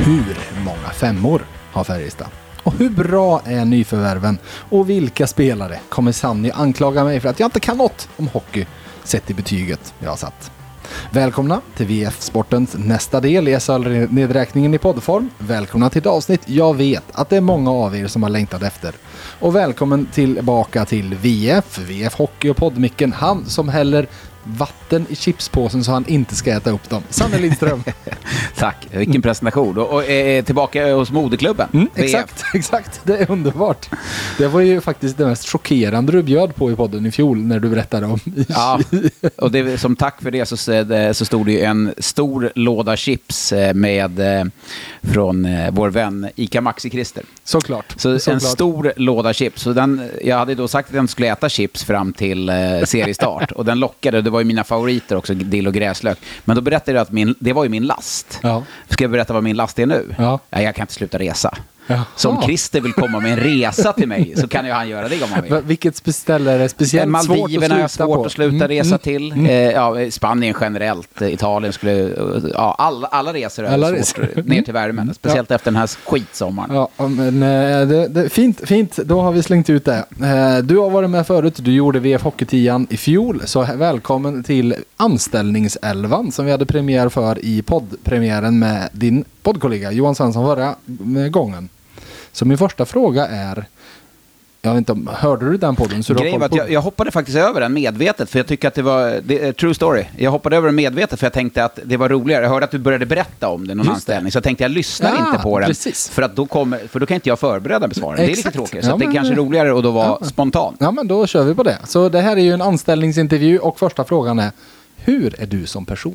Hur många femmor har Färjestad? Och hur bra är nyförvärven? Och vilka spelare kommer Sanny anklaga mig för att jag inte kan något om hockey sett i betyget jag har satt? Välkomna till VF Sportens nästa del i SHL-nedräkningen i poddform. Välkomna till ett avsnitt jag vet att det är många av er som har längtat efter. Och välkommen tillbaka till VF Hockey och poddmicken. Han som häller vatten i chipspåsen så han inte ska äta upp dem. Sanne Lindström. Tack, vilken presentation. Och tillbaka hos moderklubben. Exakt, det är underbart. Det var ju faktiskt det mest chockerande du bjöd på i podden i fjol när du berättade om. Ja, och det, som tack för det så stod det ju en stor låda chips från vår vän Ica Maxi Christer. Såklart. En stor låda chips. Så jag hade då sagt att jag skulle äta chips fram till seriestart. Och den lockade, det var ju mina favoriter också, dill och gräslök. Men då berättade jag att det var ju min last. Ja. Ska jag berätta vad min last är nu? Ja. Nej, jag kan inte sluta resa. Jaha. Så om Christer vill komma med en resa till mig så kan ju han göra det om han vill. Vilket ställe är det speciellt Maldiverna är svårt att sluta resa till. Spanien generellt, Italien skulle... Ja, alla resor är svårt ner till värmen. Speciellt efter den här skitsommaren. Ja, men det fint. Då har vi slängt ut det. Du har varit med förut. Du gjorde VF Hockey-10 i fjol. Så välkommen till anställningselvan som vi hade premiär för i poddpremiären med din poddkollega Johan Svensson förra gången. Så min första fråga är, jag vet inte, hörde du den podden? Så jag hoppade faktiskt över den medvetet för jag tycker att det var true story. Jag hoppade över den medvetet för jag tänkte att det var roligare. Jag hörde att du började berätta om det någon anställning så jag tänkte jag lyssnar inte på den. Precis. För då kan inte jag förbereda besvaren. Det är lite tråkigt. Så det är kanske roligare och då var spontant. Ja, men då kör vi på det. Så det här är ju en anställningsintervju och första frågan är, hur är du som person?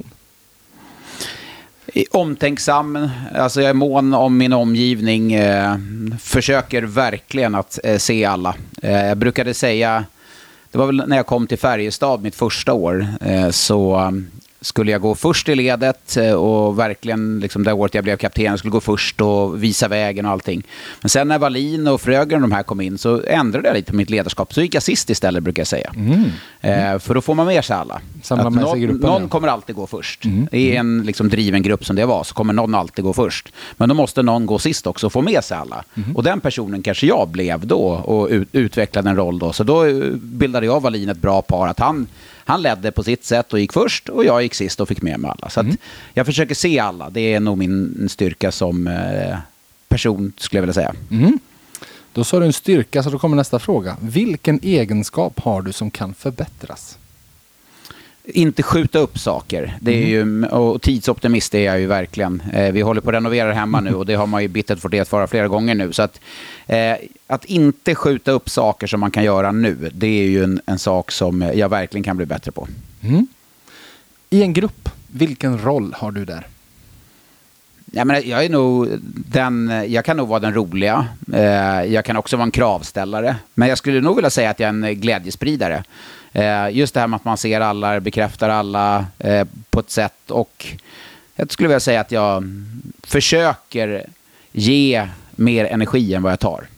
Omtänksam, alltså jag är mån om min omgivning, försöker verkligen att se alla. Jag brukade säga, det var väl när jag kom till Färjestad mitt första år, så skulle jag gå först i ledet och verkligen liksom det året jag blev kapten skulle gå först och visa vägen och allting. Men sen när Wallin och Frögren de här kom in så ändrade jag lite på mitt ledarskap. Så gick jag sist istället brukar jag säga. För då får man med sig alla. Någon kommer alltid gå först. I en liksom driven grupp som det var så kommer någon alltid gå först. Men då måste någon gå sist också och få med sig alla. Och den personen kanske jag blev då och utvecklade en roll då. Så då bildade jag Wallin ett bra par att han ledde på sitt sätt och gick först och jag gick sist och fick med mig alla. Så att jag försöker se alla. Det är nog min styrka som person skulle jag vilja säga. Då sa du en styrka så då kommer nästa fråga. Vilken egenskap har du som kan förbättras? Inte skjuta upp saker. Det är ju, och tidsoptimist är jag ju verkligen. Vi håller på att renovera hemma nu och det har man ju bittert fått erfara flera gånger nu. Så att inte skjuta upp saker som man kan göra nu, det är ju en sak som jag verkligen kan bli bättre på. I en grupp, vilken roll har du där? Ja, men jag är nog jag kan nog vara den roliga. Jag kan också vara en kravställare. Men jag skulle nog vilja säga att jag är en glädjespridare. Just det här med att man ser alla, bekräftar alla på ett sätt. Och jag skulle vilja säga att jag försöker ge mer energi än vad jag tar.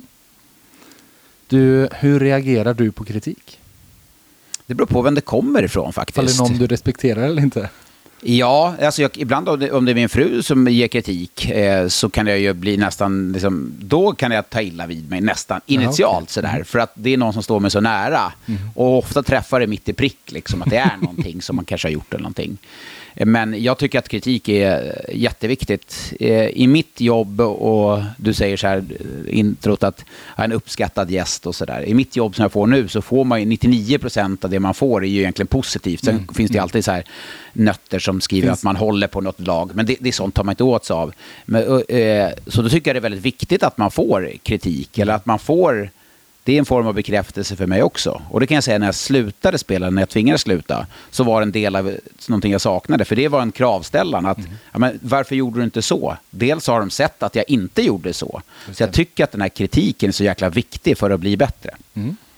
Hur reagerar du på kritik? Det beror på vem det kommer ifrån faktiskt. Eller någon du respekterar eller inte? Ja, alltså ibland om det är min fru som ger kritik så kan jag ju bli nästan liksom, då kan jag ta illa vid mig nästan initialt sådär, för att det är någon som står mig så nära och ofta träffar det mitt i prick liksom, att det är någonting som man kanske har gjort eller någonting. Men jag tycker att kritik är jätteviktigt i mitt jobb, och du säger så här introt att jag är en uppskattad gäst och sådär. I mitt jobb som jag får nu så får man ju 99% av det man får är ju egentligen positivt. Sen finns det alltid så här nötter som skriver att man håller på något lag, men det är sånt tar man inte åt sig av. Men, så då tycker jag det är väldigt viktigt att man får kritik, eller att man får. Det är en form av bekräftelse för mig också. Och det kan jag säga, när jag slutade spela, när jag tvingades sluta, så var en del av någonting jag saknade. För det var en kravställan. Att, ja, men varför gjorde du inte så? Dels har de sett att jag inte gjorde så. Så jag tycker att den här kritiken är så jäkla viktig för att bli bättre.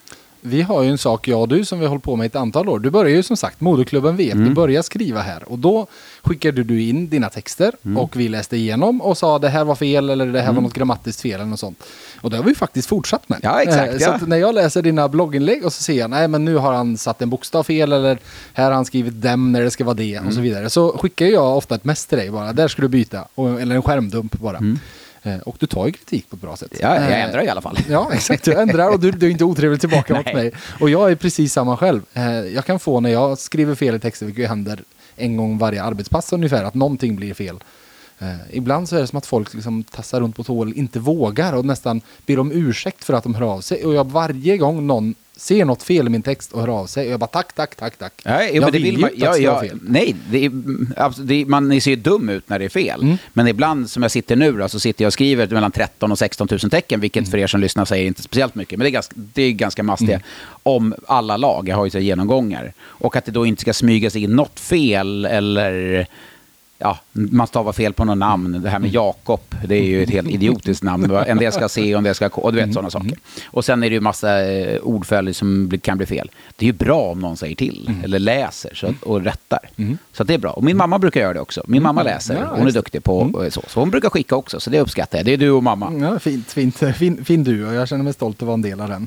vi har ju en sak, jag och du, som vi har hållit på med ett antal år. Du börjar ju som sagt, Moderklubben vet, du börjar skriva här. Och då skickade du in dina texter och vi läste igenom och sa det här var fel eller det här var något grammatiskt fel eller något sånt. Och det har vi faktiskt fortsatt med. Ja, exakt. Så att när jag läser dina blogginlägg och så ser jag, nej men nu har han satt en bokstav fel eller här har han skrivit dem när det ska vara det och så vidare. Så skickar jag ofta ett mess till dig bara, där ska du byta. Eller en skärmdump bara. Och du tar ju kritik på ett bra sätt. Ja, jag ändrar i alla fall. Ja, exakt. Jag ändrar och du är inte otrevlig tillbaka mot mig. Och jag är precis samma själv. Jag kan få när jag skriver fel i texter, vilket händer en gång varje arbetspass ungefär, att någonting blir fel. Ibland så är det som att folk liksom tassar runt på tå, inte vågar och nästan ber om ursäkt för att de hör av sig. Och jag varje gång någon ser något fel i min text och hör av sig, och jag bara tack. Ja, jag vill ju inte att det fel. Nej, man ser ju dum ut när det är fel. Men ibland, som jag sitter nu då, så sitter jag och skriver mellan 13 och 16 000 tecken, vilket för er som lyssnar säger inte speciellt mycket. Men det är ganska mastiga om alla lag. Jag har ju så genomgångar. Och att det då inte ska smygas in något fel eller... Ja, man stavar fel på något namn. Det här med Jakob, det är ju ett helt idiotiskt namn. En del ska C och en del ska K, och du vet sådana saker. Och sen är det ju massa ordföljd som kan bli fel. Det är ju bra om någon säger till eller läser och rättar. Så att det är bra. Och min mamma brukar göra det också. Min mamma läser, hon är duktig på så hon brukar skicka också, så det uppskattar jag. Det är du och mamma. Ja, fin du, och jag känner mig stolt att vara en del av den.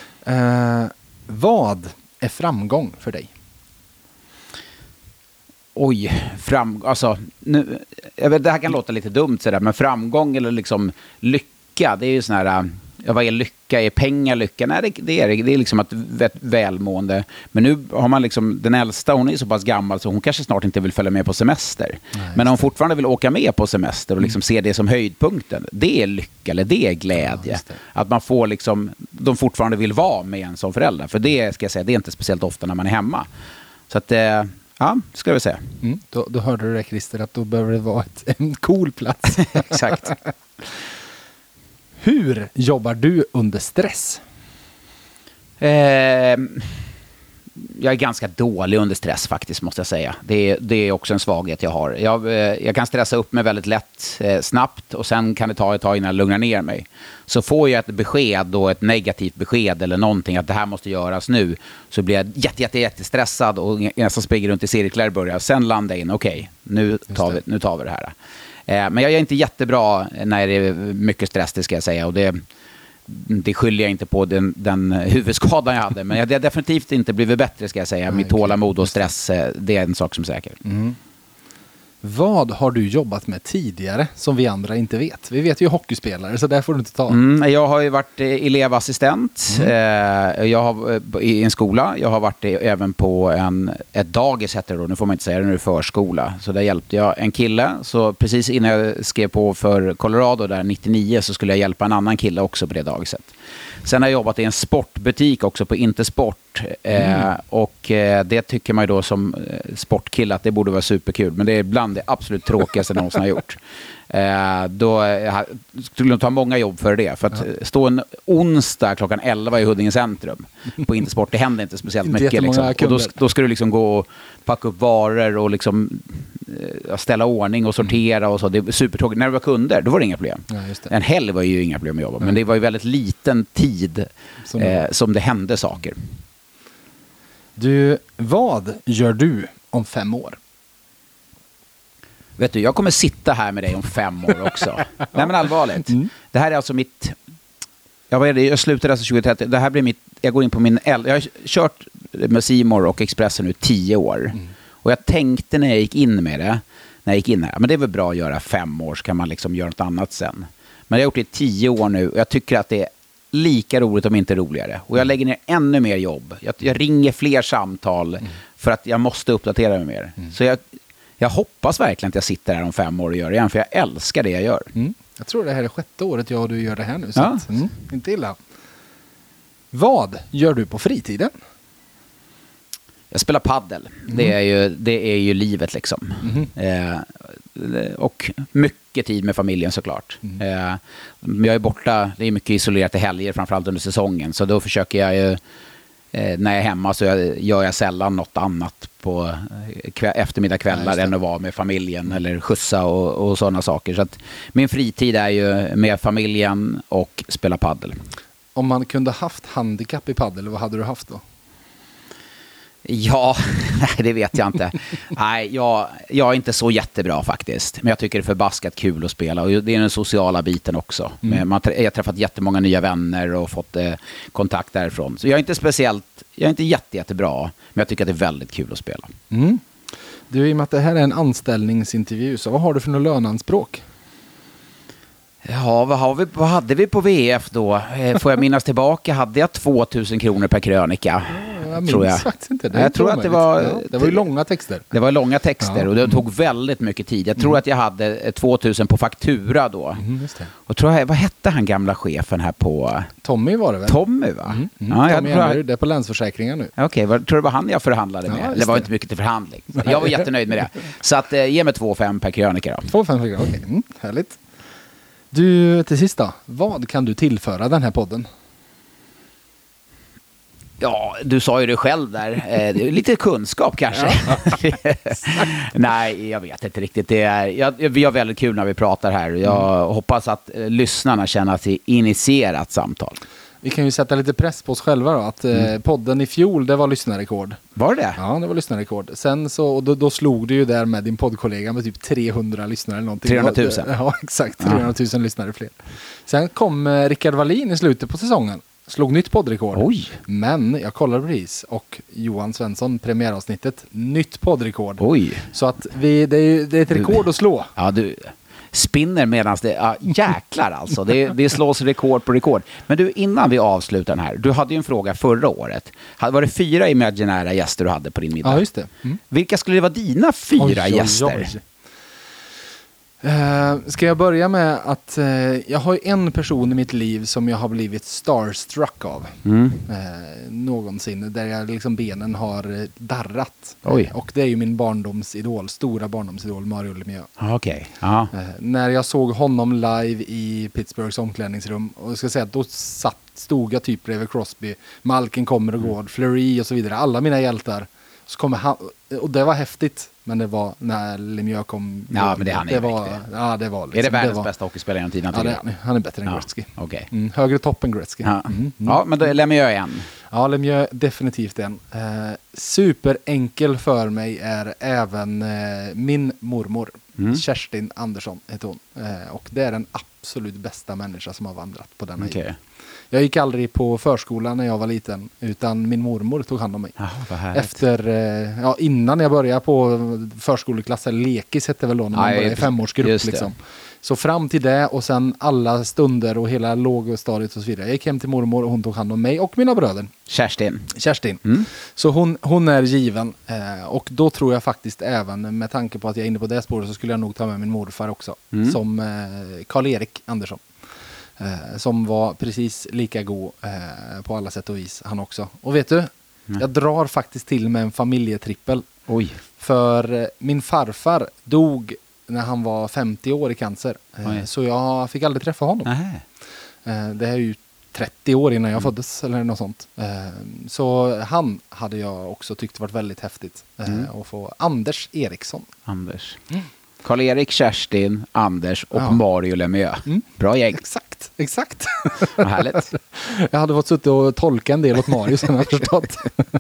Vad är framgång för dig? Oj, alltså, nu, jag vet, det här kan låta lite dumt sådär, men framgång eller liksom lycka, det är ju sån här, vad är lycka? Är pengar lycka? Nej, det är liksom ett välmående. Men nu har man liksom, den äldsta, hon är så pass gammal så hon kanske snart inte vill följa med på semester. Nej, men om hon fortfarande vill åka med på semester och liksom se det som höjdpunkten, det är lycka eller det är glädje. Ja, att man får liksom, de fortfarande vill vara med en som förälder. För det ska jag säga, det är inte speciellt ofta när man är hemma. Så att ja, ska vi säga. Då hörde du det, Christer, att då behöver det vara en cool plats. Exakt. Hur jobbar du under stress? Jag är ganska dålig under stress faktiskt, måste jag säga. Det är också en svaghet jag har. Jag kan stressa upp mig väldigt lätt, snabbt, och sen kan det ta ett tag innan jag lugnar ner mig. Så får jag ett besked då, ett negativt besked eller någonting, att det här måste göras nu, så blir jag jättestressad och nästan springer runt i cirklar i början. Sen landar jag in, okej, nu tar vi det här. Men jag är inte jättebra när det är mycket stress, det ska jag säga, och det skyller jag inte på den huvudskadan jag hade, men jag har definitivt inte blivit bättre, ska jag säga. Mitt tålamod och stress, det är en sak som är säker. Vad har du jobbat med tidigare som vi andra inte vet? Vi vet ju hockeyspelare, så där får du inte ta. Jag har ju varit elevassistent jag har, i en skola. Jag har varit även på ett dagis, heter det då. Nu får man inte säga det, nu är det förskola. Så där hjälpte jag en kille. Så precis innan jag skrev på för Colorado där 99, så skulle jag hjälpa en annan kille också på det dagiset. Sen har jag jobbat i en sportbutik också på Intersport. Och det tycker man ju då som sportkille att det borde vara superkul. Men det är bland det absolut tråkigaste jag någonsin har gjort. Då skulle jag ta många jobb för det. För att stå en onsdag klockan 11 i Huddinge centrum på Intersport, det händer inte speciellt mycket. Liksom. Och då ska du liksom gå och packa upp varor och liksom ställa ordning och sortera och så. Det är supertråkigt. När det var kunder, då var det inga problem. Ja, en helg var ju inga problem att jobba. Men det var ju väldigt liten tid som det hände saker. Du, vad gör du om 5 år? Vet du, jag kommer sitta här med dig om 5 år också. Nej, men allvarligt. Det här är alltså mitt... Jag slutade alltså 2030. Det här blir mitt... Jag går in på min... Jag har kört med C More och Expressen nu 10 år. Och jag tänkte när jag gick in med det, när jag gick in här, men det är väl bra att göra 5 år, så kan man liksom göra något annat sen. Men jag har gjort det i 10 år nu, och jag tycker att det är lika roligt, om inte roligare. Och jag lägger ner ännu mer jobb. Jag ringer fler samtal för att jag måste uppdatera mig mer. Så jag hoppas verkligen att jag sitter här om 5 år och gör det igen, för jag älskar det jag gör. Jag tror det här är 6:e året jag och du gör det här nu. Så att, inte illa. Vad gör du på fritiden? Jag spelar paddel. Det är ju livet liksom. Och mycket tid med familjen såklart. Jag är borta, det är mycket isolerat i helger, framförallt under säsongen. Så då försöker jag ju, när jag är hemma så gör jag sällan något annat på eftermiddagskvällar än att vara med familjen eller skjutsa och sådana saker. Så att min fritid är ju med familjen och spela paddel. om man kunde haft handikapp i paddel, vad hade du haft då? Ja, det vet jag inte. Nej, jag är inte så jättebra faktiskt. Men jag tycker det är förbaskat kul att spela. Och det är den sociala biten också. Jag har träffat jättemånga nya vänner och fått kontakt därifrån. Så jag är inte jättebra. Men jag tycker att det är väldigt kul att spela. Du, i och med att det här är en anställningsintervju, så vad har du för något löneanspråk? Ja, vad hade vi på VF då? Får jag minnas tillbaka, hade jag 2000 kronor per krönika? Jag minns faktiskt inte. Jag tror att det var ju långa texter. Det var långa texter och det tog väldigt mycket tid. Jag tror att jag hade 2000 på faktura då. Just det. Och vad hette han gamla chefen här på... Tommy var det väl? Tommy, va? Ja, Tommy det är på Länsförsäkringar nu. Okej, tror du det var han jag förhandlade med? Det var inte mycket till förhandling. Jag var jättenöjd med det. Så att, ge mig 2,5 per krönika då. 2,5 per krönika, okej. Härligt. Du, till sist då. Vad kan du tillföra den här podden? Ja, du sa ju det själv där. Lite kunskap kanske. Ja. Nej, jag vet inte riktigt. Vi har väldigt kul när vi pratar här. Jag hoppas att lyssnarna känner att det är initierat samtal. Vi kan ju sätta lite press på oss själva då. Att podden i fjol, det var lyssnarrekord. Var det? Ja, det var lyssnarrekord. Sen så, då slog du ju där med din poddkollega med typ 300 lyssnare eller någonting. 300 000. Ja, exakt. 300 000 lyssnare fler. Sen kom Rickard Wallin i slutet på säsongen. Slog nytt poddrekord. Oj. Men jag kollar precis. Och Johan Svensson, premiäravsnittet, nytt poddrekord. Oj. Så att det är ett rekord att slå. Ja, du spinner medans det... Ja, jäklar alltså. Det slås rekord på rekord. Men du, innan vi avslutar den här. Du hade ju en fråga förra året. Var det 4 imaginära gäster du hade på din middag? Ja, just det. Vilka skulle det vara dina 4 gäster? Ska jag börja med att jag har en person i mitt liv som jag har blivit starstruck av någonsin, där jag liksom benen har darrat. Och det är ju min stora barndomsidol Mario Lemieux. Okej. När jag såg honom live i Pittsburghs omklädningsrum, och jag ska säga att då stod jag typ bredvid Crosby, Malkin kommer och går, Fleury och så vidare, alla mina hjältar. Så kommer han, och det var häftigt. Men det var när Lemieux kom. Ja, men det var liksom, är det världens bästa hockeyspelare genom tiden? Ja, han är bättre än Gretzky. Okay. Högre topp än Gretzky. Ja, men då är Lemieux en. Ja, Lemieux definitivt en. Superenkel för mig är även min mormor. Kerstin Andersson heter hon. Och det är den absolut bästa människa som har vandrat på denna jord. Jag gick aldrig på förskolan när jag var liten, utan min mormor tog hand om mig. Innan jag började på förskoleklass, eller lekis hette väl då, när man började i 5-årsgrupp liksom. Så fram till det, och sen alla stunder och hela lågstadiet och så vidare. Jag gick hem till mormor och hon tog hand om mig och mina bröder. Kerstin. Så hon är given. Och då tror jag faktiskt, även med tanke på att jag är inne på det spåret, så skulle jag nog ta med min morfar också. Som Karl-Erik Andersson. Som var precis lika god på alla sätt och vis, han också. Och vet du, jag drar faktiskt till med en familjetrippel. Oj. För min farfar dog när han var 50 år i cancer. Så jag fick aldrig träffa honom. Det är ju 30 år innan jag föddes eller något sånt. Så han hade jag också tyckt varit väldigt häftigt. Att få Anders Eriksson. Karl-Erik, Kerstin, Anders och Mario Lemieux. Bra gäng. Exakt. Vad härligt. Jag hade fått suttit och tolka en del åt Mario, som jag förstått.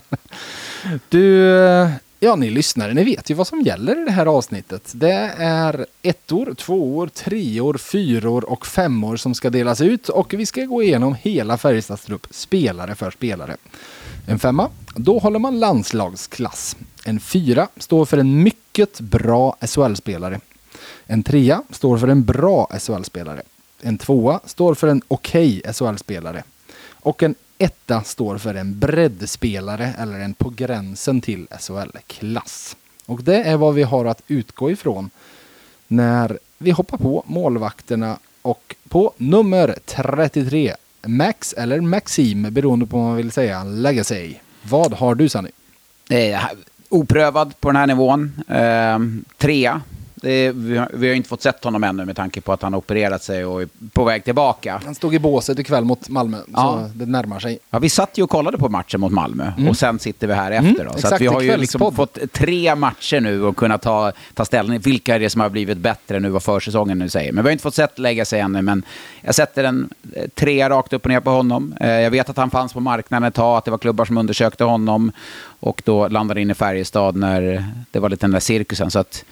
Ni lyssnare, ni vet ju vad som gäller i det här avsnittet. Det är 1-or, 2-or, 3-or, 4-or och 5-or som ska delas ut, och vi ska gå igenom hela Färjestads trupp, spelare för spelare. En 5, då håller man landslagsklass. En 4 står för en mycket bra SHL-spelare. En 3 står för en bra SHL-spelare. En 2 står för en okej SHL-spelare. Och en 1 står för en breddspelare, eller en på gränsen till SHL-klass. Och det är vad vi har att utgå ifrån när vi hoppar på målvakterna. Och på nummer 33, Max eller Maxim, beroende på vad man vill säga, lägga sig. Vad har du, Sanny? Oprövad på den här nivån. 3. vi har inte fått sett honom ännu med tanke på att han har opererat sig och är på väg tillbaka. Han stod i båset ikväll mot Malmö, så det närmar sig. Ja, vi satt ju och kollade på matchen mot Malmö och sen sitter vi här efter. Då. Så exakt, att vi har ju liksom fått 3 matcher nu och kunnat ta ställning. Vilka är det som har blivit bättre nu vad försäsongen nu säger. Men vi har inte fått sett lägga sig ännu, men jag sätter en 3 rakt upp och ner på honom. Jag vet att han fanns på marknaden ett tag, att det var klubbar som undersökte honom och då landade in i Färjestad när det var lite den där cirkusen. Så att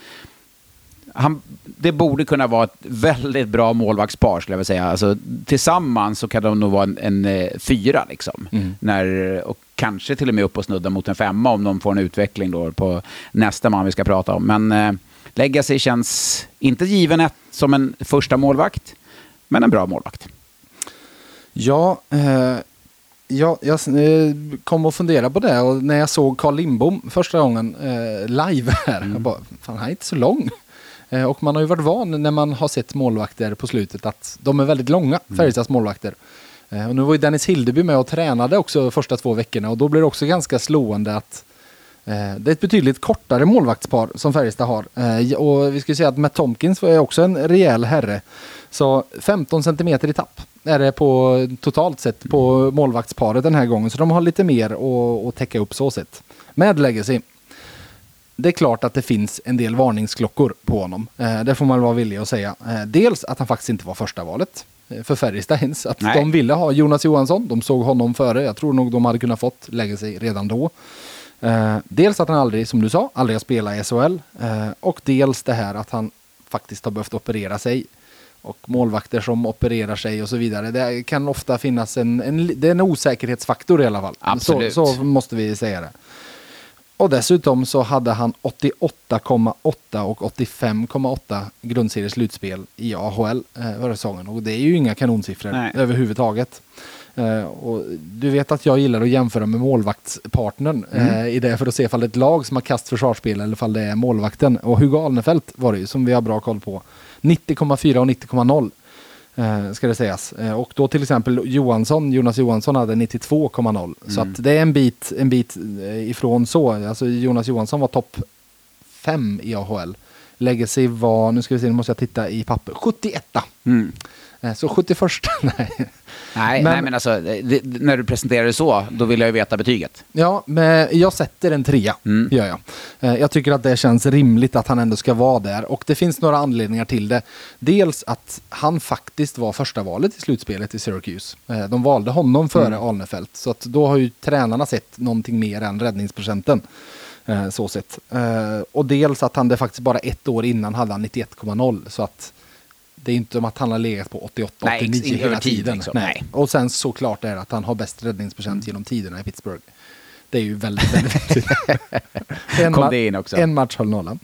det borde kunna vara ett väldigt bra målvaktspar skulle jag vilja säga. Alltså, tillsammans så kan de nog vara en 4 liksom. Och kanske till och med upp och snudda mot en 5 om de får en utveckling då på nästa man vi ska prata om. Men Legacy känns inte given som en första målvakt, men en bra målvakt. Ja, jag kom och fundera på det och när jag såg Carl Lindbom första gången live här, jag bara, fan han är inte så lång. Och man har ju varit van när man har sett målvakter på slutet att de är väldigt långa, Färjestads målvakter. Och nu var ju Dennis Hildeby med och tränade också första 2 veckorna och då blir det också ganska slående att det är ett betydligt kortare målvaktspar som Färjestad har. Och vi ska säga att Matt Tomkins är också en rejäl herre. Så 15 centimeter i tapp är det på totalt sett på målvaktsparet den här gången. Så de har lite mer att täcka upp så sett. Med Legacy. Det är klart att det finns en del varningsklockor på honom. Det får man vara villig att säga. Dels att han faktiskt inte var första valet för Färjestad ens. Att de ville ha Jonas Johansson. De såg honom före. Jag tror nog de hade kunnat fått Legacy redan då. Dels att han aldrig, som du sa, aldrig har spelat i SHL. Och dels det här att han faktiskt har behövt operera sig. Och målvakter som opererar sig och så vidare. Det kan ofta finnas det är en osäkerhetsfaktor i alla fall. Absolut. Så måste vi säga det. Och dessutom så hade han 88,8 och 85,8 grundserieslutspel i AHL förra säsongen. Och det är ju inga kanonsiffror överhuvudtaget. Och du vet att jag gillar att jämföra med målvaktspartnern i det för att se ifall det är ett lag som har kastförsvarsspel eller ifall det är målvakten. Och Hugo Alnefelt var det ju som vi har bra koll på. 90,4 och 90,0 ska det sägas. Och då till exempel Jonas Johansson hade 92,0. Så att det är en bit ifrån så. Alltså Jonas Johansson var topp 5 i AHL. Legacy var, nu ska vi se, nu måste jag titta i papper, 71. Så 71. Nej, men alltså när du presenterar det så, då vill jag ju veta betyget. Ja, men jag sätter en 3, gör jag. Jag tycker att det känns rimligt att han ändå ska vara där. Och det finns några anledningar till det. Dels att han faktiskt var första valet i slutspelet i Syracuse. De valde honom före Alnefelt. Så att då har ju tränarna sett någonting mer än räddningsprocenten. Så sett. Och dels att han det faktiskt bara 1 år innan hade han 91,0. Så att det är inte om att han har legat på 88-89 hela tiden. Liksom. Nej. Och sen såklart är det att han har bäst räddningsprocent genom tiderna i Pittsburgh. Det är ju väldigt, väldigt Kom det in också. En match höll nollan.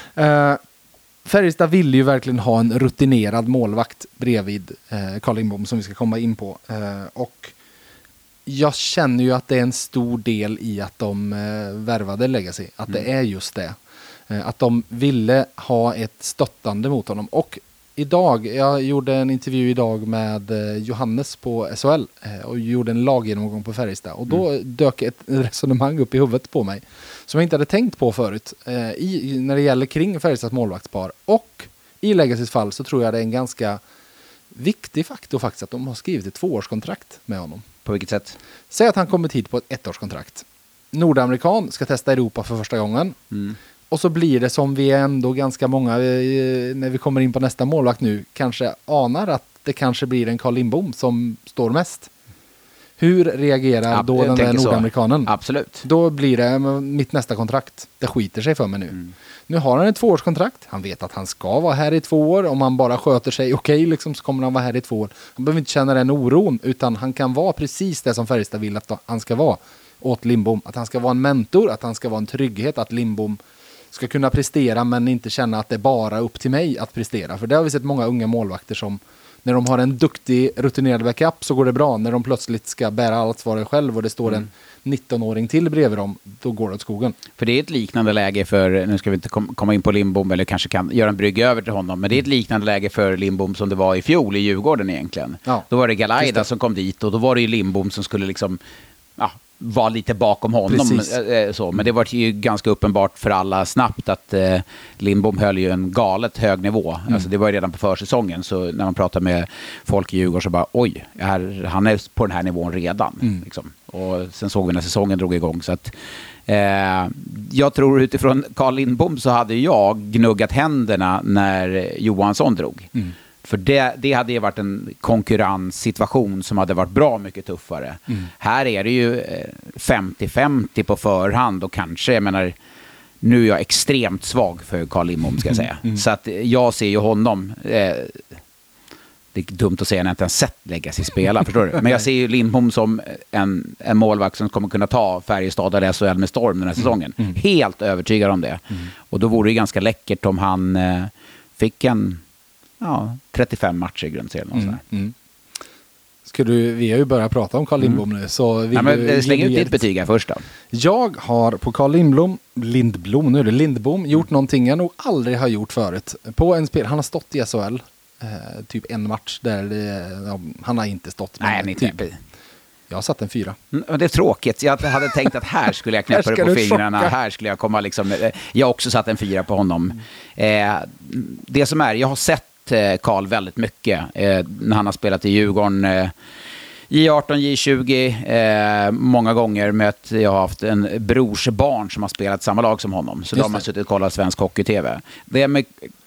Färjestad ville ju verkligen ha en rutinerad målvakt bredvid Carl Lindbom som vi ska komma in på. Och jag känner ju att det är en stor del i att de värvade Legacy. Att det är just det. Att de ville ha ett stöttande mot honom. Och jag gjorde en intervju idag med Johannes på SHL och gjorde en laggenomgång på Färjestad. Och då dök ett resonemang upp i huvudet på mig som jag inte hade tänkt på förut när det gäller kring Färjestads målvaktspar. Och i Legacys fall så tror jag det är en ganska viktig faktor faktiskt att de har skrivit ett 2-årskontrakt med honom. På vilket sätt? Säg att han kommit hit på ett 1-årskontrakt. Nordamerikan ska testa Europa för första gången. Och så blir det som vi ändå ganska många när vi kommer in på nästa målvakt nu kanske anar att det kanske blir en Carl Lindbom som står mest. Hur reagerar då den där nordamerikanen? Absolut. Då blir det mitt nästa kontrakt. Det skiter sig för mig nu. Nu har han ett 2-årskontrakt. Han vet att han ska vara här i 2 år. Om han bara sköter sig okej, liksom, så kommer han vara här i 2 år. Han behöver inte känna den oron utan han kan vara precis det som Färjestad vill att han ska vara åt Lindbom. Att han ska vara en mentor, att han ska vara en trygghet, att Lindbom ska kunna prestera men inte känna att det är bara upp till mig att prestera. För det har vi sett många unga målvakter som när de har en duktig rutinerad backup så går det bra. När de plötsligt ska bära allt svaret själv och det står en 19-åring till bredvid dem, då går det åt skogen. För det är ett liknande läge för, nu ska vi inte komma in på Lindbom eller kanske kan göra en brygga över till honom, men det är ett liknande läge för Lindbom som det var i fjol i Djurgården egentligen. Ja, då var det Galaida som kom dit och då var det ju Lindbom som skulle liksom var lite bakom honom. Så. Men det var ju ganska uppenbart för alla snabbt att Lindbom höll ju en galet hög nivå. Alltså det var ju redan på försäsongen. Så när man pratar med folk i Djurgården så bara oj, han är på den här nivån redan. Liksom. Och sen såg vi när säsongen drog igång. Så att, jag tror utifrån Carl Lindbom så hade jag gnuggat händerna när Johansson drog. För det hade ju varit en konkurrenssituation som hade varit bra mycket tuffare. Här är det ju 50-50 på förhand och kanske, jag menar, nu är jag extremt svag för Carl Lindbom ska jag säga. Så att jag ser ju honom, det är dumt att säga när jag inte ens sett Legacy spela, förstår du? Men jag ser ju Lindbom som en målvakt som kommer kunna ta Färjestad eller SHL med storm den här säsongen. Helt övertygad om det. Och då vore det ganska läckert om han fick 35 matcher i grundserien. Vi har ju börjat prata om Carl Lindbom nu. Så släng ut ditt betyg här först då. Jag har på Carl Lindbom gjort någonting jag nog aldrig har gjort förut. På en spel, han har stått i SHL typ en match där han har inte stått. Nej, typ. Jag har satt en 4. Det är tråkigt. Jag hade tänkt att här skulle jag knäppa det på fingrarna. Här skulle jag komma liksom. Jag har också satt en 4 på honom. Det som är, jag har sett Carl väldigt mycket när han har spelat i Djurgården. J18, J20 många gånger jag har haft en brorsbarn som har spelat samma lag som honom. Så då har man suttit och kollat svensk hockey-tv. Det är med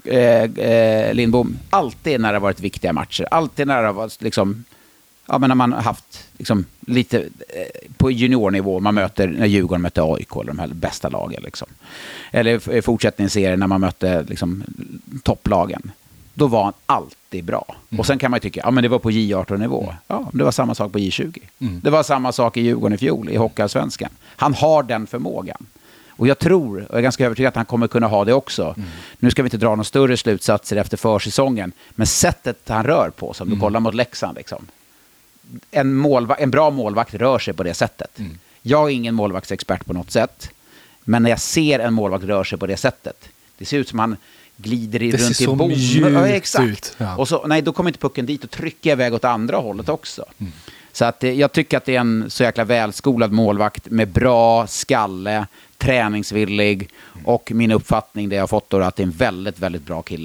Lindbom alltid när det har varit viktiga matcher. Alltid när det har varit liksom, men när man har haft liksom, lite på juniornivå, man möter när Djurgården mötte AIK eller de här bästa lagen liksom. Eller fortsättningsserien när man mötte liksom, topplagen. Då var han alltid bra. Och sen kan man ju tycka, men det var på J18-nivå. Ja, det var samma sak på J20. Det var samma sak i Djurgården i fjol, i Hockeyallsvenskan. Han har den förmågan. Och jag tror, och är ganska övertygad att han kommer kunna ha det också. Nu ska vi inte dra några större slutsatser efter försäsongen. Men sättet han rör på, som du kollar mot Leksand. Liksom. En bra målvakt rör sig på det sättet. Jag är ingen målvaktsexpert på något sätt. Men när jag ser en målvakt rör sig på det sättet. Det ser ut som han glider runt i bom. Ja, exakt. Ut. Ja. Och så, då kommer inte pucken dit och trycker iväg åt andra hållet också. Så att jag tycker att det är en så jäkla välskolad målvakt med bra skalle, träningsvillig och min uppfattning det jag har fått då att det är en väldigt, väldigt bra kille.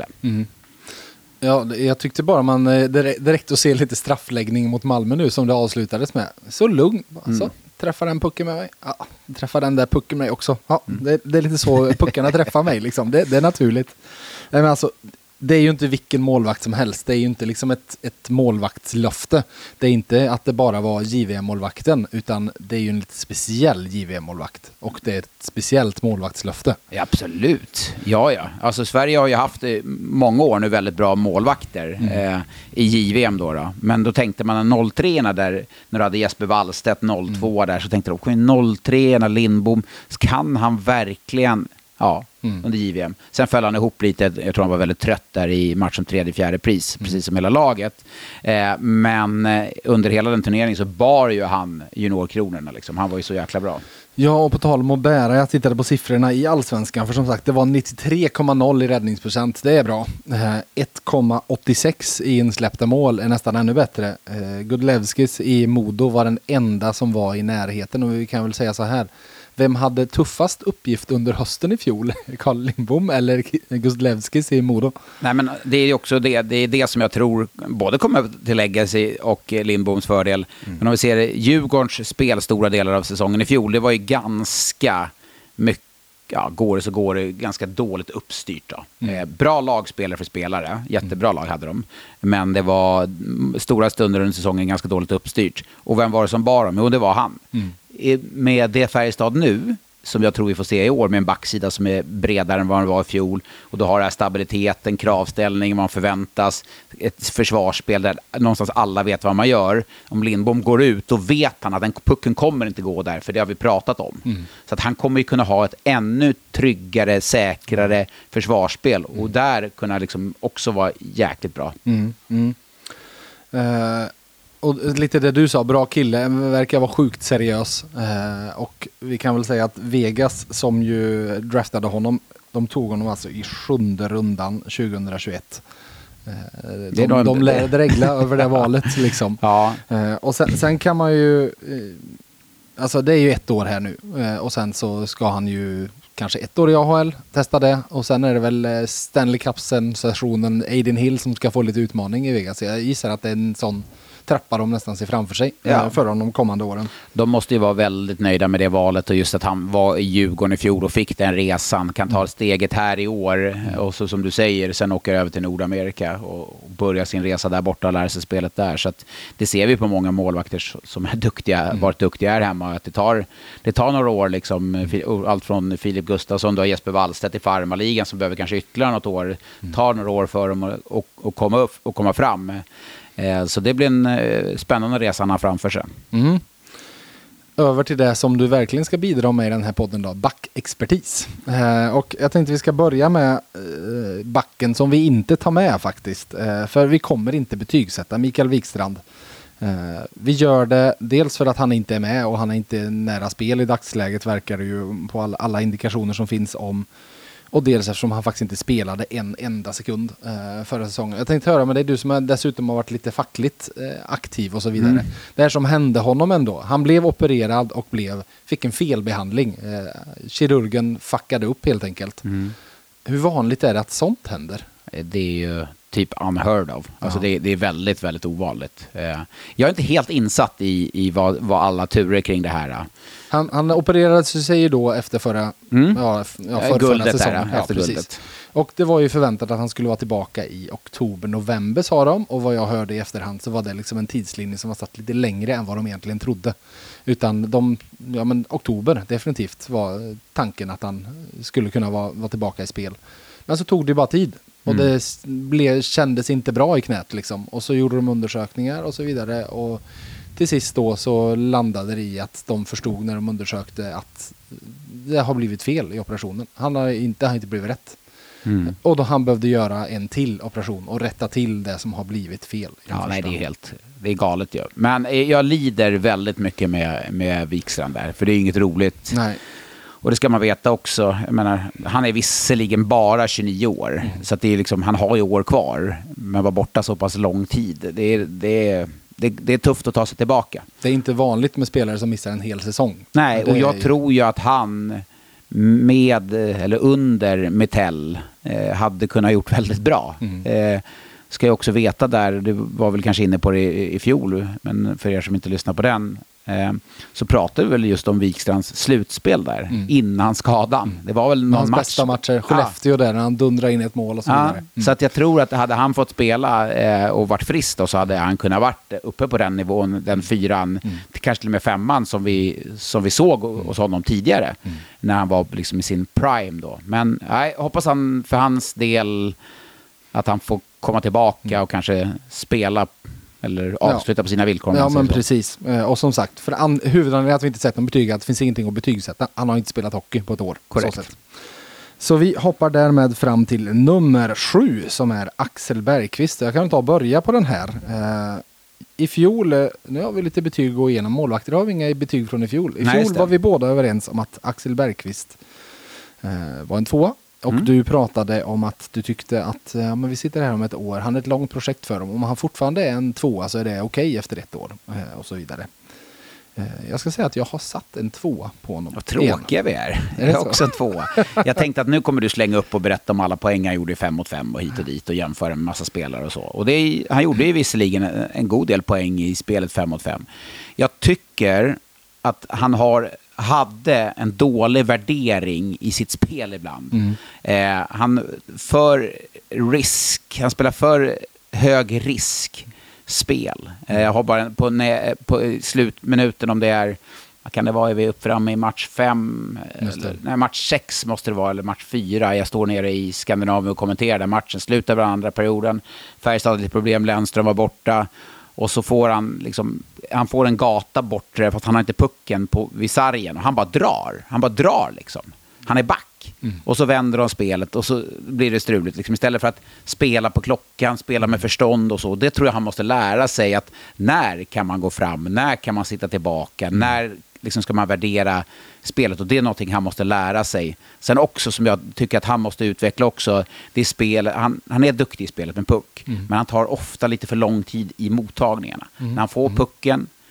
Ja, jag tyckte bara direkt att se lite straffläggning mot Malmö nu som det avslutades med. Så lugn. Alltså, träffar den pucken med mig. Ja, träffar den där pucken med mig också. Ja, det är lite så puckarna träffar mig liksom. Det är naturligt. Nej, men alltså, det är ju inte vilken målvakt som helst. Det är ju inte liksom ett målvaktslöfte. Det är inte att det bara var JVM-målvakten, utan det är ju en lite speciell JVM-målvakt. Och det är ett speciellt målvaktslöfte. Ja, absolut. Ja. Alltså Sverige har ju haft många år nu väldigt bra målvakter i JVM då. Men då tänkte man 0-3 där, när du hade Jesper Wallstedt 0-2 där, så tänkte de 0-3 när Lindbom, kan han verkligen... Ja, under JVM. Sen föll han ihop lite, jag tror han var väldigt trött där i matchen 3-4 pris, precis som hela laget. Men under hela den turneringen så bar ju han juniorkronorna liksom. Han var ju så jäkla bra. Ja, och på tal om att bära, jag tittade på siffrorna i Allsvenskan, för som sagt, det var 93,0 i räddningsprocent, det är bra. 1,86 i insläppta mål är nästan ännu bättre. Gudlevskis i Modo var den enda som var i närheten, och vi kan väl säga så här. Vem hade tuffast uppgift under hösten i fjol? Carl Lindbom eller Gudlevskis i Modo? Nej, men det är också det är det som jag tror både kommer till Legacy och Lindboms fördel. Men om vi ser Djurgårdens spel stora delar av säsongen i fjol, det var ju ganska mycket, går det ganska dåligt uppstyrt då. Bra lagspelare för spelare, jättebra lag hade de. Men det var stora stunder under säsongen ganska dåligt uppstyrt. Och vem var det som bar dem? Jo, det var han. Med det Färjestad nu, som jag tror vi får se i år, med en backsida som är bredare än vad den var i fjol, och då har det här stabiliteten, kravställning, man förväntas, ett försvarsspel där någonstans alla vet vad man gör. Om Lindbom går ut, då vet han att den pucken kommer inte gå där, för det har vi pratat om. Så att han kommer ju kunna ha ett ännu tryggare, säkrare försvarsspel, och där kunna liksom också vara jäkligt bra. Och lite det du sa, bra kille, verkar vara sjukt seriös. Och vi kan väl säga att Vegas, som ju draftade honom, de tog honom alltså i 7:e rundan 2021. De lärde regla över det valet liksom. Ja. Och sen kan man ju alltså det är ju 1 år här nu. Och sen så ska han ju kanske 1 år i AHL, testa det. Och sen är det väl Stanley Cup-sensationen Aiden Hill som ska få lite utmaning i Vegas. Jag gissar att det är en sån trappa de nästan ser framför sig för de kommande åren. De måste ju vara väldigt nöjda med det valet och just att han var i Djurgården i fjol och fick den resan, kan ta steget här i år och så som du säger sen åker över till Nordamerika och börjar sin resa där borta och lär sig spelet där. Så att det ser vi på många målvakter som är duktiga, varit duktiga här hemma, att det tar några år liksom, allt från Filip Gustafsson då Jesper Wallstedt i farmarligan som behöver kanske ytterligare något år, tar några år för dem att komma upp och komma fram. Så det blir en spännande resa han har framför sig. Över till det som du verkligen ska bidra med i den här podden då, backexpertis. Och jag tänkte vi ska börja med backen som vi inte tar med faktiskt. För vi kommer inte betygsätta Mikael Wikstrand. Vi gör det dels för att han inte är med och han är inte nära spel i dagsläget, verkar det ju på alla indikationer som finns om. Och dels eftersom han faktiskt inte spelade en enda sekund förra säsongen. Jag tänkte höra med dig, du som dessutom har varit lite fackligt aktiv och så vidare. Det här som hände honom ändå. Han blev opererad och fick en felbehandling. Kirurgen fuckade upp helt enkelt. Hur vanligt är det att sånt händer? Det är ju typ unheard of. Alltså det är väldigt, väldigt ovanligt. Jag är inte helt insatt i vad alla turer kring det här. Han opererades sig då efter förra guldet säsongen. Efter guldet. Och det var ju förväntat att han skulle vara tillbaka i oktober-november sa de. Och vad jag hörde i efterhand så var det liksom en tidslinje som var satt lite längre än vad de egentligen trodde. Utan oktober definitivt var tanken att han skulle kunna vara tillbaka i spel. Men så tog det bara tid. Och det kändes inte bra i knät liksom. Och så gjorde de undersökningar och så vidare. Och till sist då så landade det i att de förstod när de undersökte att det har blivit fel i operationen. Han har inte blivit rätt. Och då han behövde göra en till operation och rätta till det som har blivit fel. Det är galet ju. Men jag lider väldigt mycket med Wikstrand där. För det är inget roligt. Nej. Och det ska man veta också. Jag menar, han är visserligen bara 29 år. Så att det är liksom, han har ju år kvar. Men var borta så pass lång tid. Det är tufft att ta sig tillbaka. Det är inte vanligt med spelare som missar en hel säsong. Nej, och jag tror ju att han med eller under Metell hade kunnat gjort väldigt bra. Ska jag också veta där, det var väl kanske inne på det i fjol, men för er som inte lyssnar på den, så pratade vi väl just om Wikstrands slutspel där innan skadan. Det var väl någon match. Bästa matcher, Skellefteå där när han dundrar in ett mål och så vidare. Så att jag tror att hade han fått spela och varit frisk då, så hade han kunnat varit uppe på den nivån, den 4:an, kanske till och med 5:an som vi såg hos honom tidigare när han var liksom i sin prime då. Men jag hoppas han för hans del att han får komma tillbaka och kanske spela eller avsluta på sina villkor. Ja, men precis. Och som sagt, för huvudanledningen att vi inte sett någon betyg, att det finns ingenting att betygsätta. Han har inte spelat hockey på ett år. Korrekt. Så vi hoppar därmed fram till nummer 7 som är Axel Bergqvist. Jag kan ta och börja på den här. I fjol, nu har vi lite betyg att gå igenom. Målvakter har vi inga betyg från i fjol. I fjol var vi båda överens om att Axel Bergqvist var en 2. Och du pratade om att du tyckte att men vi sitter här om ett år. Han är ett långt projekt för dem. Om han fortfarande är en 2 så är det okej efter ett år. Och så vidare. Jag ska säga att jag har satt en 2 på honom. Vad tråkiga vi är. Jag är också en 2. Jag tänkte att nu kommer du slänga upp och berätta om alla poäng han gjorde i 5 mot 5 och hit och dit och jämföra med massa spelare och så. Och han gjorde ju visserligen en god del poäng i spelet 5 mot 5. Jag tycker att han hade en dålig värdering i sitt spel ibland. Han spelar för hög risk spel. Jag har bara på slutminuten, om det är, vad kan det vara, är vi upp framme i match 5 match 6 måste det vara, eller match 4. Jag står nere i Skandinavien och kommenterar den matchen, slutar över andra perioden. Färjestad hade lite problem, Lennström var borta. Och så får han får en gata bortre för att han har inte pucken vid sargen. Och han bara drar liksom. Han är back. Och så vänder de spelet och så blir det struligt. Liksom. Istället för att spela på klockan, spela med förstånd och så. Det tror jag han måste lära sig, att när kan man gå fram, när kan man sitta tillbaka, när liksom ska man värdera spelet, och det är någonting han måste lära sig. Sen också som jag tycker att han måste utveckla också, det är spel. Han är duktig i spelet med puck, men han tar ofta lite för lång tid i mottagningarna. När han får pucken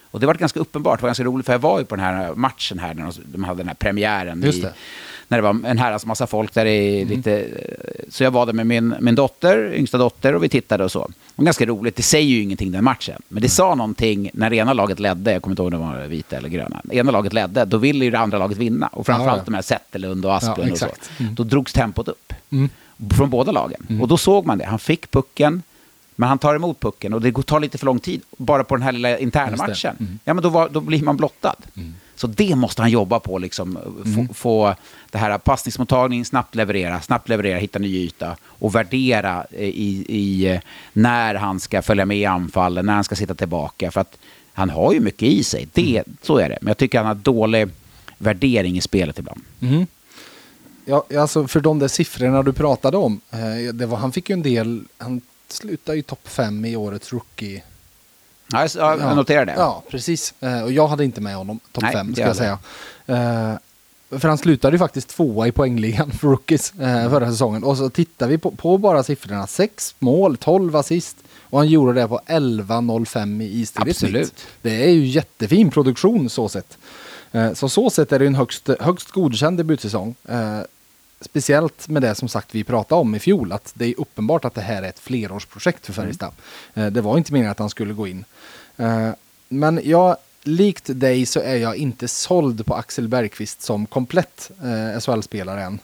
Och det var ganska uppenbart, det var ganska roligt, för jag var ju på den här matchen här när de hade den här premiären. Just det. När det var en herrans massa folk där är lite... Så jag var där med min dotter, yngsta dotter, och vi tittade och så. Och ganska roligt, det säger ju ingenting den matchen. Men det sa någonting när ena laget ledde, jag kommer inte ihåg om det var vita eller gröna. Ena laget ledde, då ville ju det andra laget vinna. Och framförallt de här Zetterlund och Asplund och så. Då drogs tempot upp. Från båda lagen. Och då såg man det, han fick pucken. Men han tar emot pucken och det tar lite för lång tid bara på den här lilla interna matchen. Ja, men då blir man blottad. Så det måste han jobba på, liksom, få det här passningsmottagning, snabbt leverera, hitta ny yta och värdera i när han ska följa med i anfallen, när han ska sitta tillbaka, för att han har ju mycket i sig. Så är det. Men jag tycker han har dålig värdering i spelet ibland. Ja, alltså för de där siffrorna du pratade om, han fick ju en del, han slutade ju topp 5 i årets rookie. Ja, jag noterar det. Ja, precis. Och jag hade inte med honom topp 5, ska jag säga. För han slutade ju faktiskt 2:a i poängligan för rookies förra säsongen. Och så tittar vi på bara siffrorna. 6 mål, 12 assist. Och han gjorde det på 11,05 i istid. Absolut. Det är ju jättefin produktion så sett. Så sett är det en högst godkänd debutsäsong. Speciellt med det som sagt vi pratade om i fjol, att det är uppenbart att det här är ett flerårsprojekt för Färjestad. Det var inte meningen att han skulle gå in. Men likt dig så är jag inte såld på Axel Bergqvist som komplett SHL-spelare än.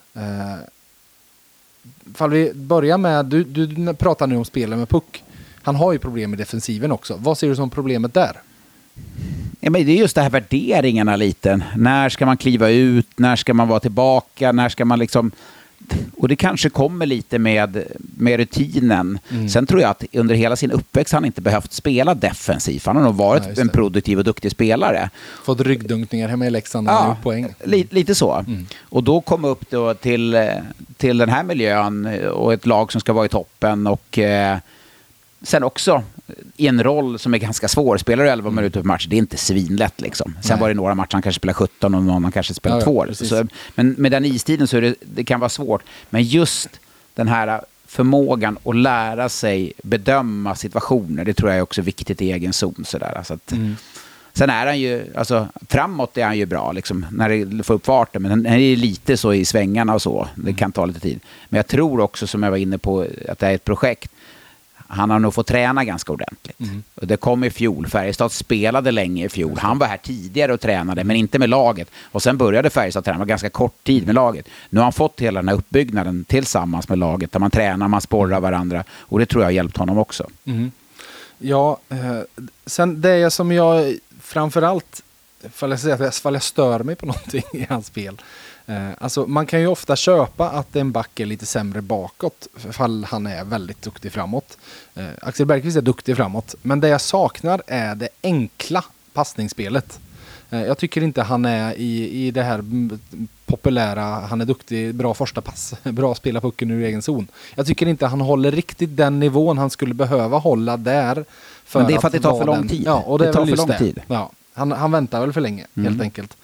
Fall vi börjar med, du pratar nu om spelen med puck. Han har ju problem med defensiven också. Vad ser du som problemet där? Ja, men det är just det här värderingarna lite. När ska man kliva ut? När ska man vara tillbaka? När ska man liksom... Och det kanske kommer lite med rutinen. Sen tror jag att under hela sin uppväxt har han inte behövt spela defensivt. Han har nog varit en produktiv och duktig spelare. Fått ryggdunkningar hemma i Leksand och gjort poäng. Lite så. Och då komma upp då till den här miljön och ett lag som ska vara i toppen och... Sen också i en roll som är ganska svår. Spelar du 11 minuter per match, det är inte svinlätt liksom. Sen var det några matcher han kanske spelar 17 och någon han kanske spelar 2. Men med den istiden så det kan vara svårt. Men just den här förmågan att lära sig bedöma situationer, det tror jag är också viktigt i egen zon. Sådär. Så att, sen är han ju, alltså framåt är han ju bra liksom, när det får upp farten, men han är lite så i svängarna och så. Det kan ta lite tid. Men jag tror också, som jag var inne på, att det är ett projekt. Han har nog fått träna ganska ordentligt. Och det kom i fjol. Färjestad spelade länge i fjol. Han var här tidigare och tränade, men inte med laget. Och sen började Färjestad träna ganska kort tid med laget. Nu har han fått hela den här uppbyggnaden tillsammans med laget, där man tränar, man sporrar varandra. Och det tror jag har hjälpt honom också. Ja, sen det som jag framförallt, fall jag stör mig på någonting i hans spel. Alltså man kan ju ofta köpa att en back är lite sämre bakåt fall han är väldigt duktig framåt. Axel Bergqvist är duktig framåt, men det jag saknar är det enkla passningsspelet. Jag tycker inte han är i det här populära, han är duktig, bra första pass, bra spela pucken ur egen zon. Jag tycker inte han håller riktigt den nivån han skulle behöva hålla där. Men det är för att det tar för lång tid. Ja, och det tar för lång tid. Ja, han väntar väl för länge, helt enkelt.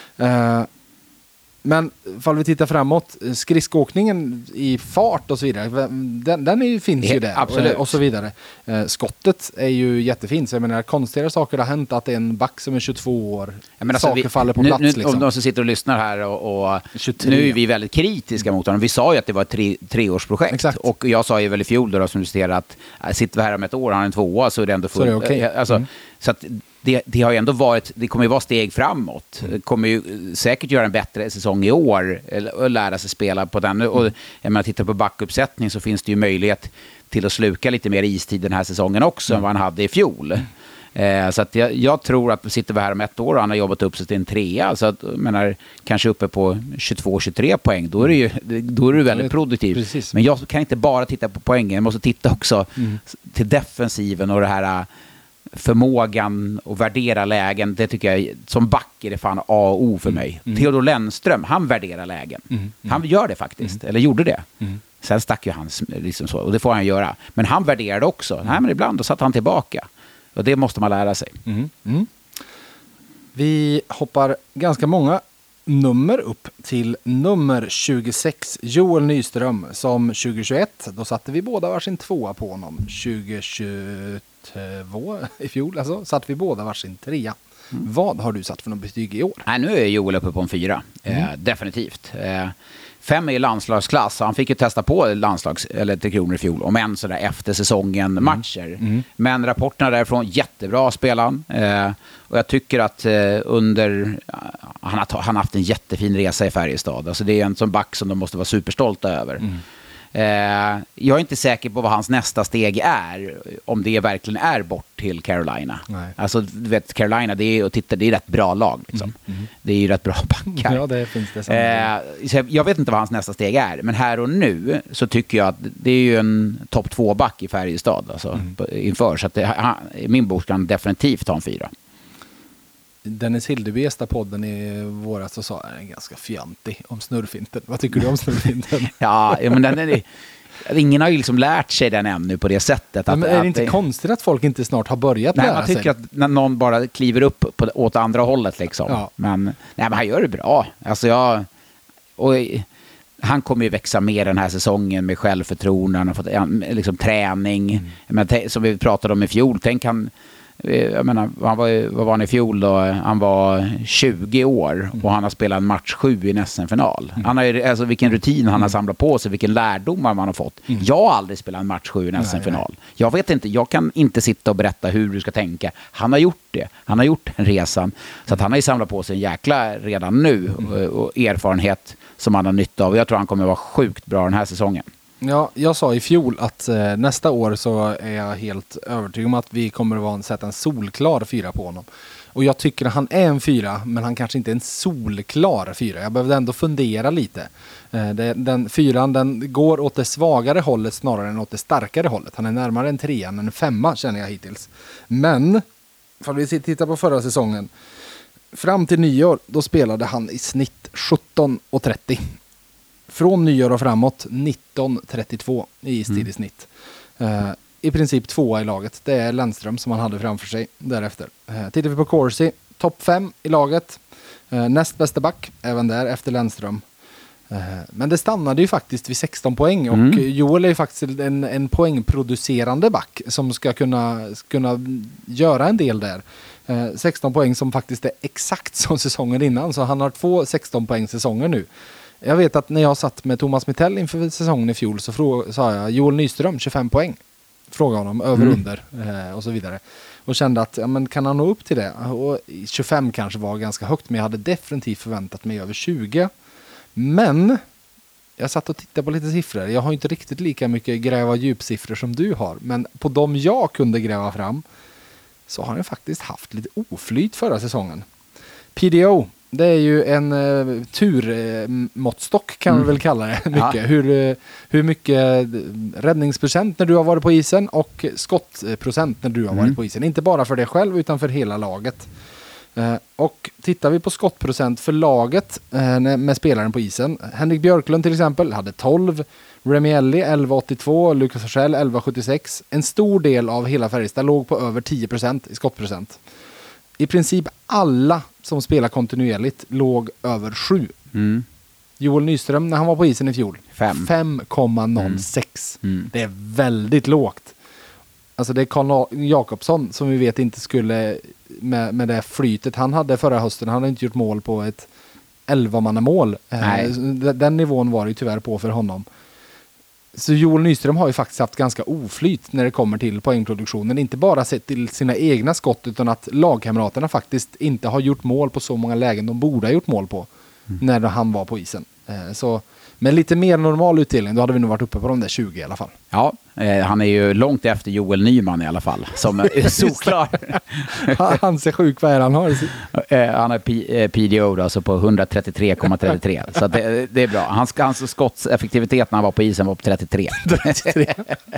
Men fall vi tittar framåt, skridskåkningen i fart och så vidare, den finns ju där. Absolut. Och så vidare. Skottet är ju jättefint, så jag menar, konstigare saker har hänt, att det är en back som är 22 år, saker faller på plats. Liksom. Om de som sitter och lyssnar här och nu är vi väldigt kritiska mot honom. Vi sa ju att det var ett treårsprojekt. Exakt. Och jag sa ju väl i fjol då, som du citerar, att sitter vi här om ett år, han är en 2:a, så är det ändå fullt. Så, okay. Så att det har ju ändå varit, det kommer ju vara steg framåt. Kommer ju säkert göra en bättre säsong i år och lära sig spela på den. Och när man tittar på backuppsättning så finns det ju möjlighet till att sluka lite mer istid den här säsongen också än vad han hade i fjol. Så att jag tror att sitter vi här om ett år och han har jobbat upp sig till en 3:a, så att menar, kanske uppe på 22-23 poäng, då är det väldigt produktivt. Precis. Men jag kan inte bara titta på poängen, jag måste titta också till defensiven och det här förmågan att värdera lägen. Det tycker jag som back är det fan A och O för mig. Theodor Lennström, han värderar lägen. Han gör det faktiskt, eller gjorde det. Sen stack ju han liksom så, och det får han göra. Men han värderade också. Nej, men ibland då satt han tillbaka. Och det måste man lära sig. Vi hoppar ganska många nummer upp till nummer 26, Joel Nyström, som 2021, då satte vi båda varsin 2 på honom. 2022 i fjol alltså, satte vi båda varsin 3. Vad har du satt för något betyg i år? Nej, nu är Joel uppe på en 4. Definitivt. 5 är i landslagsklass, så han fick ju testa på eller Tre Kronor i fjol, om än sådär efter säsongen matcher. Men rapporterna därifrån, jättebra spelan. Och jag tycker att han har haft en jättefin resa i Färjestad. Alltså det är en sån back som de måste vara superstolta över. Jag är inte säker på vad hans nästa steg är, om det verkligen är bort till Carolina. Nej. Alltså du vet, Carolina, det är rätt bra lag liksom. Det är ju rätt bra backar. Ja, det finns det så jag vet inte vad hans nästa steg är, men här och nu så tycker jag att det är ju en topp 2-back i Färjestad alltså, inför, så att i min bok kan definitivt ta en 4. Dennis Hildeby gästade podden i våras och sa är ganska fjantig om snurrfinten. Vad tycker du om snurrfinten? Ja, men ingen har ju liksom lärt sig den ännu på det sättet. Men är det inte konstigt att folk inte snart har börjat lära sig? Nej, man tycker att när någon bara kliver upp åt andra hållet liksom. Ja. Men han gör det bra. Alltså han kommer ju växa mer den här säsongen med självförtroende. Han har fått liksom träning. Men som vi pratade om i fjol, tänk jag menar, vad var han i fjol då? Han var 20 år och han har spelat en match 7 i SM-final. Han har ju, alltså vilken rutin han har samlat på sig, vilken lärdomar man har fått. Jag har aldrig spelat en match 7 i SM-final. Jag vet inte, jag kan inte sitta och berätta hur du ska tänka. Han har gjort det. Han har gjort den resan. Så att han har ju samlat på sig en jäkla redan nu och erfarenhet som han har nytta av. Jag tror han kommer vara sjukt bra den här säsongen. Ja, jag sa i fjol att nästa år så är jag helt övertygad om att vi kommer att sätta en solklar 4 på honom. Och jag tycker att han är en 4, men han kanske inte är en solklar 4. Jag behövde ändå fundera lite. Den 4:an, den går åt det svagare hållet snarare än åt det starkare hållet. Han är närmare en 3 än en 5 känner jag hittills. Men, för vi tittar på förra säsongen. Fram till nyår, då spelade han i snitt 17,30. Från nyår och framåt 19,32 i stil i snitt. I princip 2 i laget. Det är Lennström som han hade framför sig därefter. Tittar vi på Corsi, topp 5 i laget. Näst bästa back, även där efter Lennström. Men det stannade ju faktiskt vid 16 poäng. Och Joel är ju faktiskt en poängproducerande back som ska kunna göra en del där. 16 poäng som faktiskt är exakt som säsongen innan. Så han har 2 16 poäng säsonger nu. Jag vet att när jag satt med Thomas Mittell inför säsongen i fjol så sa jag Joel Nyström 25 poäng. Frågade honom över under och så vidare. Och kände att kan han nå upp till det? Och 25 kanske var ganska högt, men jag hade definitivt förväntat mig över 20. Men jag satt och tittade på lite siffror. Jag har inte riktigt lika mycket gräva djupsiffror som du har. Men på dem jag kunde gräva fram så har han faktiskt haft lite oflyt förra säsongen. PDO. Det är ju en turmåttstock kan man väl kalla det. Mycket. Ja. Hur mycket räddningsprocent när du har varit på isen och skottprocent när du har varit på isen. Inte bara för dig själv utan för hela laget. Och tittar vi på skottprocent för laget med spelaren på isen. Henrik Björklund till exempel hade 12. Remielli 11,82. Lukas Forsell 11,76. En stor del av hela Färjestad låg på över 10% i skottprocent. I princip alla som spelar kontinuerligt låg över 7. Joel Nyström när han var på isen i fjol 5,06. Det är väldigt lågt. Alltså det är Karl Jakobsson som vi vet inte skulle med det flytet han hade förra hösten. Han hade inte gjort mål på ett 11-mannamål. Den nivån var det ju tyvärr på för honom. Så Joel Nyström har ju faktiskt haft ganska oflyt när det kommer till poängproduktionen. Inte bara sett till sina egna skott utan att lagkamraterna faktiskt inte har gjort mål på så många lägen de borde ha gjort mål på när han var på isen. Så med lite mer normal utdelning då hade vi nog varit uppe på de där 20 i alla fall. Ja, han är ju långt efter Joel Nyman i alla fall. Som är såklar. Han ser sjuk vad är han har. Han har PDO då, alltså på 133,33. Så det är bra. Hans skottseffektivitet när han var på isen var på 33.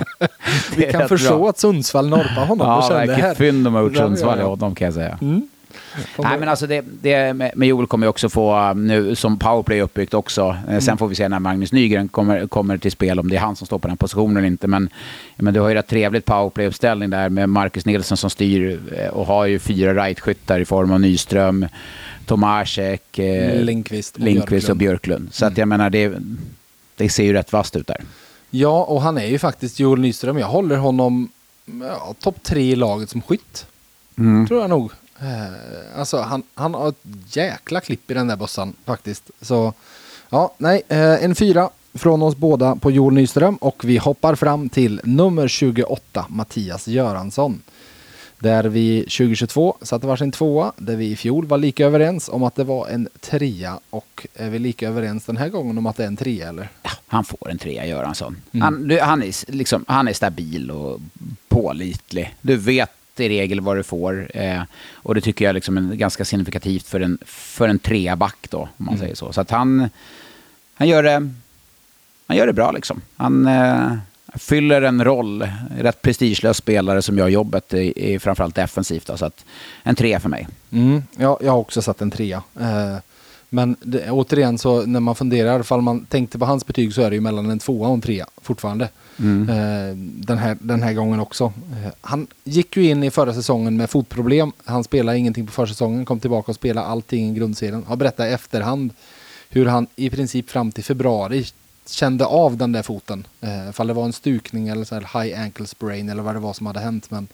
Vi kan förstå att Sundsvall norpar honom. Ja, verkligen fynd de har gjort Sundsvall i honom kan jag säga. Nej, men alltså det med Joel kommer jag också få nu som powerplay uppbyggt också. Sen får vi se när Magnus Nygren kommer till spel, om det är han som står på den positionen eller inte. Men du har ju rätt trevligt powerplay-uppställning där med Marcus Nilsson som styr och har ju 4 right-skyttar i form av Nyström, Tomasek, Lindqvist och Björklund. Så att jag menar, det ser ju rätt vasst ut där. Ja, och han är ju faktiskt Joel Nyström. Jag håller honom topp 3 i laget som skytt. Tror jag nog. Alltså han har ett jäkla klipp i den där bossan faktiskt. Så ja, nej, en 4 från oss båda på Joel Nyström, och vi hoppar fram till nummer 28, Mattias Göransson. Där vi 2022 satte varsin 2, där vi i fjol var lika överens om att det var en 3, och är vi lika överens den här gången om att det är en 3 eller? Ja, han får en 3, Göransson. Han är stabil och pålitlig. Du vet i regel vad du får, och det tycker jag liksom är ganska signifikativt för en 3-back då, om man säger så. Så att han gör det bra liksom. Han fyller en roll, rätt prestigelös spelare som gör jobbet i framförallt defensivt då, så att en 3 för mig. Ja, jag har också satt en 3. Men återigen, så när man funderar, ifall man tänkte på hans betyg, så är det ju mellan en 2 och en 3 fortfarande. Den här gången också. Han gick ju in i förra säsongen med fotproblem. Han spelade ingenting på försäsongen, kom tillbaka och spelade allting i grundserien. Har berättat i efterhand hur han i princip fram till februari kände av den där foten. Ifall det var en stukning eller så här high ankle sprain eller vad det var som hade hänt. Men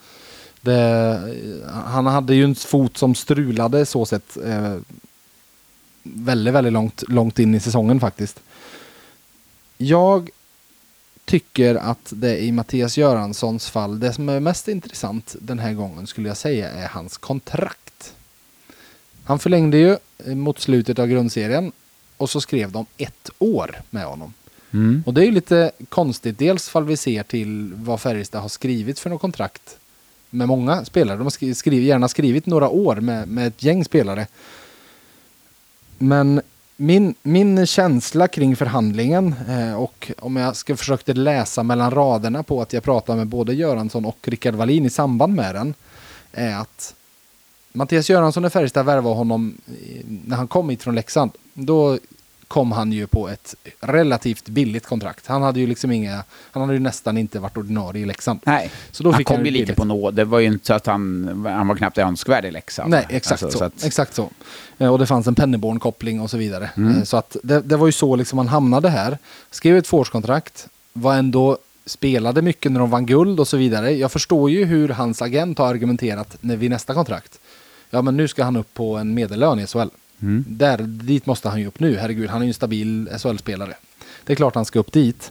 han hade ju en fot som strulade så sett väldigt, väldigt långt in i säsongen faktiskt. Jag tycker att det i Mattias Göranssons fall, det som är mest intressant den här gången skulle jag säga är hans kontrakt. Han förlängde ju mot slutet av grundserien, och så skrev de 1 år med honom. Och det är ju lite konstigt, dels fall vi ser till vad Färjestad har skrivit för något kontrakt med många spelare. De har gärna skrivit några år med ett gäng spelare. Men min känsla kring förhandlingen, och om jag ska försöka läsa mellan raderna på att jag pratar med både Göransson och Rickard Wallin i samband med den, är att Mattias Göransson är Färjestad värvade honom när han kom hit från Leksand. Då kom han ju på ett relativt billigt kontrakt. Han hade ju nästan inte varit ordinarie i Leksand. Nej, så då han fick kom ju lite på nåd. Det var ju inte så att han var knappt önskvärd i Leksand. Nej, exakt alltså, så. Att... Exakt så. Och det fanns en Penneborn-koppling och så vidare. Så att det var ju så liksom han hamnade här. Skrev ett tvåårskontrakt. Var ändå spelade mycket när de vann guld och så vidare. Jag förstår ju hur hans agent har argumenterat vid nästa kontrakt. Ja, men nu ska han upp på en medellön i SHL. Dit måste han ju upp nu. Herregud, han är ju en stabil SHL-spelare. Det är klart han ska upp dit.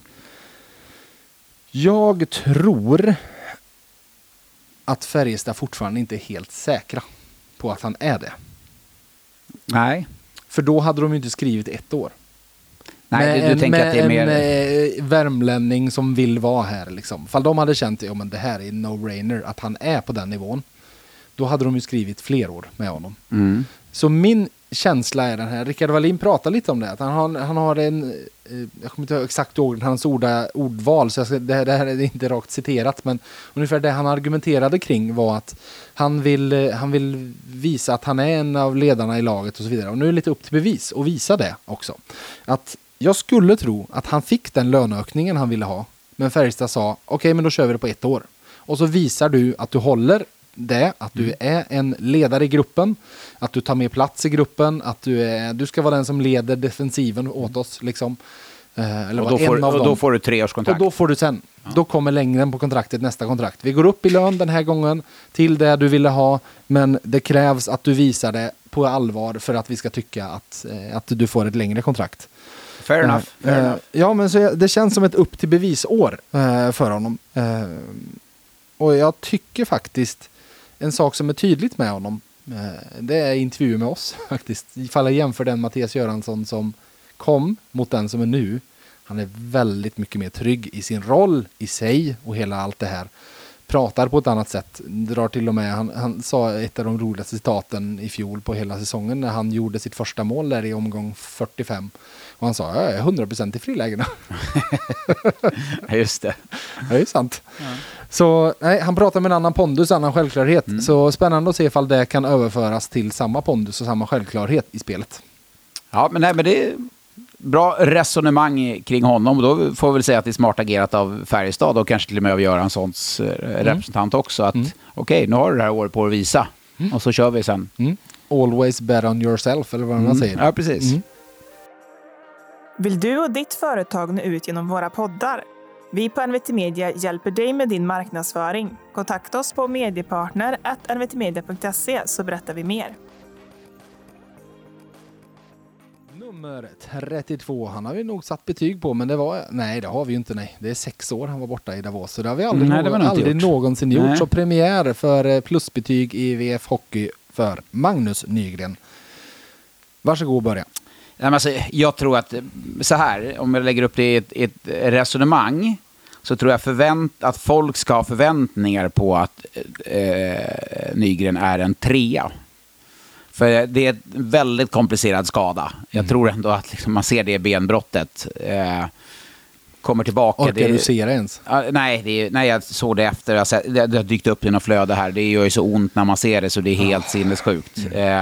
Jag tror att Färjestad fortfarande inte är helt säkra på att han är det. Nej. För då hade de ju inte skrivit 1 år. Nej, du tänker att det är mer... En värmlänning som vill vara här liksom. Fall de hade känt, ja men det här är no-brainer, att han är på den nivån. Då hade de ju skrivit fler år med honom. Så min känsla är den här. Rickard Wallin pratar lite om det. Att han har en... Jag kommer inte ihåg exakt hans ordval. Så det här är inte rakt citerat. Men ungefär det han argumenterade kring var att han vill visa att han är en av ledarna i laget och så vidare. Och nu är det lite upp till bevis och visa det också. Att jag skulle tro att han fick den löneökningen han ville ha. Men Färjestad sa, okej, men då kör vi det på 1 år. Och så visar du att du håller det, att du är en ledare i gruppen, att du tar med plats i gruppen, att du ska vara den som leder defensiven åt oss liksom. Eller och då får du 3-årskontrakt. Och då får du sen. Ja. Då kommer längden på kontraktet, nästa kontrakt. Vi går upp i lön den här gången till det du ville ha, men det krävs att du visar det på allvar för att vi ska tycka att du får ett längre kontrakt. Fair enough. Ja, men så det känns som ett upp till bevisår för honom. Och jag tycker faktiskt en sak som är tydligt med honom, det är intervjuer med oss faktiskt. Ifall jag jämför den Mattias Göransson som kom mot den som är nu. Han är väldigt mycket mer trygg i sin roll, i sig och hela allt det här. Pratar på ett annat sätt. Drar till och med, han sa ett av de roligaste citaten i fjol på hela säsongen när han gjorde sitt första mål där i omgång 45. Och han sa, jag är 100% i frilägena. Just det. Det är sant. Så nej, han pratar med en annan pondus, annan självklarhet. Så spännande att se ifall det kan överföras till samma pondus och samma självklarhet i spelet. Ja, men det är bra resonemang kring honom. Då får vi väl säga att det är smart agerat av Färjestad och kanske till och med av Göranssons representant också. Att okej, nu har du det här året på att visa. Och så kör vi sen. Always bet on yourself, eller vad man säger. Ja, precis. Vill du och ditt företag nå ut genom våra poddar? Vi på NVT Media hjälper dig med din marknadsföring. Kontakta oss på mediepartner@nvtmedia.se så berättar vi mer. Nummer 32, han har vi nog satt betyg på, men det har vi ju inte, nej. Det är 6 år han var borta i Davos, så det har vi aldrig någonsin gjort. Nej. Så premiär för plusbetyg i VF Hockey för Magnus Nygren. Varsågod och börja. Alltså, jag tror att så här, om jag lägger upp det i ett resonemang, så tror jag att folk ska ha förväntningar på att Nygren är en 3. För det är en väldigt komplicerad skada. Jag tror ändå att liksom man ser det benbrottet. Kommer tillbaka. Orkar du se det ens? Nej, jag såg det efter. Det har dykt upp i något flöde här. Det gör ju så ont när man ser det, så det är helt sinnessjukt.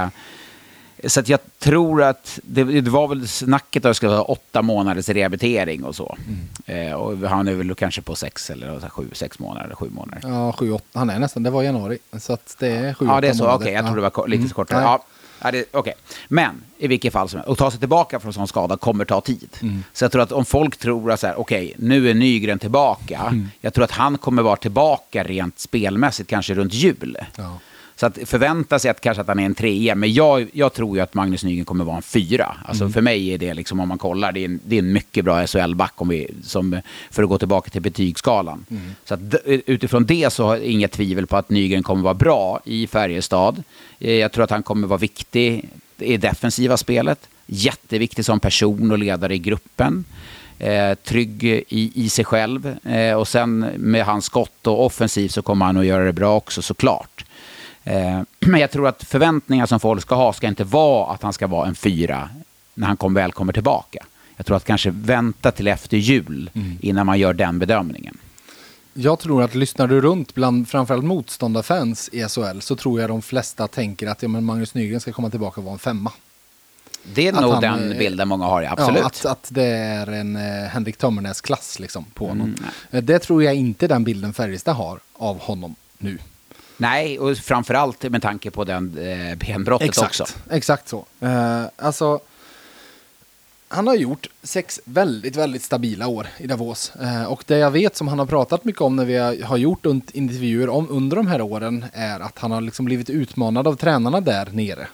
Så att jag tror att det var väl snacket att det ska vara 8 månaders rehabilitering och så. Och han är väl kanske på 6 månader, 7 månader. Ja, 7-8. Han är nästan, det var januari. Så att det är 7-8 månader. Ja, det är så. Okej, jag tror det var lite kortare. Ja. Okej. Men i vilket fall som helst, att ta sig tillbaka från en sån skada kommer ta tid. Så jag tror att om folk tror att okej, nu är Nygren tillbaka. Jag tror att han kommer vara tillbaka rent spelmässigt kanske runt jul. Ja. Så att förvänta sig kanske att han är en 3, men jag tror ju att Magnus Nygren kommer vara en 4. Alltså för mig är det liksom, om man kollar, det är en mycket bra SHL-back för att gå tillbaka till betygsskalan. Så att utifrån det så har jag inga tvivel på att Nygren kommer vara bra i Färjestad. Jag tror att han kommer vara viktig i defensiva spelet. Jätteviktig som person och ledare i gruppen. Trygg i sig själv. Och sen med hans skott och offensiv så kommer han att göra det bra också, såklart. Men jag tror att förväntningar som folk ska ha ska inte vara att han ska vara en 4 när han väl kommer tillbaka. Jag tror att kanske vänta till efter jul innan man gör den bedömningen. Jag tror att lyssnar du runt bland framförallt motståndarfans i SHL, så tror jag de flesta tänker att Magnus Nygren ska komma tillbaka och vara en 5. Det är nog den bilden många har, absolut. Ja, att det är en Henrik Tömmernes-klass liksom på honom. Det tror jag inte den bilden Färjestad har av honom nu. Nej, och framförallt med tanke på den benbrottet också. Exakt så. Alltså, han har gjort 6 väldigt, väldigt stabila år i Davos. Och det jag vet som han har pratat mycket om när vi har gjort intervjuer under de här åren är att han har liksom blivit utmanad av tränarna där nere.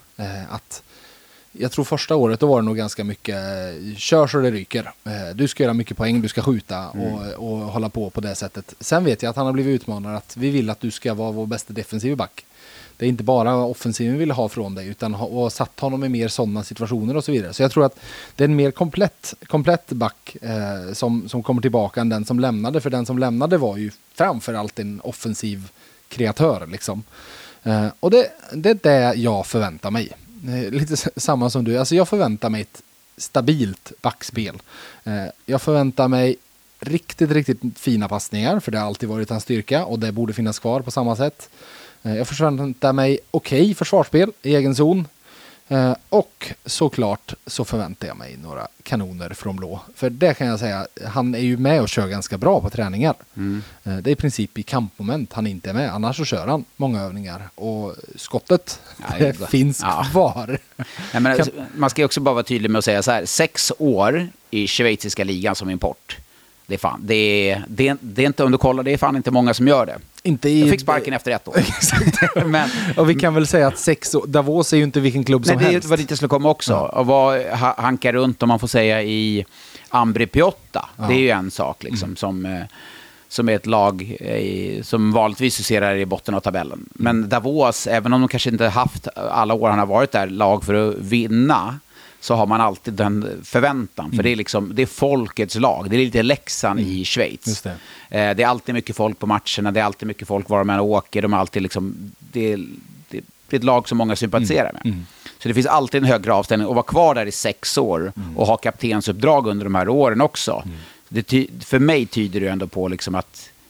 Jag tror första året då var det nog ganska mycket kör så det ryker. Du ska göra mycket poäng, du ska skjuta och hålla på det sättet. Sen vet jag att han har blivit utmanad att vi vill att du ska vara vår bästa defensiva back. Det är inte bara offensiven vi vill ha från dig, utan och satt honom i mer sådana situationer och så vidare. Så jag tror att det är en mer komplett back som kommer tillbaka än den som lämnade. För den som lämnade var ju framförallt en offensiv kreatör liksom. Och det är det jag förväntar mig. Lite samma som du. Alltså jag förväntar mig ett stabilt backspel. Jag förväntar mig riktigt, riktigt fina passningar, för det har alltid varit hans styrka och det borde finnas kvar på samma sätt. Jag förväntar mig okej försvarsspel i egen zon. Och såklart så förväntar jag mig några kanoner från blå. För det kan jag säga, han är ju med och kör ganska bra på träningar. Det är i princip i kampmoment han inte är med. Annars så kör han många övningar. Och skottet finns kvar. Ja, men man ska ju också bara vara tydlig med att säga så här. 6 år i schweiziska ligan som import. Det är inte, om du kollar, det är fan inte många som gör det. Jag fick sparken efter 1 år. Men, och vi kan väl säga att 6 år, Davos är ju inte vilken klubb som helst. Det var dit jag skulle komma också. Och hanka runt, om man får säga, i Ambri Piotta. Det är ju en sak liksom, som är ett lag som vanligtvis huserar i botten av tabellen. Men Davos, även om de kanske inte haft alla år han har varit där lag för att vinna, så har man alltid den förväntan. För det är folkets lag. Det är lite Leksand i Schweiz. Just det. Det är alltid mycket folk på matcherna. Det är alltid mycket folk var man åker. De är alltid liksom, det är ett lag som många sympatiserar med. Så det finns alltid en högre avställning. Och vara kvar där i 6 år och ha kaptensuppdrag under de här åren också. För mig tyder det ändå på liksom att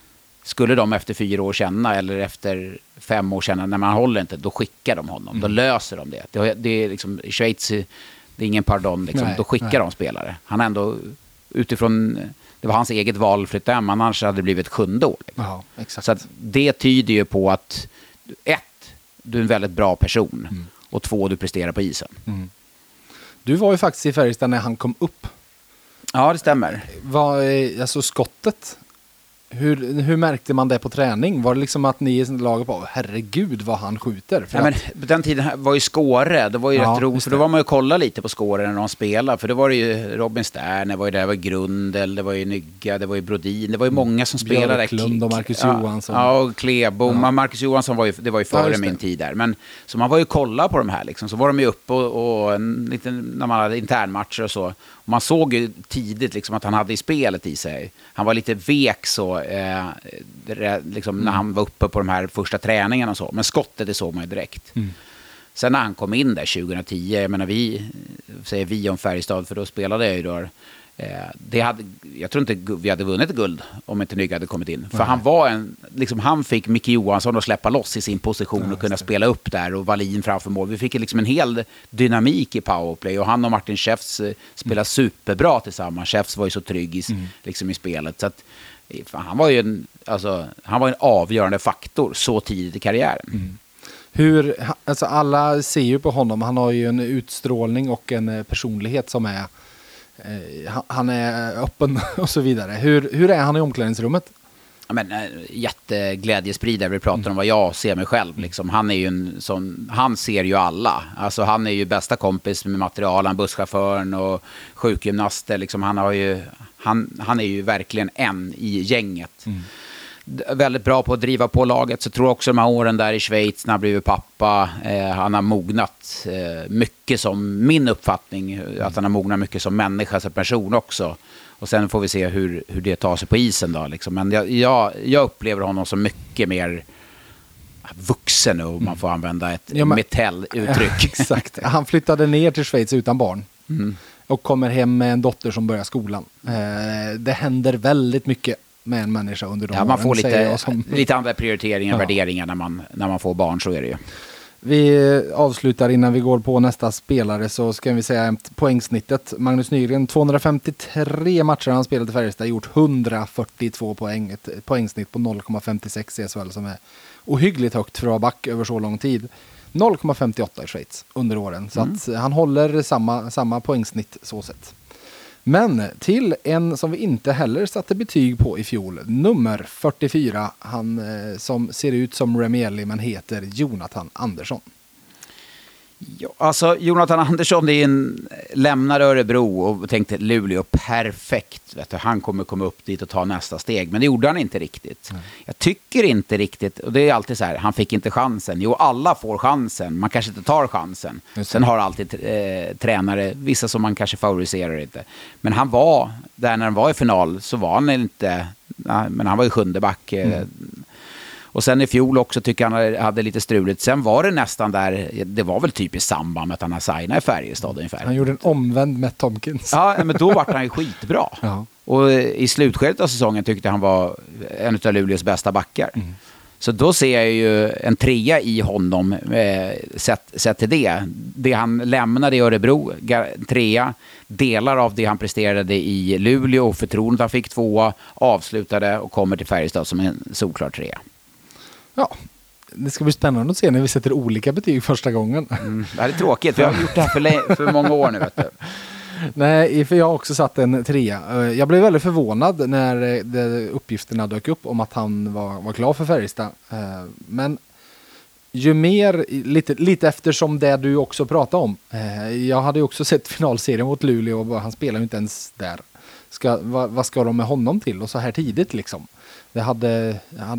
skulle de efter 4 år känna eller efter 5 år känna när man håller inte, då skickar de honom. Då löser de det. Det är liksom, i Schweiz, det är ingen pardon. Liksom. Då skickar de spelare. Han ändå utifrån, det var hans eget val att flytta hem, annars hade det blivit 7:e år. Liksom. Ja, exakt. Så att det tyder ju på att 1, du är en väldigt bra person och 2, du presterar på isen. Du var ju faktiskt i Färjestad när han kom upp. Ja, det stämmer. Alltså skottet, hur märkte man det på träning? Var det liksom att ni i laget på, herregud vad han skjuter? Men på den tiden var ju Skåre, det var ju rätt roligt, för då var man ju kolla lite på Skåre när de spelade, för det var ju Robin Stern, det var Grundel, det var ju Nygga, det var ju Brodin, det var ju många som spelade. Björklund och Marcus Johansson. Ja, och Klebo. Marcus Johansson var ju före min tid där. Men så man var ju kolla på de här liksom, så var de ju uppe och lite, när man hade internmatcher och så. Och man såg ju tidigt liksom att han hade i spelet i sig. Han var lite vek så liksom, när han var uppe på de här första träningarna och så. Men skottet, det såg man ju direkt. Sen när han kom in där 2010, jag menar säger vi om Färjestad, för då spelade jag ju då. Jag tror inte vi hade vunnit guld om inte Nygg hade kommit in. För han var han fick Micke Johansson att släppa loss i sin position och kunna spela upp där, och Wallin framför mål. Vi fick liksom en hel dynamik i powerplay, och han och Martin Schäfs spelade superbra tillsammans. Schäfs var ju så trygg i spelet, så att han var ju en avgörande faktor så tidigt i karriären. Alltså alla ser ju på honom, han har ju en utstrålning och en personlighet som är han är öppen och så vidare. Hur är han i omklädningsrummet? Ja, men jätteglädjespridare. Vi pratar om vad jag ser mig själv. Liksom. Han är ju han ser ju alla. Alltså, han är ju bästa kompis med materialen, busschauffören och sjukgymnaster. Liksom. Han är ju verkligen en i gänget. Väldigt bra på att driva på laget. Så tror jag också de här åren där i Schweiz när han blivit pappa, han har mognat mycket, som min uppfattning, att han har mognat mycket som människa, som person också. Och sen får vi se hur det tar sig på isen då liksom. Men jag upplever honom som mycket mer vuxen, och man får använda ett metalluttryck. Exakt. Han flyttade ner till Schweiz utan barn. Och kommer hem med en dotter som börjar skolan. Det händer väldigt mycket med en människa under de åren. Man får lite andra prioriteringar och värderingar när man får barn, så är det ju. Vi avslutar innan vi går på nästa spelare, så ska vi säga poängsnittet. Magnus Nygren, 253 matcher han spelat i Färjestad, gjort 142 poäng. Ett poängsnitt på 0,56 i SHL som är ohyggligt högt för att vara back över så lång tid. 0,58 i Schweiz under åren. Så att han håller samma poängsnitt så sett. Men till en som vi inte heller satte betyg på i fjol, nummer 44, han som ser ut som Remieli men heter Jonathan Andersson. Ja, alltså Jonathan Andersson lämnar Örebro och tänkte Luleå, perfekt. Vet du, han kommer komma upp dit och ta nästa steg. Men det gjorde han inte riktigt. Jag tycker inte riktigt, och det är alltid så här, han fick inte chansen. Jo, alla får chansen, man kanske inte tar chansen. Sen har alltid tränare, vissa som man kanske favoriserar inte. Men han var, där när han var i final så var han inte, men han var ju 7:e back. Och sen i fjol också tycker han hade lite struligt. Sen var det nästan där, det var väl typ i samband med att han har signat i Färjestad ungefär. Han gjorde en omvänd med Tomkins. Ja, men då var han ju skitbra. Ja. Och i slutskedet av säsongen tyckte han var en av Luleås bästa backar. Så då ser jag ju en 3 i honom sett till det. Det han lämnade i Örebro, 3, delar av det han presterade i Luleå och förtroendet han fick 2, avslutade och kommer till Färjestad som en solklar 3. Ja, det ska bli spännande att se när vi sätter olika betyg första gången. Det är tråkigt, för jag har gjort det här för många år nu. Vet du. Nej, för jag har också satt en 3. Jag blev väldigt förvånad när uppgifterna dök upp om att han var klar för Färjestad. Men ju mer, lite eftersom det du också pratade om. Jag hade ju också sett finalserien mot Luleå och han spelar ju inte ens där. Vad ska de med honom till? Och så här tidigt liksom. Det hade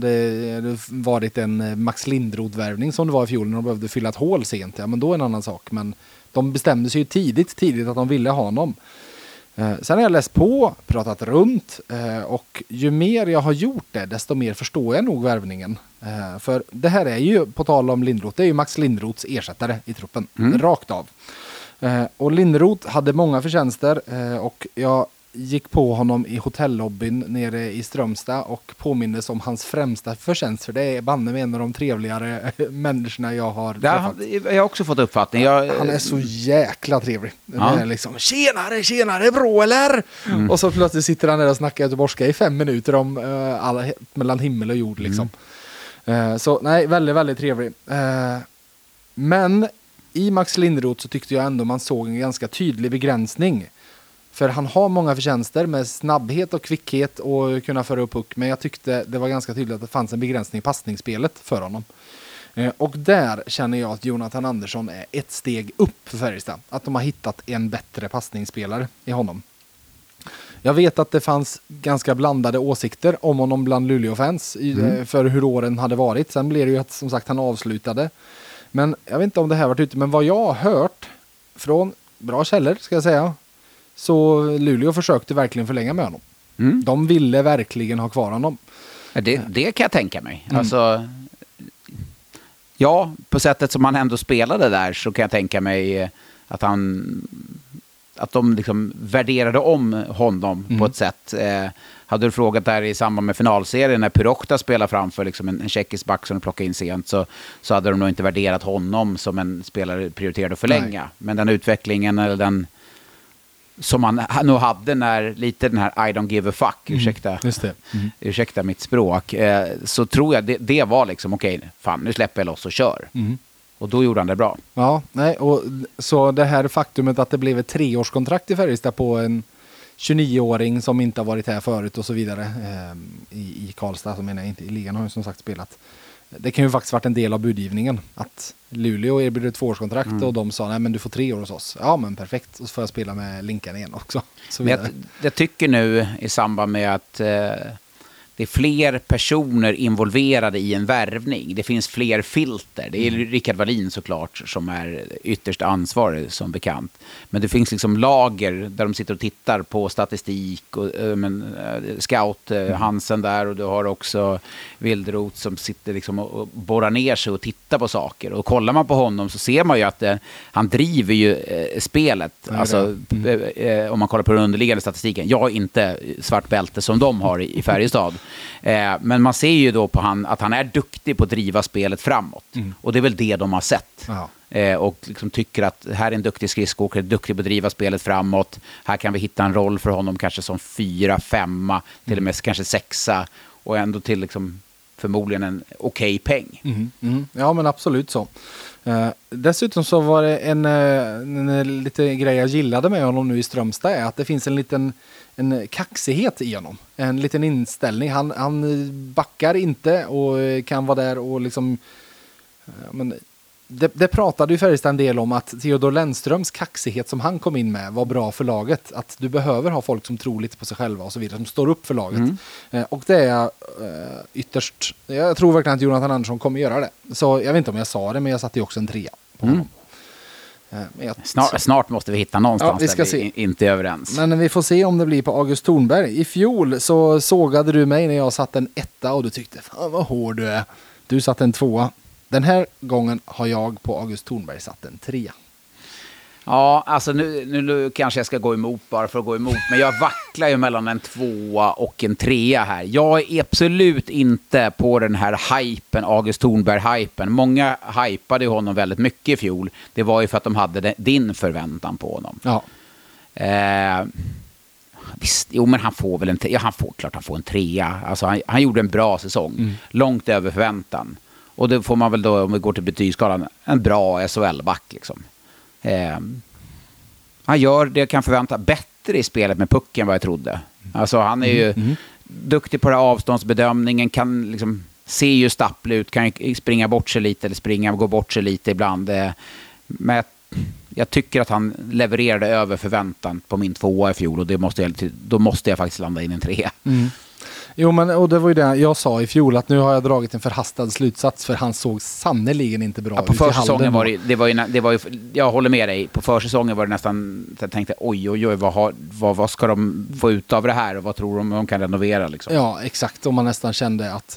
varit en Max Lindroth-värvning som det var i fjol när de behövde fylla ett hål sent. Ja, men då är en annan sak. Men de bestämde sig ju tidigt att de ville ha honom. Sen har jag läst på, pratat runt och ju mer jag har gjort det, desto mer förstår jag nog värvningen. För det här är ju, på tal om Lindroth, det är ju Max Lindroths ersättare i truppen. Rakt av. Och Lindroth hade många förtjänster och jag gick på honom i hotellobbyn nere i Strömstad och påmindes om hans främsta förtjänst, för det är banne med en av de trevligare människorna jag har träffat. Jag har också fått uppfattning. Han är så jäkla trevlig. Det är liksom, tjenare, bra eller? Och så plötsligt sitter han där och snackar göteborgska i 5 minuter om mellan himmel och jord liksom. Så nej, väldigt, väldigt trevlig. Men i Max Linderoth så tyckte jag ändå man såg en ganska tydlig begränsning. För han har många förtjänster med snabbhet och kvickhet och kunna föra upp puck. Men jag tyckte det var ganska tydligt att det fanns en begränsning i passningsspelet för honom. Och där känner jag att Jonathan Andersson är ett steg upp för Färjestad. Att de har hittat en bättre passningsspelare i honom. Jag vet att det fanns ganska blandade åsikter om honom bland Luleå-fans för hur åren hade varit. Sen blev det ju att, som sagt, han avslutade. Men jag vet inte om det här varit ute, men vad jag har hört från bra källor ska jag säga, så Luleå försökte verkligen förlänga med honom. De ville verkligen ha kvar honom. Det kan jag tänka mig. Alltså, ja, på sättet som han ändå spelade där så kan jag tänka mig att de liksom värderade om honom på ett sätt. Hade du frågat där i samband med finalserien när Pyrochta spelade framför liksom en tjeckisk back som de plockade in sent, så hade de nog inte värderat honom som en spelare prioriterad att förlänga. Nej. Men den utvecklingen eller den som han nog hade när lite den här I don't give a fuck, ursäkta mitt språk, så tror jag det var liksom okej, fan nu släpper jag loss och kör. Och då gjorde han det bra. Ja, nej, och så det här faktumet att det blev ett 3-årskontrakt i Färjestad på en 29-åring som inte har varit här förut och så vidare i Karlstad, som menar jag inte i ligan har ju som sagt spelat. Det kan ju faktiskt varit en del av budgivningen att Luleå erbjuder ett 2-årskontrakt och de sa nej men du får 3 år hos oss. Ja men perfekt, och så får jag spela med Linkan igen också. Men jag tycker nu i samband med att det är fler personer involverade i en värvning. Det finns fler filter. Det är Rickard Wallin såklart som är ytterst ansvarig som bekant. Men det finns liksom lager där de sitter och tittar på statistik och scout Hansen där, och du har också Wilderot som sitter liksom och borrar ner sig och tittar på saker. Och kollar man på honom så ser man ju att han driver ju spelet. Alltså, om man kollar på den underliggande statistiken. Jag är inte svart bälte som de har i Färjestad. Men man ser ju då på att han är duktig på att driva spelet framåt. Och det är väl det de har sett. Och liksom tycker att här är en duktig skridskoåkare, duktig på att driva spelet framåt. Här kan vi hitta en roll för honom kanske som 4, 5, till och med kanske 6, och ändå till liksom förmodligen en okej peng. Ja men absolut så. Dessutom så var det en lite grej jag gillade med honom nu i Strömstad, är att det finns en kaxighet i honom. En liten inställning. Han backar inte och kan vara där och liksom det pratade ju Färjestad en del om, att Theodor Lennströms kaxighet som han kom in med var bra för laget. Att du behöver ha folk som tror lite på sig själva och så vidare, som står upp för laget. Och det är ytterst, jag tror verkligen att Jonathan Andersson kommer göra det. Så jag vet inte om jag sa det, men jag satte ju också en 3 på honom. Snart måste vi hitta någonstans där vi inte är överens. Men vi får se om det blir på August Thornberg. I fjol så sågade du mig när jag satte en 1 och du tyckte fan vad hård du är. Du satte en 2. Den här gången har jag på August Thornberg satt en 3. Ja, alltså nu kanske jag ska gå emot bara för att gå emot. Men jag vacklar ju mellan en 2 och en 3 här. Jag är absolut inte på den här hypen, August Thornberg-hypen. Många hypade honom väldigt mycket i fjol. Det var ju för att de hade din förväntan på honom. Ja. Visst, jo men han får väl en 3. Han får en 3. Alltså han gjorde en bra säsong. Långt över förväntan. Och det får man väl då, om vi går till betygsskalan, en bra SHL-back liksom. Han gör det jag kan förvänta bättre i spelet med pucken vad jag trodde. Alltså han är ju duktig på den här avståndsbedömningen, kan liksom se ju stapplig ut, kan springa bort sig lite eller gå bort sig lite ibland. Men jag tycker att han levererade över förväntan på min 2 i fjol, och då måste jag faktiskt landa in en 3. Jo, men och det var ju det jag sa i fjol, att nu har jag dragit en förhastad slutsats, för han såg sannoliken inte bra ut. På försäsongen det var ju, jag håller med dig, på försäsongen var det nästan, jag tänkte oj, vad ska de få ut av det här och vad tror de kan renovera liksom. Ja, exakt, och man nästan kände att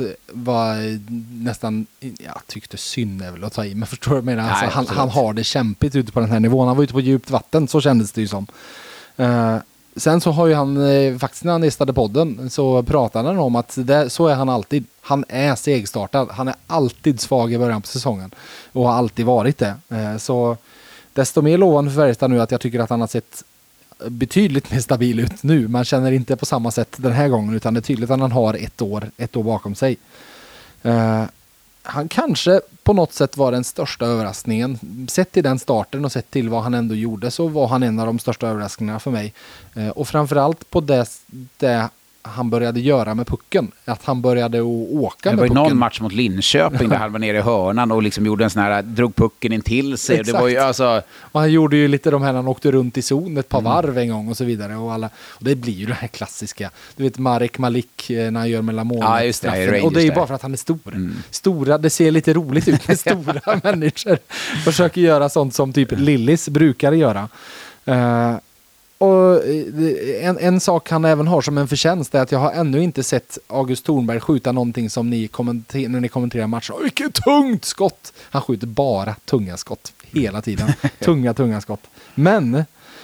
jag tyckte synd är väl att ta i, men förstår du vad jag menar? Alltså, han har det kämpigt ute på den här nivån, han var ute på djupt vatten, så kändes det ju som. Sen så har ju han faktiskt när han gästade podden så pratade han om att så är han alltid. Han är segstartad. Han är alltid svag i början på säsongen och har alltid varit det. Så desto mer lovande för Färjestad nu att jag tycker att han har sett betydligt mer stabil ut nu. Man känner inte på samma sätt den här gången, utan det är tydligt att han har ett år bakom sig. Han kanske på något sätt var den största överraskningen. Sett till den starten och sett till vad han ändå gjorde så var han en av de största överraskningarna för mig. Och framförallt på det han började göra med pucken. Att han började åka med pucken. Det var ju någon match mot Linköping där han var nere i hörnan och liksom gjorde en sån här, drog pucken in till sig. Exakt. Det var ju, alltså... Och han gjorde ju lite de här, han åkte runt i zon ett par varv en gång och så vidare. Och det blir ju det här klassiska. Du vet Marek Malik när han gör mellan målen. Ja, just det. Och det är ju bara för att han är stor. Stora, det ser lite roligt ut med stora människor. Försöker göra sånt som typ Lillis brukar göra. Och en sak han även har som en förtjänst är att jag har ännu inte sett August Thornberg skjuta någonting som när ni kommenterar matchen. Vilket tungt skott! Han skjuter bara tunga skott hela tiden. tunga skott. Men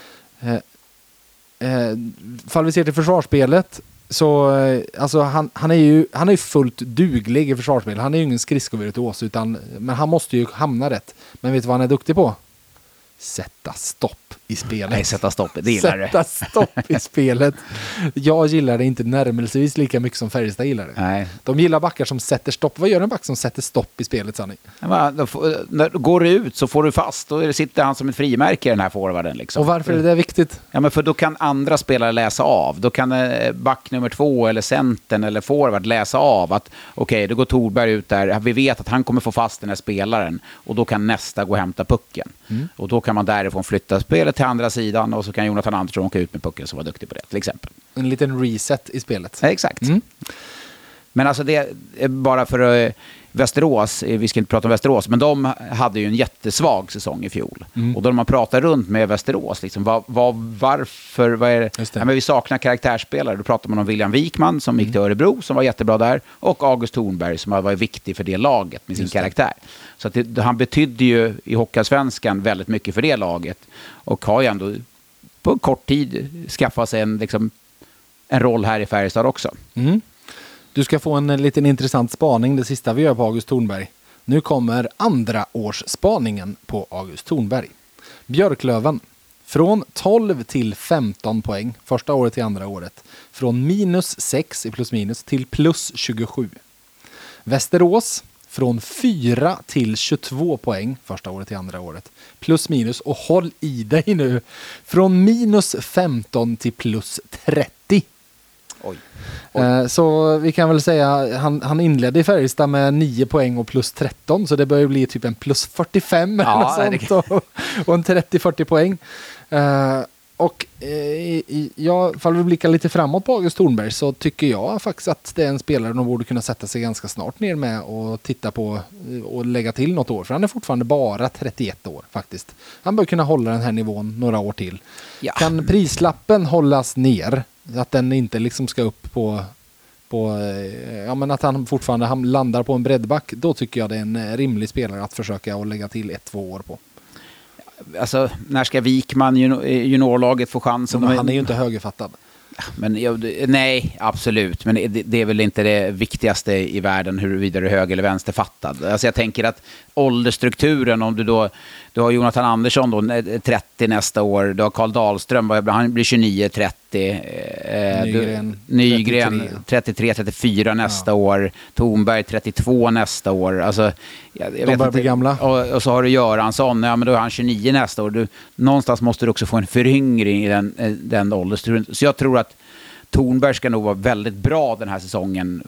fall vi ser till försvarsspelet så alltså han är ju fullt duglig i försvarsspel. Han är ju ingen skridskovirtuos men han måste ju hamna rätt. Men vet du vad han är duktig på? Sätta stopp i spelet. Nej, sätta stopp, det gillar det. Sätta stopp i spelet. Jag gillar det inte närmelsevis lika mycket som Färjestad gillar det. Nej. De gillar backar som sätter stopp. Vad gör en back som sätter stopp i spelet, Sanny? När du går ut så får du fast. Då sitter han som ett frimärke i den här forwarden. Liksom. Och varför är det viktigt? Ja, men för då kan andra spelare läsa av. Då kan back nummer 2 eller centern eller forward läsa av att okej, då går Thorberg ut där. Vi vet att han kommer få fast den här spelaren. Och då kan nästa gå och hämta pucken. Och då kan man därifrån flytta spelet till andra sidan och så kan Jonathan Andersson åka ut med pucken som var duktig på det, till exempel. En liten reset i spelet. Ja, exakt. Men alltså det är bara för Västerås, vi ska inte prata om Västerås, men de hade ju en jättesvag säsong i fjol. Och då man pratar runt med Västerås, liksom, varför, vad är det? Ja, men vi saknar karaktärsspelare. Då pratar man om William Wikman som gick till Örebro, som var jättebra där, och August Thornberg som var viktig för det laget med sin karaktär. Så att han betydde ju i Hockeyallsvenskan väldigt mycket för det laget och har ju ändå på kort tid skaffat sig en roll här i Färjestad också. Du ska få en liten intressant spaning, det sista vi gör på August Thornberg. Nu kommer andra årsspaningen på August Thornberg. Björklöven. Från 12 till 15 poäng. Första året till andra året. Från -6 i plus minus till plus 27. Västerås. Från 4 till 22 poäng. Första året till andra året. Plus minus. Och håll i dig nu. Från -15 till plus 30. Oj. Så vi kan väl säga han inledde i Färjestad med 9 poäng och plus 13, så det börjar bli typ en plus 45 eller sånt och en 30-40 poäng. Och ifall vi blickar lite framåt på August Thornberg så tycker jag faktiskt att det är en spelare de borde kunna sätta sig ganska snart ner med och titta på och lägga till något år. För han är fortfarande bara 31 år faktiskt. Han bör kunna hålla den här nivån några år till. Ja. Kan prislappen hållas ner? Att den inte liksom ska upp på men att han fortfarande landar på en breddback, då tycker jag det är en rimlig spelare att försöka och lägga till 1-2 år på. Alltså, när ska Wikman juniorlaget få chansen? Men han är ju inte högerfattad. Men, nej, absolut. Men det är väl inte det viktigaste i världen huruvida du är höger- eller vänsterfattad. Alltså jag tänker att åldersstrukturen, om du har Jonathan Andersson då, 30 nästa år, du har Carl Dahlström, han blir 29-30. Nygren 33-34 nästa år. Thornberg 32 nästa år. Alltså, de börjar bli gamla. Och så har du Göransson, ja men då är han 29 nästa år. Någonstans måste du också få en föryngring i den åldersstrukturen. Så jag tror att Thornberg ska nog vara väldigt bra den här säsongen.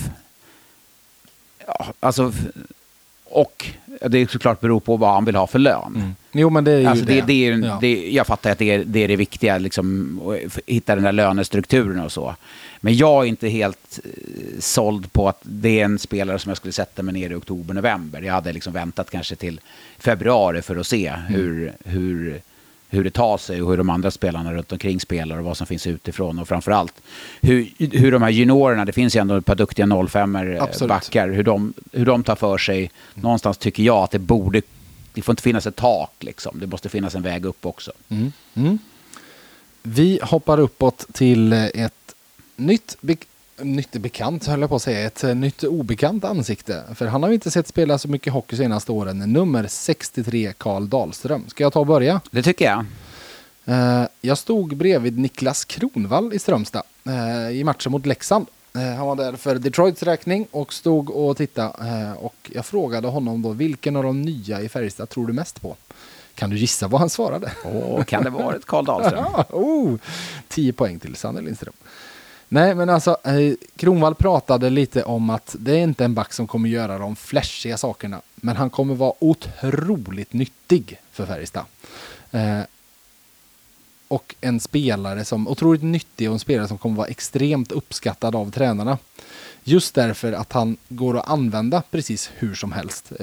Och det är såklart beror på vad han vill ha för lön. Jo, men det är ju alltså jag fattar att det är det viktiga, liksom, att hitta den där lönestrukturen och så. Men jag är inte helt såld på att det är en spelare som jag skulle sätta mig ner i oktober-november. Jag hade liksom väntat kanske till februari för att se hur det tar sig och hur de andra spelarna runt omkring spelar och vad som finns utifrån, och framförallt hur de här juniorerna, det finns ju ändå ett par duktiga 05-er backar, hur de tar för sig. Någonstans tycker jag att det får inte finnas ett tak liksom. Det måste finnas en väg upp också. Vi hoppar uppåt till ett nytt bekant, höll jag på att säga. Ett nytt obekant ansikte. För han har ju inte sett spela så mycket hockey senaste åren. Nummer 63, Carl Dahlström. Ska jag ta och börja? Det tycker jag. Jag stod bredvid Niklas Kronvall i Strömstad i matchen mot Leksand. Han var där för Detroits räkning och stod och tittade. Och jag frågade honom då, vilken av de nya i Färjestad tror du mest på? Kan du gissa vad han svarade? Kan det vara ett Carl Dahlström? 10 poäng till Sanne Lindström. Nej, men alltså Kronvall pratade lite om att det är inte en back som kommer göra de flashiga sakerna. Men han kommer vara otroligt nyttig för Färjestad. Och en spelare som otroligt nyttig och en spelare som kommer vara extremt uppskattad av tränarna. Just därför att han går att använda precis hur som helst.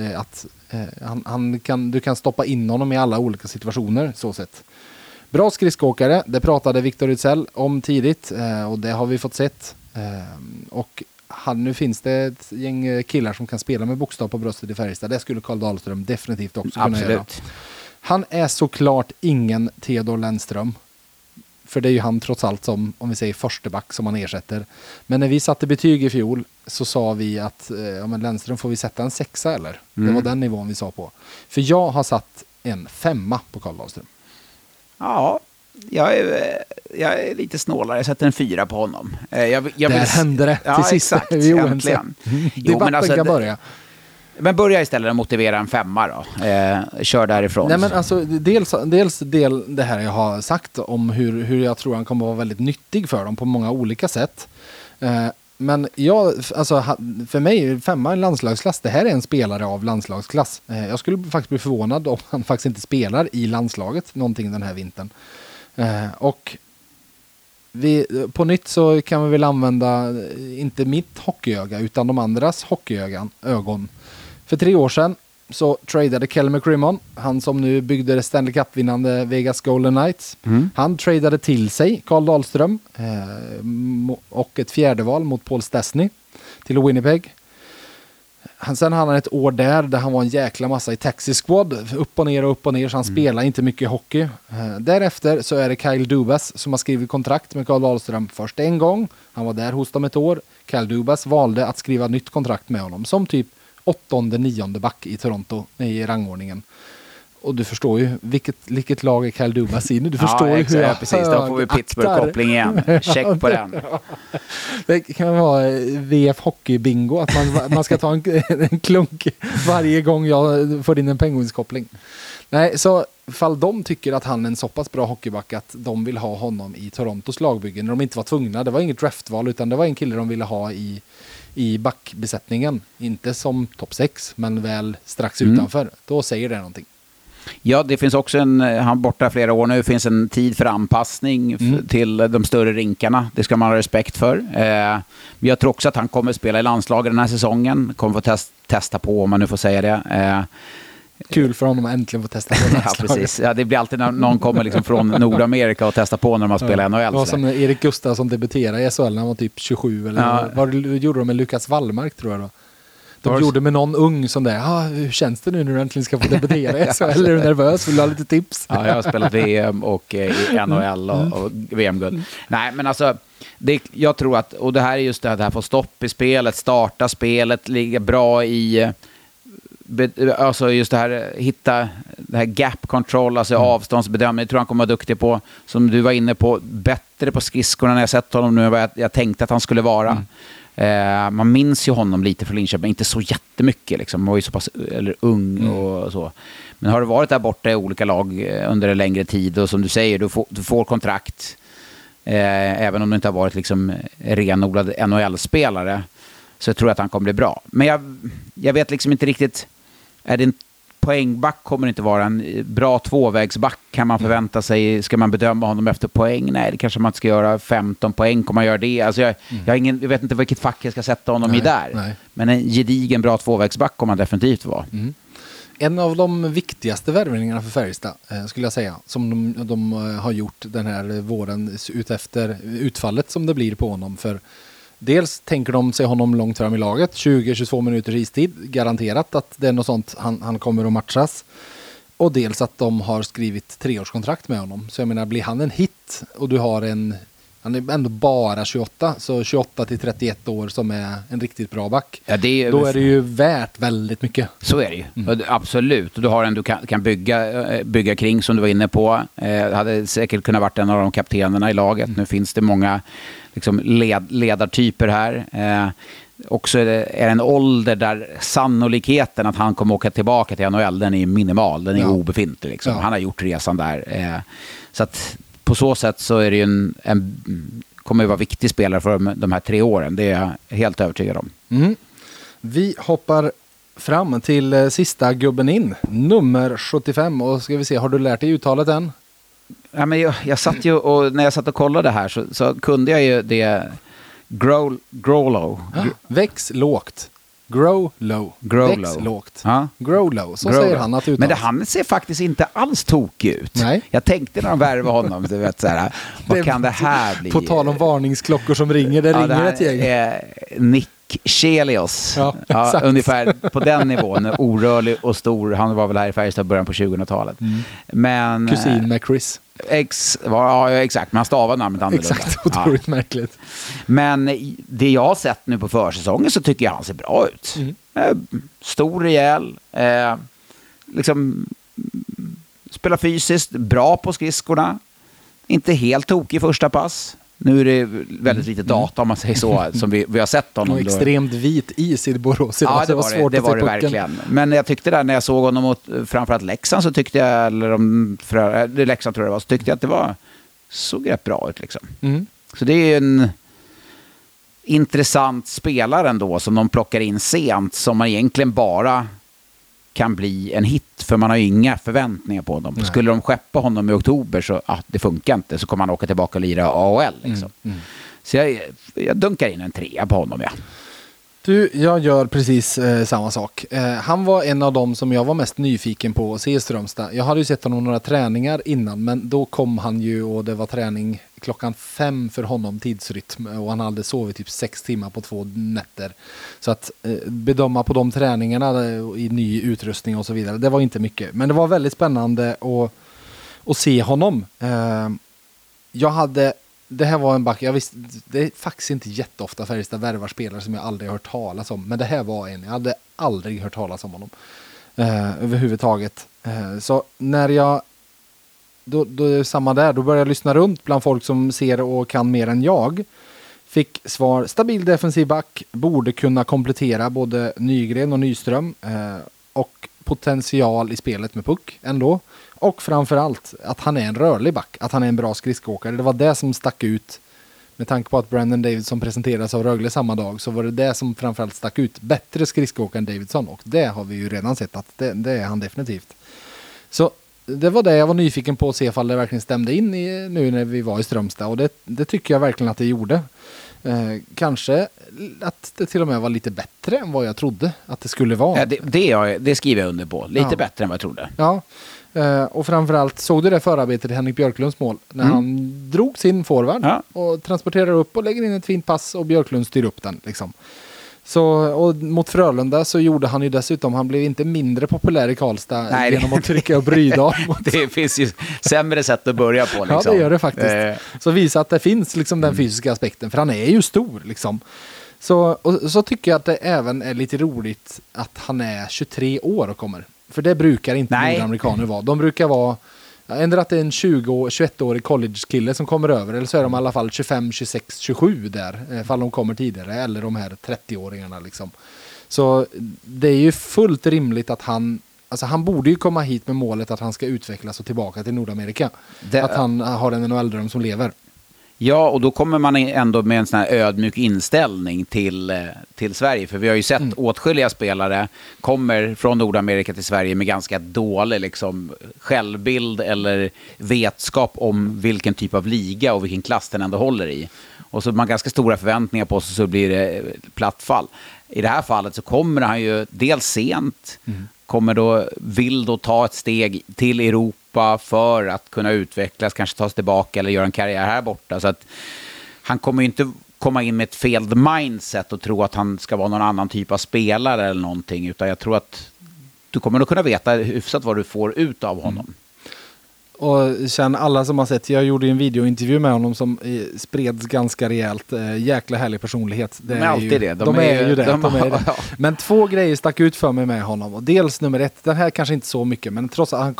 Du kan stoppa in honom i alla olika situationer så sett. Bra skridskåkare, det pratade Victor Ejdsell om tidigt och det har vi fått sett. Och nu finns det ett gäng killar som kan spela med bokstav på bröstet i Färjestad. Det skulle Carl Dahlström definitivt också kunna göra. Han är såklart ingen Theodor Lennström. För det är ju han trots allt som, om vi säger försteback, som han ersätter. Men när vi satte betyg i fjol så sa vi att men Lennström, får vi sätta en 6 eller? Det var den nivån vi sa på. För jag har satt en 5 på Carl Dahlström. Ja, jag är lite snålare. Jag sätter en 4 på honom. Där hände det till sist. Exakt, äntligen. Kan börja. Men börja istället att motivera en 5 då. Kör därifrån. Nej, men alltså, dels det här jag har sagt om hur jag tror han kommer att vara väldigt nyttig för dem på många olika sätt. Men för mig, 5 i landslagsklass, det här är en spelare av landslagsklass. Jag skulle faktiskt bli förvånad om han faktiskt inte spelar i landslaget någonting den här vintern. Och på nytt så kan vi väl använda inte mitt hockeyöga utan de andras hockeyögon. För 3 år sedan så tradade Kelly McCrimmon, han som nu byggde det Stanley Cup-vinnande Vegas Golden Knights. Han tradade till sig Carl Dahlström och ett 4:e val mot Paul Stastny till Winnipeg. Sen hade han ett år där han var en jäkla massa i taxi squad, upp och ner, så han spelar inte mycket hockey. Därefter så är det Kyle Dubas som har skrivit kontrakt med Carl Dahlström först en gång. Han var där hos dem ett år. Kyle Dubas valde att skriva nytt kontrakt med honom som typ 8:e, 9:e back i Toronto i rangordningen. Och du förstår ju vilket lag är Kyle Dubas i nu. Du förstår ju hur jag precis. Då får vi Pittsburgh-koppling igen. Check på den. Det kan vara VF Hockey-bingo. Att man ska ta en klunk varje gång jag får in en Penguins-koppling. Nej, så fall de tycker att han är en så pass bra hockeyback att de vill ha honom i Torontos lagbyggen. När de inte var tvungna. Det var inget draftval utan det var en kille de ville ha i backbesättningen. Inte som topp 6 men väl strax utanför. Då säger det någonting. Ja, det finns också han borta flera år nu, finns en tid för anpassning till de större rinkarna. Det ska man ha respekt för. Men jag tror också att han kommer spela i landslaget den här säsongen. Kommer få testa på, om man nu får säga det. Kul för honom att äntligen få testa på ja, precis. Ja, det blir alltid när någon kommer liksom från Nordamerika och testar på när man spelar NHL. Det var som Erik Gustafsson debuterade i SHL när han var typ 27. Eller vad gjorde de med Lukas Wallmark, tror jag då? De gjorde med någon ung som där, hur känns det nu när du äntligen ska få debutera i SHL? Är du nervös? Vill du ha lite tips? Ja, jag har spelat VM och NHL och VM-guld. Nej, men alltså, jag tror att, och det här är just det här, få stopp i spelet, starta spelet, ligga bra i, alltså just det här, hitta det här gap control, alltså avståndsbedömning. Jag tror han kommer vara duktig på, som du var inne på, bättre på skridskorna när jag sett honom nu än vad jag tänkte att han skulle vara. Man minns ju honom lite från Linköping, inte så jättemycket liksom. Man var ju så pass ung och så. Men har du varit där borta i olika lag under en längre tid och som du säger, du får kontrakt även om du inte har varit liksom renodlad NHL-spelare, så jag tror att han kommer bli bra. Men jag vet liksom inte riktigt, är det en poängback, kommer det inte vara en bra tvåvägsback, kan man förvänta sig, ska man bedöma honom efter poäng? Nej, det kanske man inte ska göra. 15 poäng, kommer man göra det? Alltså jag vet inte vilket fack jag ska sätta honom i där. Nej. Men en gedigen bra tvåvägsback kommer man definitivt vara. En av de viktigaste värvningarna för Färjestad skulle jag säga, som de har gjort den här våren utefter utfallet som det blir på honom. För dels tänker de sig honom långt fram i laget, 20-22 minuter istid, garanterat att det är något sånt han kommer att matchas. Och dels att de har skrivit 3-årskontrakt med honom. Så jag menar, blir han en hit och du har han är ändå bara 28, så 28 till 31 år som är en riktigt bra back. Ja, då är det ju värt väldigt mycket. Så är det ju. Absolut. Du har en du kan bygga kring, som du var inne på. Hade säkert kunnat varit en av de kaptenerna i laget. Nu finns det många liksom, ledartyper här. Också är det en ålder där sannolikheten att han kommer åka tillbaka till NHL, den är minimal. Den är obefintlig. Liksom. Han har gjort resan där. Så att på så sätt så är det ju kommer att vara viktig spelare för de här 3 åren. Det är jag helt övertygad om. Vi hoppar fram till sista gubben in. Nummer 75. Och ska vi se, har du lärt dig uttalet än? Ja, men jag satt ju och när jag satt och kollade här så kunde jag ju det. Grow low. Väx lågt. Grow low. Väx lågt. Grow low. Så säger han att uttalas. Men han ser faktiskt inte alls tokig ut. Nej. Jag tänkte när de värvade honom, du vet såhär, vad kan det här bli? På tal om varningsklockor som ringer, det ringer ett gäng. Nick Chelios. Ungefär på den nivån. Orörlig och stor. Han var väl här i Färjestad början på 2000-talet. Men kusin med Chris. Exakt, men han stavar namnet annorlunda. Exakt, otroligt märkligt. Men det jag har sett nu på försäsongen så tycker jag han ser bra ut. Stor, rejäl. Liksom spelar fysiskt, bra på skridskorna. Inte helt tokig i första pass. Nu är det väldigt lite data om man säger så, som vi har sett honom. Och extremt vit is i Borås. Ja, det var det verkligen. Men jag tyckte där när jag såg honom mot framförallt Leksand så tyckte jag, eller Leksand tror jag det var, så tyckte jag att det såg rätt bra ut liksom. Så det är en intressant spelare ändå som de plockar in sent, som man egentligen bara kan bli en hit, för man har ju inga förväntningar på honom. Skulle de skeppa honom i oktober så det funkar inte, så kommer han åka tillbaka och lira AHL liksom. Så jag dunkar in en 3 på honom, ja. Du, jag gör precis samma sak. Han var en av dem som jag var mest nyfiken på att se i Strömstad. Jag hade ju sett honom några träningar innan, men då kom han ju och det var träning 5:00 för honom tidsrytm, och han hade sovit typ 6 timmar på 2 nätter. Så att bedöma på de träningarna i ny utrustning och så vidare, det var inte mycket. Men det var väldigt spännande att se honom. Det här var en back, jag visste, det är faktiskt inte jätteofta Färjestad värvar spelare som jag aldrig hört talas om. Men det här var jag hade aldrig hört talas om honom överhuvudtaget. Så när då är det samma där, då började jag lyssna runt bland folk som ser och kan mer än jag. Fick svar, stabil defensiv back, borde kunna komplettera både Nygren och Nyström, och potential i spelet med puck ändå. Och framförallt att han är en rörlig back, att han är en bra skridskoåkare. Det var det som stack ut. Med tanke på att Brandon Davidson presenterades av Rögle samma dag, så var det som framförallt stack ut. Bättre skridskoåkare än Davidson, och det har vi ju redan sett att det är han definitivt. Så det var det jag var nyfiken på att se ifall det verkligen stämde in nu när vi var i Strömstad, och det tycker jag verkligen att det gjorde. Kanske att det till och med var lite bättre än vad jag trodde att det skulle vara. Det skriver jag under på. Lite bättre än vad jag trodde. Ja. Och framförallt såg du det förarbetet i Henrik Björklunds mål när han drog sin forward och transporterar upp och lägger in ett fint pass, och Björklund styr upp den liksom. Så, och mot Frölunda så gjorde han ju dessutom, han blev inte mindre populär i Karlstad genom att trycka upp Rydal. Det finns ju sämre sätt att börja på liksom. Ja, det gör det faktiskt. Så visa att det finns liksom den fysiska aspekten, för han är ju stor liksom. Så tycker jag att det även är lite roligt att han är 23 år och kommer. För det brukar inte nordamerikaner vara. De brukar vara, ändå att det är en 21-årig college-kille som kommer över, eller så är de i alla fall 25, 26, 27 där, ifall de kommer tidigare, eller de här 30-åringarna liksom. Så det är ju fullt rimligt att han borde ju komma hit med målet att han ska utvecklas och tillbaka till Nordamerika. Att han har en NHL-dröm som lever. Ja, och då kommer man ändå med en sån här ödmjuk inställning till Sverige. För vi har ju sett åtskilliga spelare kommer från Nordamerika till Sverige med ganska dålig liksom, självbild eller vetskap om vilken typ av liga och vilken klass den ändå håller i. Och så har man ganska stora förväntningar på sig, så blir det plattfall. I det här fallet så kommer han ju dels sent, kommer då vill ta ett steg till Europa för att kunna utvecklas, kanske ta sig tillbaka eller göra en karriär här borta. Så att han kommer ju inte komma in med ett failed mindset och tro att han ska vara någon annan typ av spelare eller någonting, utan jag tror att du kommer nog kunna veta hyfsat vad du får ut av honom. Och sen alla som har sett, jag gjorde en videointervju med honom som spreds ganska rejält. Jäkla härlig personlighet. De är alltid det. De är ju det. Men 2 grejer stack ut för mig med honom. Och dels nummer 1, den här kanske inte så mycket, men trots att han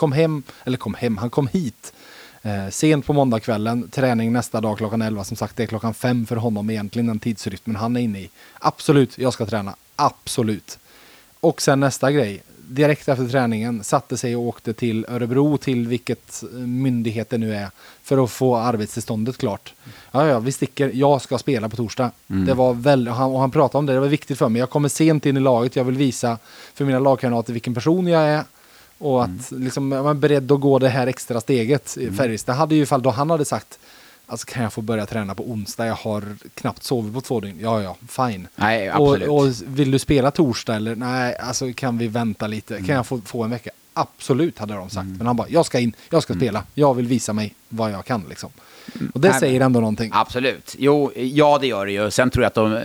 kom hit sent på måndagskvällen, träning nästa dag klockan 11, som sagt det är klockan 5 för honom egentligen den tidsrytmen han är inne i. Absolut, jag ska träna. Absolut. Och sen nästa grej, direkt efter träningen satte sig och åkte till Örebro, till vilket myndighet det nu är, för att få arbetstillståndet klart. Ja, vi sticker. Jag ska spela på torsdag. Det var han pratade om det. Det var viktigt för mig. Jag kommer sent in i laget. Jag vill visa för mina lagkamrater vilken person jag är. Och att liksom, jag var beredd att gå det här extra steget. Färjestad hade ju ifall då han hade sagt, alltså kan jag få börja träna på onsdag? Jag har knappt sovit på 2 dygn. Ja, fine. Nej, absolut. Och vill du spela torsdag eller? Nej, alltså kan vi vänta lite? Kan jag få en vecka? Absolut, hade de sagt. Men han bara, jag ska in, jag ska spela. Jag vill visa mig vad jag kan liksom. Och det säger ändå någonting. Absolut. Ja, det gör det ju. Sen tror jag att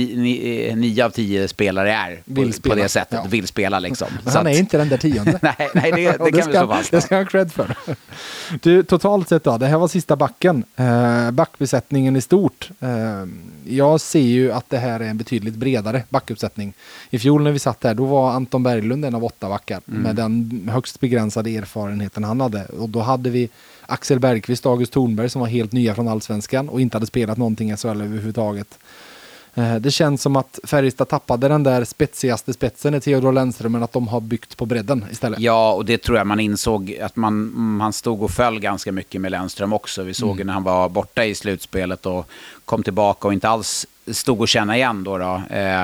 9 av 10 spelare är på det sättet. Ja. Vill spela liksom. Men han är inte den där 10:e. nej, det kan vi slå fast. Det ska jag ha cred för. Du, totalt sett då, det här var sista backen. Backbesättningen i stort. Jag ser ju att det här är en betydligt bredare backuppsättning. I fjol när vi satt här, då var Anton Berglund en av 8 backar. Med den högst begränsade erfarenheten han hade. Och då hade vi Axel Bergqvist och August Thornberg som var helt nya från Allsvenskan och inte hade spelat någonting i SHL överhuvudtaget. Det känns som att Färjestad tappade den där spetsigaste spetsen i Theodor Lennström, men att de har byggt på bredden istället. Ja, och det tror jag man insåg att han stod och föll ganska mycket med Lennström också. Vi såg när han var borta i slutspelet och kom tillbaka och inte alls stod och känna igen då.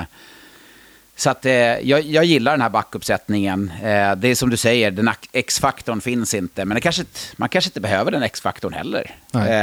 Så att jag gillar den här backuppsättningen. Det är som du säger, den X-faktorn finns inte. Men man kanske inte behöver den X-faktorn heller.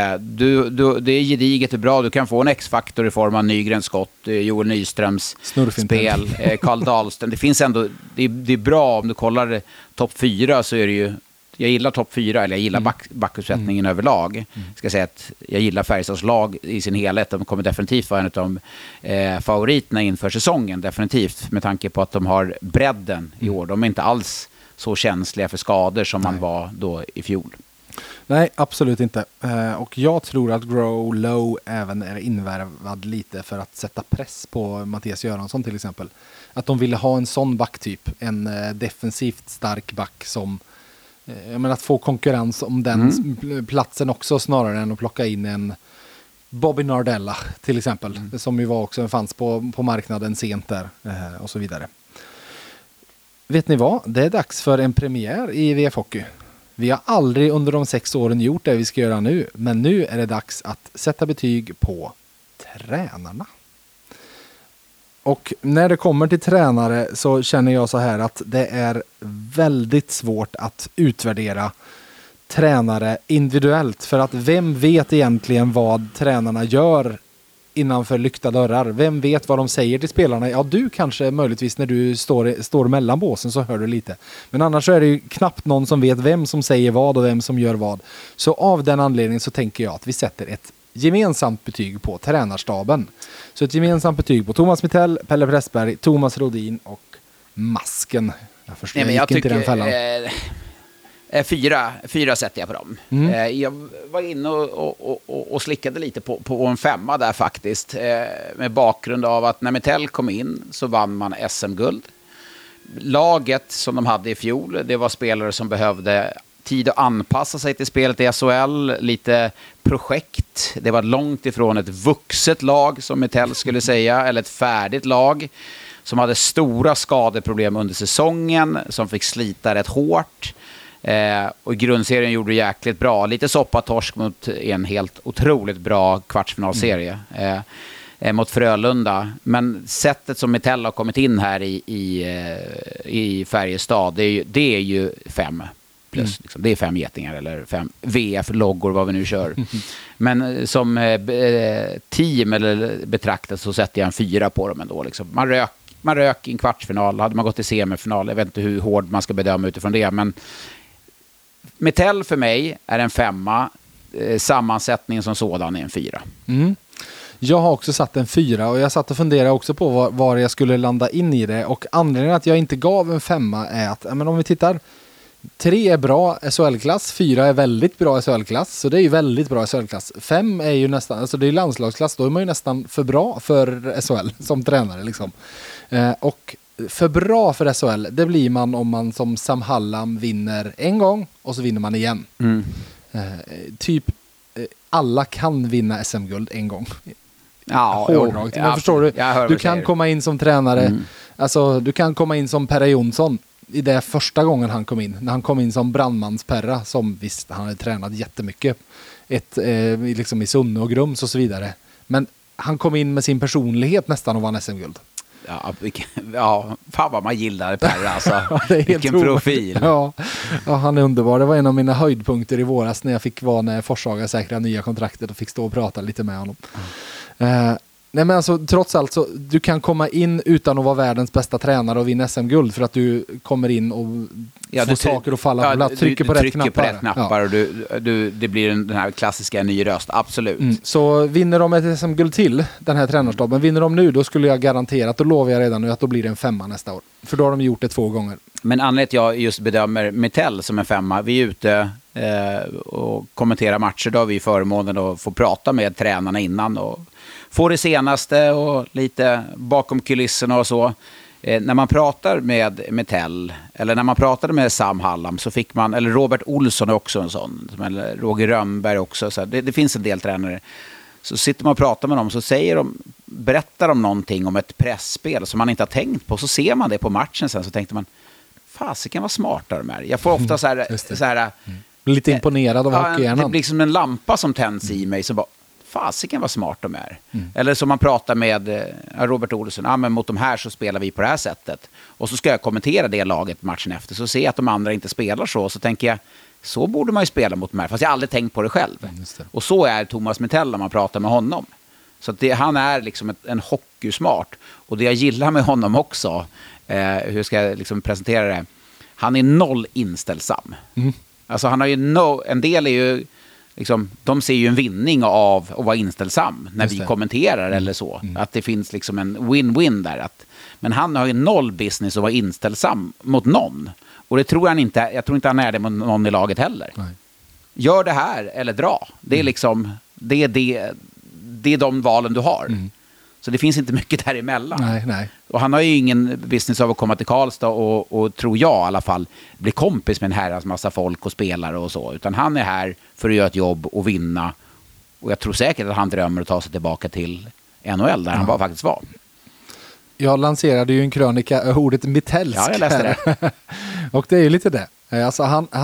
Det är gediget och bra. Du kan få en X-faktor i form av Nygrens skott, Joel Nyströms spel, Carl Dahlström. Det finns ändå, det är bra om du kollar topp 4 så är det ju. Jag gillar topp 4, eller jag gillar backuppsättningen överlag. Ska säga att jag gillar Färjestads lag i sin helhet. De kommer definitivt vara en av favoriterna inför säsongen. Definitivt, med tanke på att de har bredden i år. De är inte alls så känsliga för skador som man var då i fjol. Nej, absolut inte. Och jag tror att Grow Low även är invärvad lite för att sätta press på Mattias Göransson till exempel. Att de ville ha en sån backtyp. En defensivt stark back som jag menar att få konkurrens om den platsen också snarare än att plocka in en Bobby Nardella till exempel. Som ju var också fanns på marknaden sent där och så vidare. Vet ni vad? Det är dags för en premiär i VF Hockey. Vi har aldrig under de 6 åren gjort det vi ska göra nu. Men nu är det dags att sätta betyg på tränarna. Och när det kommer till tränare så känner jag så här att det är väldigt svårt att utvärdera tränare individuellt. För att vem vet egentligen vad tränarna gör innanför lyckta dörrar? Vem vet vad de säger till spelarna? Ja, du kanske möjligtvis när du står mellan båsen så hör du lite. Men annars så är det ju knappt någon som vet vem som säger vad och vem som gör vad. Så av den anledningen så tänker jag att vi sätter ett gemensamt betyg på tränarstaben. Så ett gemensamt betyg på Thomas Mitell, Pelle Pressberg, Thomas Rodin och Masken. Jag förstår, jag gick inte i den fällan. 4 sätter jag på dem. Jag var inne och slickade lite på en 5 där faktiskt. Med bakgrund av att när Mitell kom in så vann man SM-guld. Laget som de hade i fjol, det var spelare som behövde tid att anpassa sig till spelet i SHL, lite projekt. Det var långt ifrån ett vuxet lag som Mitell skulle säga, eller ett färdigt lag som hade stora skadeproblem under säsongen, som fick slita rätt hårt. Och i grundserien gjorde det jäkligt bra. Lite soppatorsk mot en helt otroligt bra kvartsfinalserie mot Frölunda. Men sättet som Mitell har kommit in här i Färjestad, det är ju 5 plus. Liksom. Det är 5 getingar eller 5 VF-loggor, vad vi nu kör. Men som team eller betraktat så sätter jag en 4 på dem ändå. Liksom. Man rök i en kvartsfinal. Hade man gått till semifinal, jag vet inte hur hård man ska bedöma utifrån det, men Mitell för mig är en 5. Sammansättningen som sådan är en 4. Jag har också satt en 4 och jag satt och funderade också på var jag skulle landa in i det. Och anledningen att jag inte gav en 5 är att, men om vi tittar, 3 är bra SHL-klass, 4 är väldigt bra SHL-klass, så det är ju väldigt bra SHL-klass. 5 är ju nästan, alltså det är landslagsklass, då är man ju nästan för bra för SHL som tränare liksom. Och för bra för SHL, det blir man om man som Sam Hallam vinner en gång och så vinner man igen. Alla kan vinna SM-guld en gång. Ja, hårdraget. Men förstår du kan komma in som tränare, alltså du kan komma in som Perra Jonsson i det första gången han kom in. När han kom in som brandmansperra, som visst, han hade tränat jättemycket. Liksom i Sunne och Grums och så vidare. Men han kom in med sin personlighet nästan och vann SM-guld. Fan vad man gillar Perra alltså. Ja, vilken profil. Ja, han är underbar. Det var en av mina höjdpunkter i våras när jag fick vara när Forshaga säkrade nya kontraktet och fick stå och prata lite med honom. Nej men alltså trots allt så du kan komma in utan att vara världens bästa tränare och vinna SM-guld för att du kommer in och får saker att falla på plats. Trycker på rätt knappar och det blir den här klassiska ny röst, absolut. Så vinner de ett SM-guld till, den här tränarstaben, vinner de nu, då skulle jag garanterat, då lovar jag redan nu att då blir det en 5 nästa år. För då har de gjort det 2 gånger. Men anledningen att jag just bedömer Mitell som en 5, vi är ute och kommenterar matcher, då har vi förmånen att få prata med tränarna innan och få det senaste och lite bakom kulisserna och så. När man pratar med Mitell eller när man pratade med Sam Hallam så fick man, eller Robert Olsson är också en sån, eller Roger Rönnberg också, så det finns en del tränare. Så sitter man och pratar med dem så berättar de någonting om ett pressspel som man inte har tänkt på, så ser man det på matchen sen så tänkte man, fasiken vad smarta de är. Jag får ofta så här lite imponerad av hockeyhjärnan. Det blir liksom en lampa som tänds i mig som bara, fasiken vad smart de är. Eller som man pratar med Robert Olsson, men mot de här så spelar vi på det här sättet. Och så ska jag kommentera det laget matchen efter. Så ser jag att de andra inte spelar så tänker jag, så borde man ju spela mot de här. Fast jag har aldrig tänkt på det själv. Och så är Thomas Mitell när man pratar med honom. Så att han är liksom en hockeysmart. Och det jag gillar med honom också, hur ska jag liksom presentera det? Han är noll inställsam. Alltså han har ju en del är ju liksom, de ser ju en vinning av att vara inställsam när vi kommenterar eller så. Att det finns liksom en win-win där. Men han har ju noll business att vara inställsam mot någon. Och det tror jag tror inte han är det mot någon i laget heller. Nej. Gör det här eller dra. Det är liksom, det är de valen du har. Så det finns inte mycket däremellan. Nej. Och han har ju ingen business av att komma till Karlstad och tror jag i alla fall bli kompis med en herrans massa folk och spelare och så. Utan han är här för att göra ett jobb och vinna. Och jag tror säkert att han drömmer att ta sig tillbaka till NHL där han bara faktiskt var. Jag lanserade ju en krönika, ordet Mitellsk. Ja, jag läste det. Och det är ju lite det. Alltså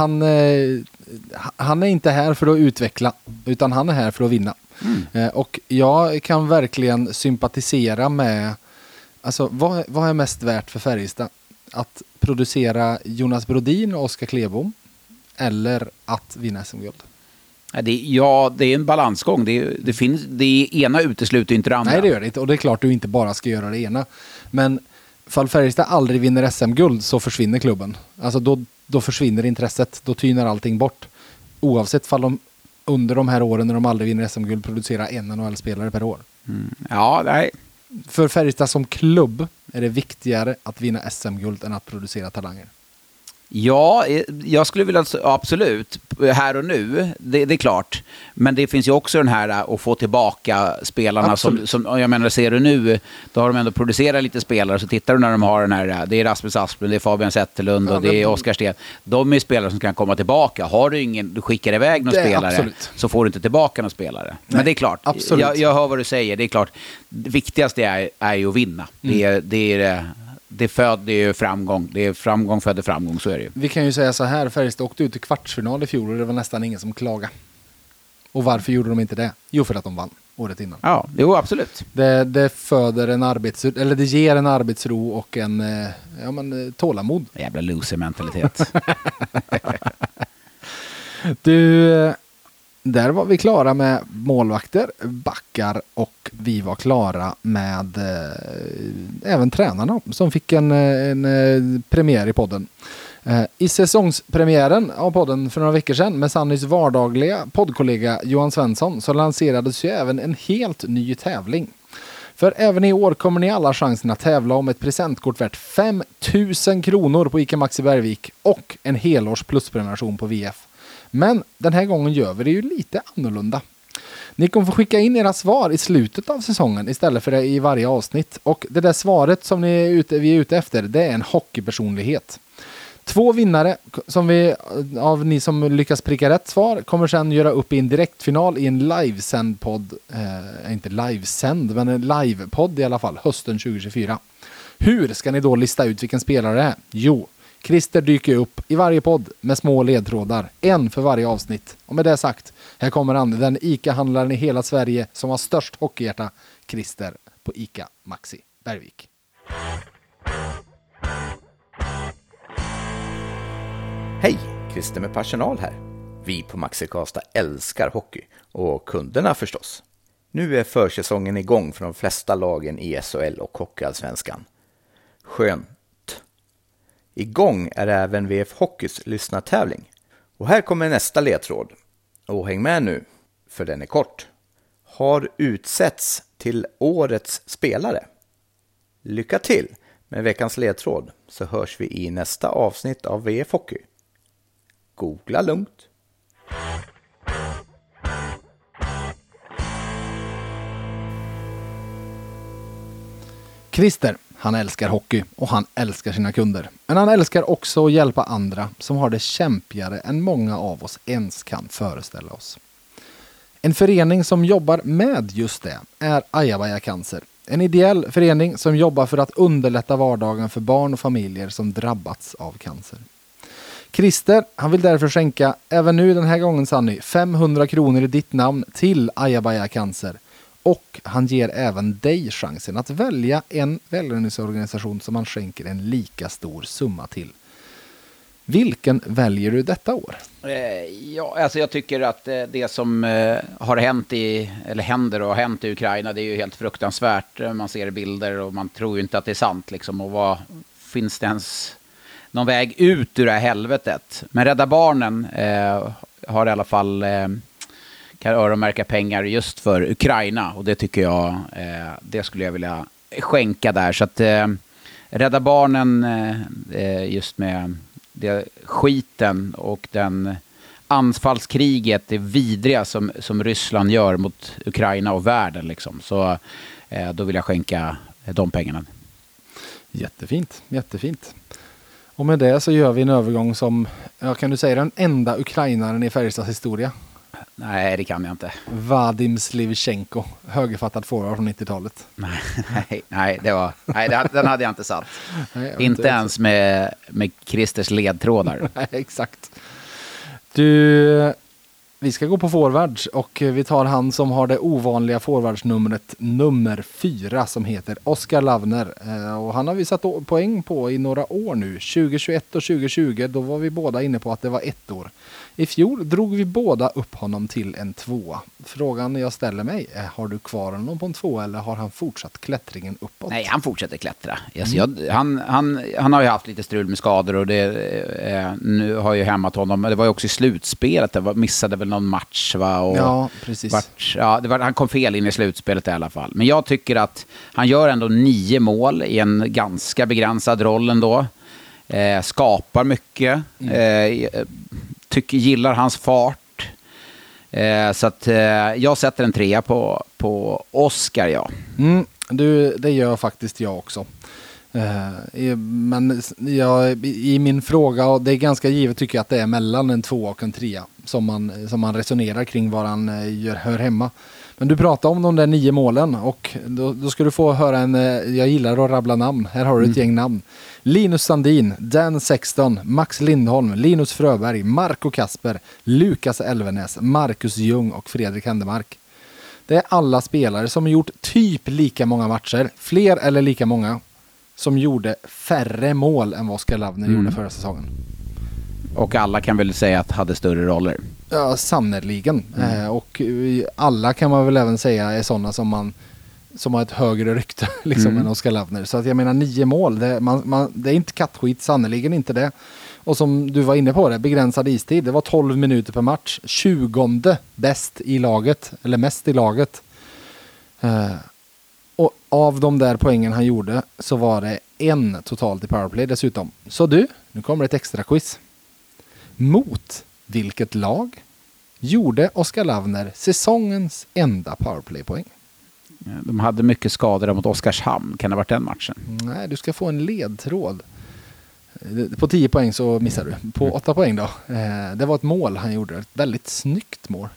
han är inte här för att utveckla, utan han är här för att vinna. Och jag kan verkligen sympatisera med, alltså vad är mest värt för Färjestad? Att producera Jonas Brodin och Oskar Klebom eller att vinna SM-guld? Det är en balansgång. Det ena utesluter inte det andra. Nej, det gör det inte. Och det är klart du inte bara ska göra det ena. Men fall Färjestad aldrig vinner SM-guld så försvinner klubben. Alltså då försvinner intresset. Då tynar allting bort. Oavsett fall de under de här åren när de aldrig vinner SM-guld producerar en NHL-spelare per år. Ja, nej. För Färjestad som klubb är det viktigare att vinna SM-guld än att producera talanger. Ja, jag skulle vilja absolut här och nu, det är klart. Men det finns ju också den här att få tillbaka spelarna som jag menar, ser du nu, då har de ändå producerat lite spelare, så tittar du när de har den här, det är Rasmus Asplund, det är Fabian Zetterlund och det är Oskar Sten. De är spelare som kan komma tillbaka. Har du du skickar iväg någon spelare absolut, så får du inte tillbaka någon spelare. Nej, men det är klart, jag hör vad du säger, det är klart. Det viktigaste är ju att vinna. Det föder ju framgång. Det är framgång föder framgång, så är det ju. Vi kan ju säga så här, Färjestad åkte ut i kvartsfinal i fjol och det var nästan ingen som klagade. Och varför gjorde de inte det? Jo, för att de vann året innan. Ja, jo, absolut. Det föder det ger en arbetsro och en tålamod. Jävla loser-mentalitet. Där var vi klara med målvakter, backar och vi var klara med även tränarna som fick en premiär i podden. I säsongspremiären av podden för några veckor sedan med Sannys vardagliga poddkollega Johan Svensson så lanserades ju även en helt ny tävling. För även i år kommer ni alla chansen att tävla om ett presentkort värt 5 000 kronor på ICA Maxi Bergvik och en helårs plusprenumeration på VF. Men den här gången gör vi det ju lite annorlunda. Ni kommer få skicka in era svar i slutet av säsongen istället för det i varje avsnitt. Och det där svaret som vi är ute efter, det är en hockeypersonlighet. 2 vinnare av ni som lyckas pricka rätt svar kommer sedan göra upp i en direktfinal i en livesänd podd. Inte livesänd, men en livepodd i alla fall, hösten 2024. Hur ska ni då lista ut vilken spelare det är? Jo, Christer dyker upp i varje podd med små ledtrådar, en för varje avsnitt. Och med det sagt, här kommer han, den ICA-handlaren i hela Sverige som har störst hockeyhjärta, Christer på ICA Maxi Bergvik. Hej, Christer med personal här. Vi på Maxi Karlstad älskar hockey och kunderna förstås. Nu är försäsongen igång för de flesta lagen i SHL och Hockeyallsvenskan. Skönt. Igång är även VF Hockeys lyssnartävling. Och här kommer nästa ledtråd. Och häng med nu, för den är kort. Har utsetts till årets spelare. Lycka till med veckans ledtråd så hörs vi i nästa avsnitt av VF Hockey. Googla lugnt. Christer, han älskar hockey och han älskar sina kunder. Men han älskar också att hjälpa andra som har det kämpigare än många av oss ens kan föreställa oss. En förening som jobbar med just det är Ajabaja Cancer. En ideell förening som jobbar för att underlätta vardagen för barn och familjer som drabbats av cancer. Christer, han vill därför skänka, även nu den här gången Sanny, 500 kronor i ditt namn till Ajabaja Cancer. Och han ger även dig chansen att välja en välgörenhetsorganisation som han skänker en lika stor summa till. Vilken väljer du detta år? Ja, alltså jag tycker att det som har hänt hänt i Ukraina, det är ju helt fruktansvärt. Man ser bilder och man tror ju inte att det är sant liksom. Och vad finns det ens någon väg ut ur det här helvetet? Men Rädda Barnen har i alla fall kan öronmärka pengar just för Ukraina, och det tycker jag det skulle jag vilja skänka där. Så att Rädda Barnen just med det skiten och den anfallskriget, det vidriga som Ryssland gör mot Ukraina och världen liksom. Så då vill jag skänka de pengarna. Jättefint, jättefint. Och med det så gör vi en övergång som, kan du säga den enda ukrainaren i Färjestads historia? Nej, det kan jag inte. Vadim Slivchenko, högerfattad forward från 90-talet. Nej, den hade jag inte satt. Nej, inte ens med Christers ledtrådar. Nej, exakt. Du, vi ska gå på forwards och vi tar han som har det ovanliga forwardsnumret nummer 4 som heter Oskar Lavner. Och han har vi satt poäng på i några år nu. 2021 och 2020, då var vi båda inne på att det var 1 år. I fjol drog vi båda upp honom till en 2. Frågan jag ställer mig är, har du kvar honom på en 2 eller har han fortsatt klättringen uppåt? Nej, han fortsätter klättra. Han har ju haft lite strul med skador och det nu har ju hämmat honom. Det var ju också i slutspelet, missade väl någon match va? Och ja, precis. Han kom fel in i slutspelet i alla fall. Men jag tycker att han gör ändå 9 mål i en ganska begränsad roll ändå. Skapar mycket. Gillar hans fart. Så att jag sätter en 3 på Oskar, ja. Det gör faktiskt jag också. Men i min fråga, och det är ganska givet tycker jag att det är mellan en 2 och en 3 som man resonerar kring var han hör hemma. Men du pratar om de där 9 målen och då ska du få höra jag gillar att rabbla namn. Här har du ett gäng namn. Linus Sandin, Dan Sexton, Max Lindholm, Linus Fröberg, Marco Kasper, Lukas Elvenäs, Marcus Ljung och Fredrik Händemark. Det är alla spelare som har gjort typ lika många matcher, fler eller lika många, som gjorde färre mål än vad Oskar Lavner gjorde förra säsongen. Och alla kan väl säga att hade större roller? Ja, sannerligen. Och alla kan man väl även säga är sådana som har ett högre rykte liksom, än Oskar Lavner. Så att jag menar 9 mål, det är inte kattskit, sannerligen inte det. Och som du var inne på det, begränsad istid. Det var 12 minuter per match. 20:e bäst i laget, eller mest i laget. Och av de där poängen han gjorde så var det 1 totalt i powerplay dessutom. Så du, nu kommer ett extra quiz. Mot vilket lag gjorde Oskar Lavner säsongens enda powerplay-poäng? De hade mycket skador mot Oskarshamn. Kan det ha varit den matchen? Nej, du ska få en ledtråd. På 10 poäng så missar du. På 8 poäng då. Det var ett mål han gjorde. Ett väldigt snyggt mål.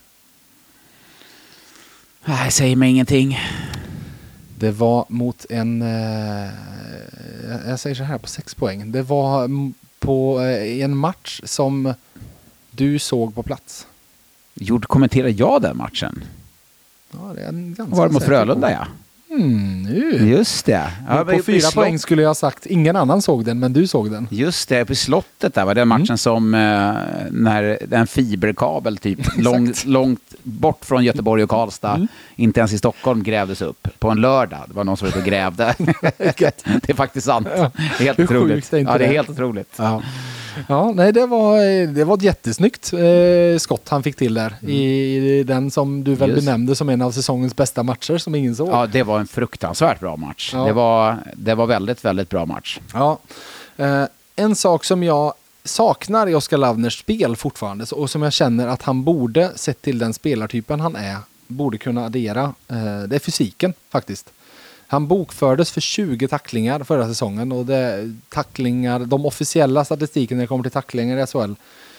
Nej, säger mig ingenting. Det var mot en... jag säger så här på 6 poäng. Det var på en match som du såg på plats. Kommenterar jag den matchen? Ja, det är en ganska var det mot Frölunda, ja? Nu. Just det. Ja, på 4 poäng skulle jag ha sagt. Ingen annan såg den, men du såg den. Just det, på slottet där var det matchen som när en fiberkabel typ långt bort från Göteborg och Karlstad, inte ens i Stockholm, grävdes upp på en lördag. Det var någon som var ute och grävde. Det är faktiskt sant. Helt otroligt. Ja, det är helt otroligt. Ja. Ja, nej, det var ett jättesnyggt skott han fick till där i den som du väl benämnde som en av säsongens bästa matcher som ingen såg. Ja, det var en fruktansvärt bra match. Ja. Det var väldigt, väldigt bra match. Ja. En sak som jag saknar i Oskar Lavners spel fortfarande och som jag känner att han borde, sett till den spelartypen han är, borde kunna addera, det är fysiken faktiskt. Han bokfördes för 20 tacklingar förra säsongen och de officiella statistiken när det kommer till tacklingar i SHL,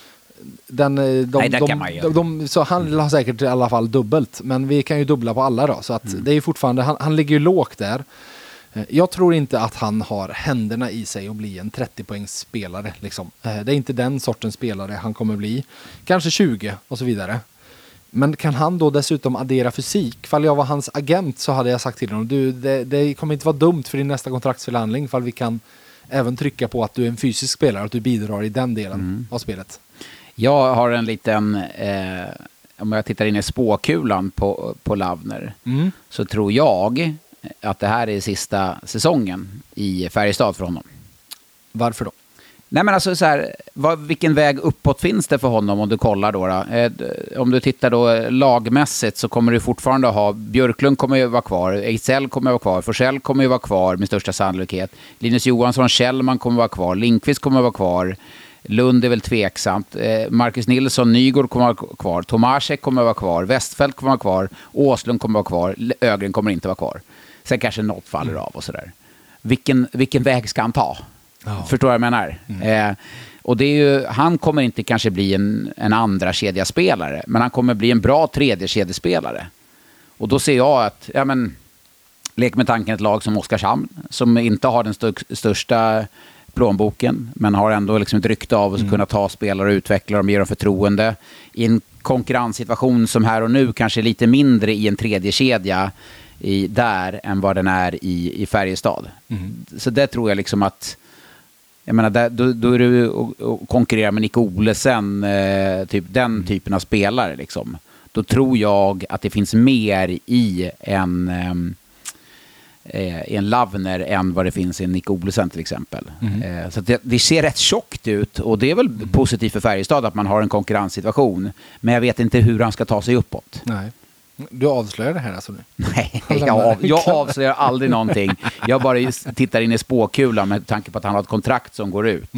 så han har säkert i alla fall dubbelt, men vi kan ju dubbla på alla då, så att det är fortfarande, han ligger ju lågt där. Jag tror inte att han har händerna i sig att bli en 30-poängs spelare liksom. Det är inte den sortens spelare han kommer bli. Kanske 20 och så vidare. Men kan han då dessutom addera fysik? Fall jag var hans agent så hade jag sagt till honom, det kommer inte vara dumt för din nästa kontraktsförhandling fall vi kan även trycka på att du är en fysisk spelare, att du bidrar i den delen av spelet. Jag har en liten, om jag tittar in i spåkulan på Lavner, så tror jag att det här är sista säsongen i Färjestad för honom. Varför då? Nej, men alltså så här, vilken väg uppåt finns det för honom om du kollar då? Om du tittar då lagmässigt så kommer du fortfarande ha Björklund kommer ju vara kvar, Ejdsell kommer ju vara kvar, Forsell kommer ju vara kvar med största sannolikhet. Linus Johansson, Kjellman kommer vara kvar, Lindqvist kommer vara kvar, Lund är väl tveksamt, Marcus Nilsson, Nygård kommer vara kvar, Tomasek kommer vara kvar, Westfält kommer vara kvar, Åslund kommer vara kvar, Ögren kommer inte vara kvar. Sen kanske något faller av och sådär. Vilken väg ska han ta? Oh. Förstår vad jag menar? Och det är ju, han kommer inte kanske bli en andra kedjaspelare, men han kommer bli en bra tredje kedjespelare. Och då ser jag att, lek med tanken ett lag som Oskarshamn, som inte har den största plånboken, men har ändå liksom ett rykte av att kunna ta spelare och utveckla dem, ge dem förtroende. I en konkurrenssituation som här och nu kanske är lite mindre i en tredje kedja där än vad den är i Färjestad. Så det tror jag liksom att jag menar, då är du och konkurrerar med Nick Olesen, typ den typen av spelare liksom. Då tror jag att det finns mer i en Lavner än vad det finns i en Nick Olesen till exempel. Så att det ser rätt tjockt ut och det är väl positivt för Färjestad att man har en konkurrenssituation. Men jag vet inte hur han ska ta sig uppåt. Nej. Du avslöjar det här alltså nu? Nej, jag avslöjar aldrig någonting. Jag bara tittar in i spåkulan med tanke på att han har ett kontrakt som går ut.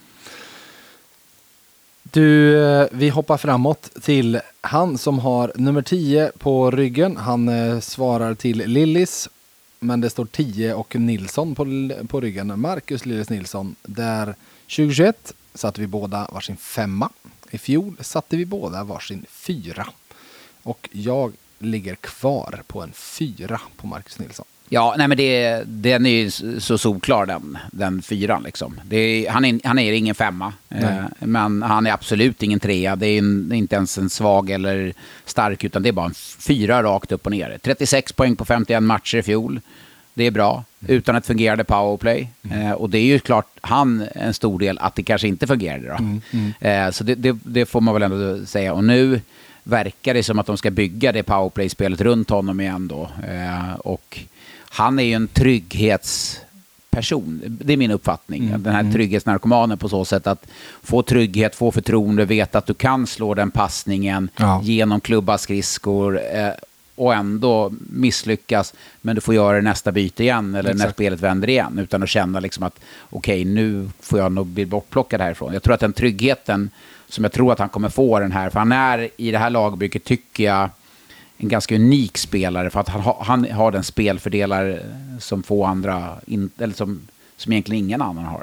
Du, vi hoppar framåt till han som har nummer 10 på ryggen. Han svarar till Lillis, men det står 10 och Nilsson på ryggen. Marcus Lillis Nilsson. Där 2021 satte vi båda varsin 5. I fjol satte vi båda varsin 4. Och jag ligger kvar på en 4 på Marcus Nilsson. Ja, nej men den är ju så solklar den 4 liksom. Han är ingen 5, men han är absolut ingen 3. Det är inte ens en svag eller stark, utan det är bara en 4 rakt upp och ner. 36 poäng på 51 matcher i fjol. Det är bra, utan ett fungerande powerplay. Och det är ju klart en stor del att det kanske inte fungerade då. Så det får man väl ändå säga. Och nu verkar det som att de ska bygga det powerplay-spelet runt honom igen då. Och han är ju en trygghetsperson person. Det är min uppfattning. Den här trygghetsnarkomanen på så sätt att få trygghet, få förtroende, veta att du kan slå den passningen genom klubba skridskor och ändå misslyckas, men du får göra nästa byte igen eller när spelet vänder igen, utan att känna liksom att okej, nu får jag nog bli bortplockad härifrån. Jag tror att den tryggheten som jag tror att han kommer få den här, för han är i det här lagbygget, tycker jag, en ganska unik spelare, för att han har den spelfördelare som få andra eller som egentligen ingen annan har.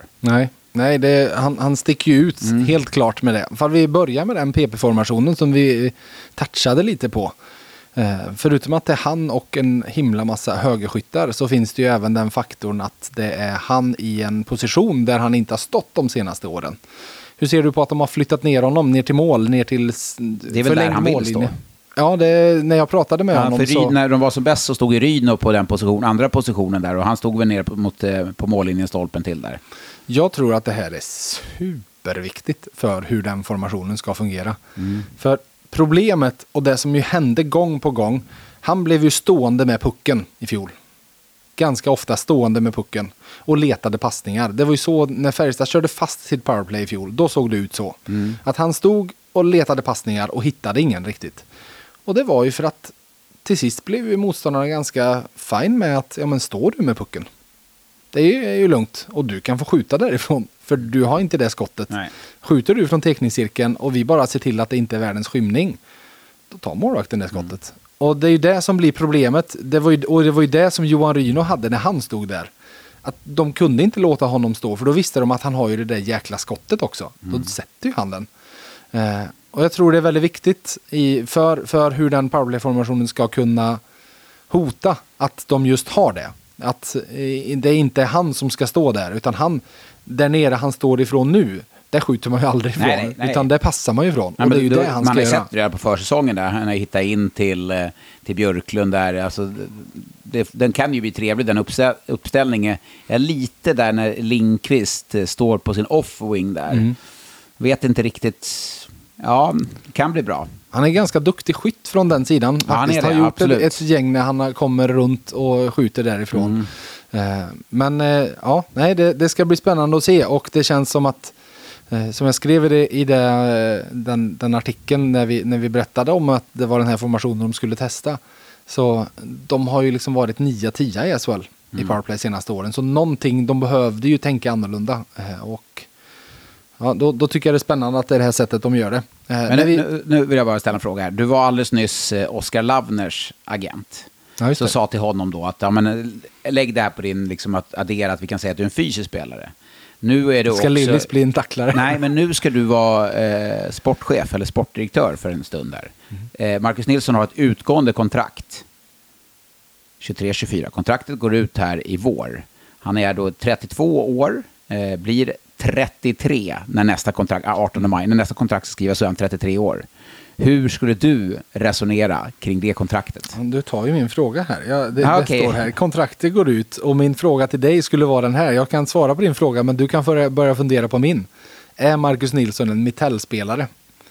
Nej, han sticker ju ut helt klart med det. För vi börjar med den PP-formationen som vi touchade lite på. Förutom att det är han och en himla massa högerskyttar, så finns det ju även den faktorn att det är han i en position där han inte har stått de senaste åren. Hur ser du på att de har flyttat ner honom ner till mål, ner till det är väl där han vill stå. Ja, när jag pratade med honom så... När de var som bäst så stod ju Rydno på den andra positionen där, och han stod väl ner på mållinjen, stolpen till där. Jag tror att det här är superviktigt för hur den formationen ska fungera. För problemet, och det som ju hände gång på gång, han blev ju stående med pucken i fjol. Ganska ofta stående med pucken och letade passningar. Det var ju så när Färjestad körde fast sitt powerplay i fjol, då såg det ut så. Att han stod och letade passningar och hittade ingen riktigt. Och det var ju för att till sist blev ju motståndarna ganska fine med att, ja men står du med pucken? Det är ju lugnt och du kan få skjuta därifrån, för du har inte det skottet. Nej. Skjuter du från teckningscirkeln och vi bara ser till att det inte är världens skymning, då tar målvakten det skottet. Och det är ju det som blir problemet. Det var ju det som Johan Rydno hade när han stod där. Att de kunde inte låta honom stå, för då visste de att han har ju det där jäkla skottet också. Då sätter ju han den. Och jag tror det är väldigt viktigt för hur den powerplay-formationen ska kunna hota att de just har det. Att det inte är han som ska stå där, utan han, där nere han står ifrån nu, där skjuter man ju aldrig ifrån. Nej. Utan det passar man ju ifrån. Nej, och det är ju det han ska göra. Man har sett det på försäsongen där. Han har hittat in till Björklund där. Alltså, den kan ju bli trevlig, den uppställningen. Jag är lite där när Lindqvist står på sin off-wing där. Vet inte riktigt... Ja, kan bli bra. Han är ganska duktig skytt från den sidan. Ja, han har gjort ett gäng när han kommer runt och skjuter därifrån. Men det ska bli spännande att se. Och det känns som att, som jag skrev i den artikeln när vi berättade om att det var den här formationen de skulle testa. Så de har ju liksom varit 9-10 i SHL i powerplay senaste åren. Så någonting, de behövde ju tänka annorlunda. Och ja, då tycker jag det är spännande att det är det här sättet de gör det. Men nu vill jag bara ställa en fråga här. Du var alldeles nyss Oskar Lavners agent. Ja, så sa till honom då att lägg det här på din liksom, att addera att vi kan säga att du är en fysisk spelare. Nu är du ska Lillis bli en tacklare? Nej, men nu ska du vara sportchef eller sportdirektör för en stund där. Marcus Nilsson har ett utgående kontrakt. 23-24. Kontraktet går ut här i vår. Han är då 32 år, blir 33 när nästa kontrakt, 18 maj, när nästa kontrakt skrivs, så är han 33 år. Hur skulle du resonera kring det kontraktet? Du tar ju min fråga här. Det står här, kontraktet går ut och min fråga till dig skulle vara den här. Jag kan svara på din fråga, men du kan börja fundera på min. Är Marcus Nilsson en Mitell-spelare?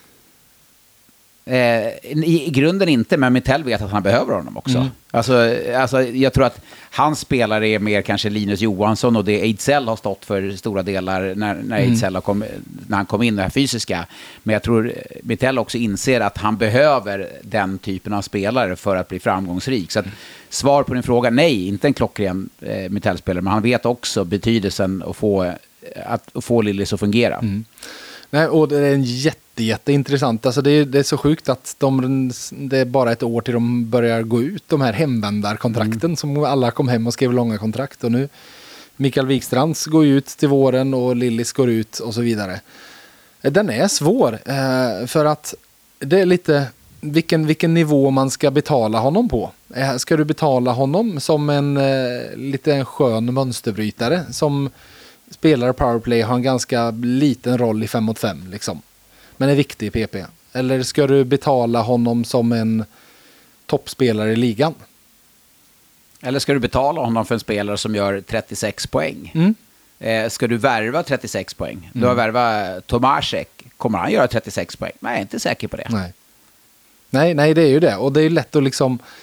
I grunden inte, men Mitell vet att han behöver honom också. Alltså, jag tror att hans spelare är mer kanske Linus Johansson, och det Ejdsell har stått för stora delar när Ejdsell när han kom in, det här fysiska. Men jag tror Mitell också inser att han behöver den typen av spelare för att bli framgångsrik. Så att, svar på din fråga, nej, inte en klockren Mitell-spelare, men han vet också betydelsen att få Lillis att fungera. Nej, och det är en jätteintressant. Alltså det är så sjukt att det är bara ett år till de börjar gå ut, de här hemvändarkontrakten som alla kom hem och skrev långa kontrakt. Och nu Mikael Wikstrands går ut till våren och Lillis går ut och så vidare. Den är svår för att det är lite vilken nivå man ska betala honom på. Ska du betala honom som en lite skön mönsterbrytare som spelare powerplay, har en ganska liten roll i 5-mot-5 liksom, men är viktig i PP? Eller ska du betala honom som en toppspelare i ligan? Eller ska du betala honom för en spelare som gör 36 poäng? Ska du värva 36 poäng? Du har värvat Tomasek. Kommer han göra 36 poäng? Nej, jag är inte säker på det. Nej, det är ju det. Och det är lätt att liksom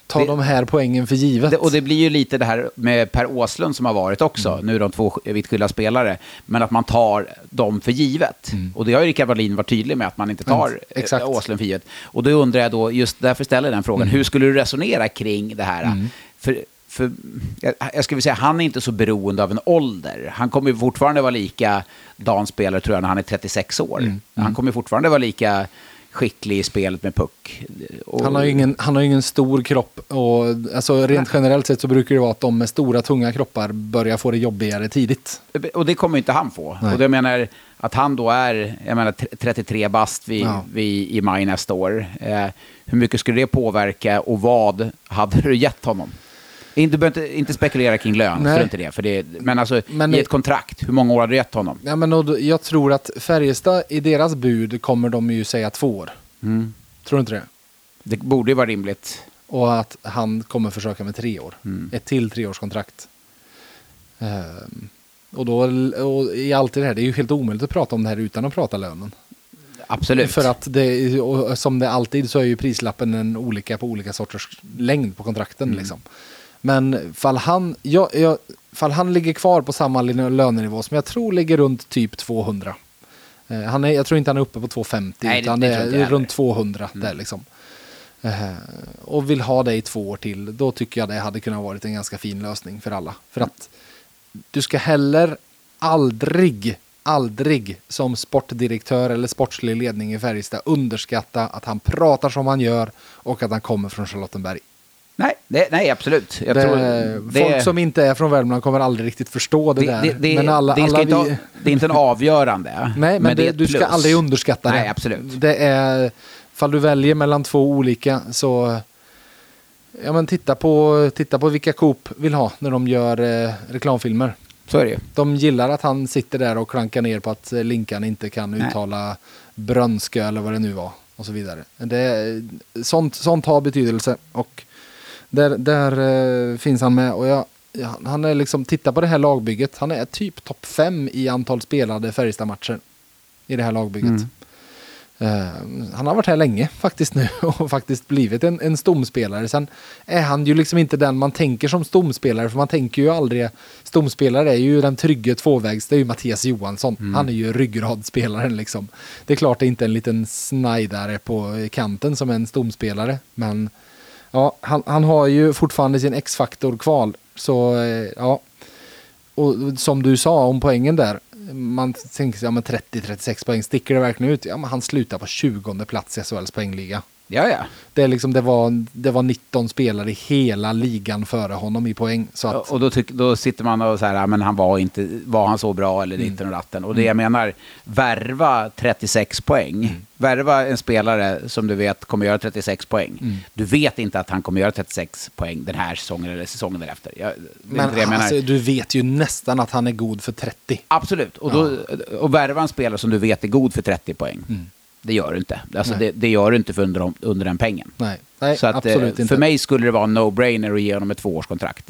Ta de här poängen för givet. Och det blir ju lite det här med Per Åslund som har varit också. Nu är de 2 vitt skilda spelare. Men att man tar dem för givet. Och det har ju Rickard Wallin varit tydlig med att man inte tar Åslund för givet. Och då undrar jag då, just därför ställer jag den frågan. Hur skulle du resonera kring det här? För jag skulle säga, han är inte så beroende av en ålder. Han kommer ju fortfarande vara lika danspelare, tror jag, när han är 36 år. Han kommer fortfarande vara lika skicklig i spelet med puck. Han har ju ingen stor kropp, och alltså rent generellt sett så brukar det vara att de med stora tunga kroppar börjar få det jobbigare tidigt. Och det kommer inte han få. Nej. Och det menar att han då är 33 bast i maj nästa år. Hur mycket skulle det påverka och vad hade du gett honom? Inte spekulera kring lön, för inte det. Men i ett kontrakt, hur många år hade du gett honom? Ja, men jag tror att Färjestad, i deras bud kommer de ju säga 2 år. Tror du inte det? Det borde ju vara rimligt. Och att han kommer försöka med 3 år. Ett till 3-årskontrakt. Och i allt det här, det är ju helt omöjligt att prata om det här utan att prata lönen. Absolut. För att som det alltid så är ju prislappen en olika på olika sorters längd på kontrakten liksom. Men fall han ligger kvar på samma lönenivå som jag tror ligger runt typ 200. Jag tror inte han är uppe på 250. Nej, utan det är runt 200 där liksom. Och vill ha det i 2 år till, då tycker jag det hade kunnat varit en ganska fin lösning för alla. För att du ska heller aldrig som sportdirektör eller sportslig ledning i Färjestad underskatta att han pratar som han gör och att han kommer från Charlottenberg. Nej, absolut. Folk som inte är från Värmland kommer aldrig riktigt förstå det där. Det är inte en avgörande. Nej, men du ska aldrig underskatta det. Nej, absolut. Det är, fall du väljer mellan 2 olika, så titta på vilka Coop vill ha när de gör reklamfilmer. Så är det ju. De gillar att han sitter där och klankar ner på att Linkan inte kan uttala Brönskö eller vad det nu var och så vidare. Sånt har betydelse, och där finns han med, och han är liksom, titta på det här lagbygget, han är typ topp 5 i antal spelade Färjestad-matcher i det här lagbygget. Han har varit här länge faktiskt nu och faktiskt blivit en stomspelare. Sen är han ju liksom inte den man tänker som stomspelare, för man tänker ju aldrig, stomspelare är ju den trygga tvåvägs, det är ju Mattias Johansson. Han är ju ryggradspelaren liksom. Det är klart det är inte en liten snajdare på kanten som är en stomspelare, men ja, han har ju fortfarande sin X-faktor kval, så ja. Och som du sa om poängen där, man tänker sig, 30-36 poäng, sticker det verkligen ut? Ja, men han slutar på 20:e plats i SHLs poängliga. Ja. Det är liksom, det var 19 spelare i hela ligan före honom i poäng. Så att, och då sitter man och så här, men var han så bra eller inte ratten? Och det jag menar, värva 36 poäng. Värva en spelare som du vet kommer göra 36 poäng. Du vet inte att han kommer göra 36 poäng den här säsongen eller säsongen därefter. Men alltså, du vet ju nästan att han är god för 30. Absolut. Och värva en spelare som du vet är god för 30 poäng. Det gör du inte. Alltså det gör du inte för under den pengen. Nej, så att, absolut inte. För mig skulle det vara en no-brainer att ge honom ett 2-årskontrakt.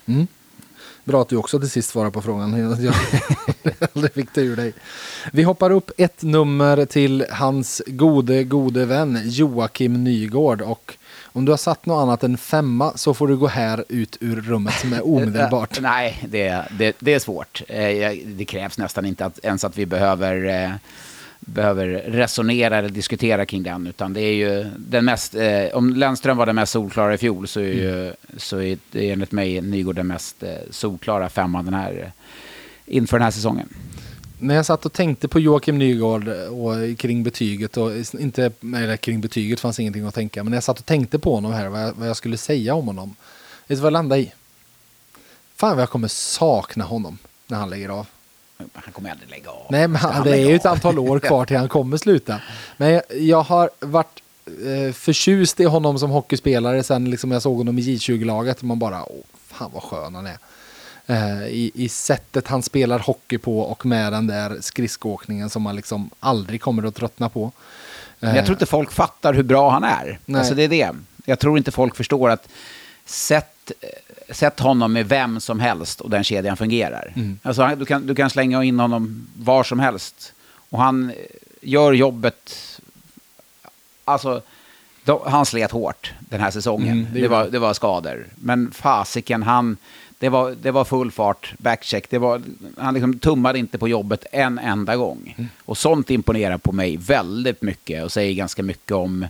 Bra att du också till sist svarar på frågan. Jag fick det ur dig. Vi hoppar upp ett nummer till hans gode vän Joakim Nygård, och om du har satt något annat än 5 så får du gå här ut ur rummet som är omedelbart. Nej, det är svårt. Det krävs nästan inte ens att vi behöver resonera eller diskutera kring den, utan det är ju den mest, om Lennström var den mest solklara i fjol, så är det enligt mig Nygård den mest solklara 5:an inför den här säsongen. När jag satt och tänkte på Joakim Nygård och kring betyget, och inte kring betyget fanns ingenting att tänka, men när jag satt och tänkte på honom här, vad jag skulle säga om honom, vet du vad jag landade i? Fan vad jag kommer sakna honom när han lägger av. Han kommer aldrig lägga av. Nej, men det är ju ett antal år kvar till han kommer sluta. Men jag har varit förtjust i honom som hockeyspelare sen liksom jag såg honom i J20-laget. Man bara, fan vad skön han är. I sättet han spelar hockey på, och med den där skridskoåkningen som man liksom aldrig kommer att tröttna på. Men jag tror inte folk fattar hur bra han är. Nej. Alltså det är det. Jag tror inte folk förstår att sätt honom med vem som helst och den kedjan fungerar. Alltså du kan slänga in honom var som helst och han gör jobbet alltså Han slet hårt den här säsongen. Det var skador. Men fasiken, det var full fart, backcheck. Han liksom tummade inte på jobbet en enda gång. Och sånt imponerar på mig väldigt mycket och säger ganska mycket om...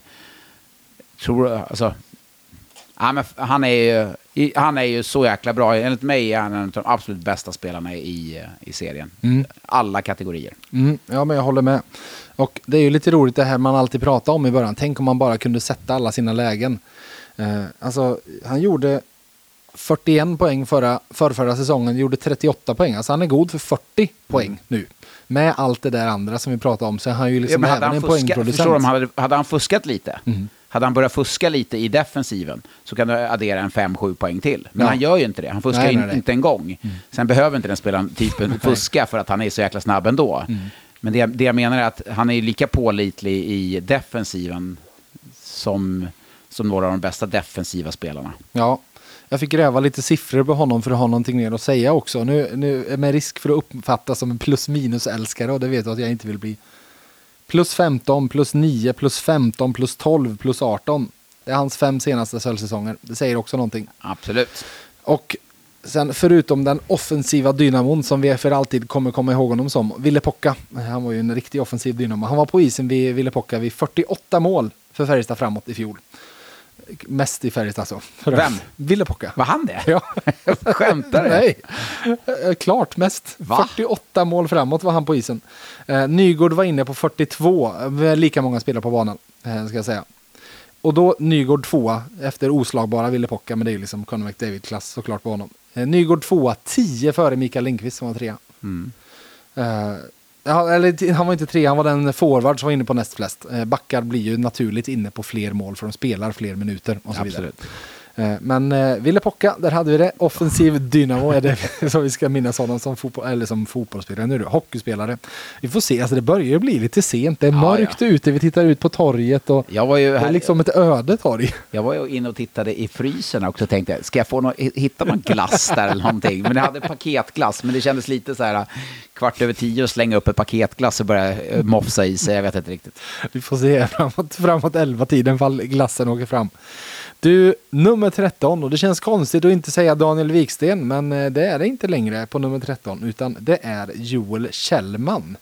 han är ju så jäkla bra. Enligt mig är han en av de absolut bästa spelarna i serien. Alla kategorier. Ja, men jag håller med. Och det är ju lite roligt det här man alltid pratar om i början. Tänk om man bara kunde sätta alla sina lägen. Han gjorde 41 poäng förra säsongen, gjorde 38 poäng. Alltså han är god för 40 poäng nu. Med allt det där andra som vi pratade om så är han ju liksom även en poängproducent. Hade han fuskat lite? Hade han börjat fuska lite i defensiven så kan du addera en 5-7 poäng till. Men han gör ju inte det. Han fuskar inte en gång. Sen behöver inte den spelaren typen fuska för att han är så jäkla snabb ändå. Men det jag menar är att han är lika pålitlig i defensiven som några av de bästa defensiva spelarna. Ja, jag fick gräva lite siffror på honom för att ha någonting mer att säga också. Nu är med risk för att uppfattas som en plus-minus-älskare och det vet jag att jag inte vill bli. Plus 15, plus 9, plus 15, plus 12, plus 18. Det är hans 5 senaste säsonger. Det säger också någonting. Absolut. Och sen förutom den offensiva dynamon som vi för alltid kommer komma ihåg honom som, Ville Pocka. Han var ju en riktig offensiv dynamo. Han var på isen vid Ville Pocka vid 48 mål för Färjestad framåt i fjol. Mest i Färjestad alltså. Vem? Ville Pocka. Var han det? Ja. Skämtar du? Nej. Klart mest. Va? 48 mål framåt var han på isen. Nygård var inne på 42. Lika många spelare på banan, ska jag säga. Och då Nygård 2 efter oslagbara Ville Pocka, men det är ju liksom Conor McDavid-klass såklart på honom. Nygård 2, 10 före Mikael Lindqvist som var 3. Han var inte 3, han var den forward som var inne på näst flest. Backar blir ju naturligt inne på fler mål för de spelar fler minuter och så vidare. Men Ville Pocka, där hade vi det. Offensiv dynamo är det som vi ska minnas honom som fotbollsspelare. Nu är det hockeyspelare. Vi får se, alltså det börjar ju bli lite sent. Det är mörkt ute, vi tittar ut på torget och det är liksom ett öde torg. Jag var ju inne och tittade i frysen och också tänkte, ska jag få hitta någon glass där eller någonting? Men jag hade paketglass, men det kändes lite så här 9:15 och slänga upp ett paketglass och börja mofsa i sig, jag vet inte riktigt. Vi får se framåt 11-tiden fall glassen åker fram. Du, nummer 13, och det känns konstigt att inte säga Daniel Wiksten, men det är det inte längre på nummer 13, utan det är Joel Kjellman.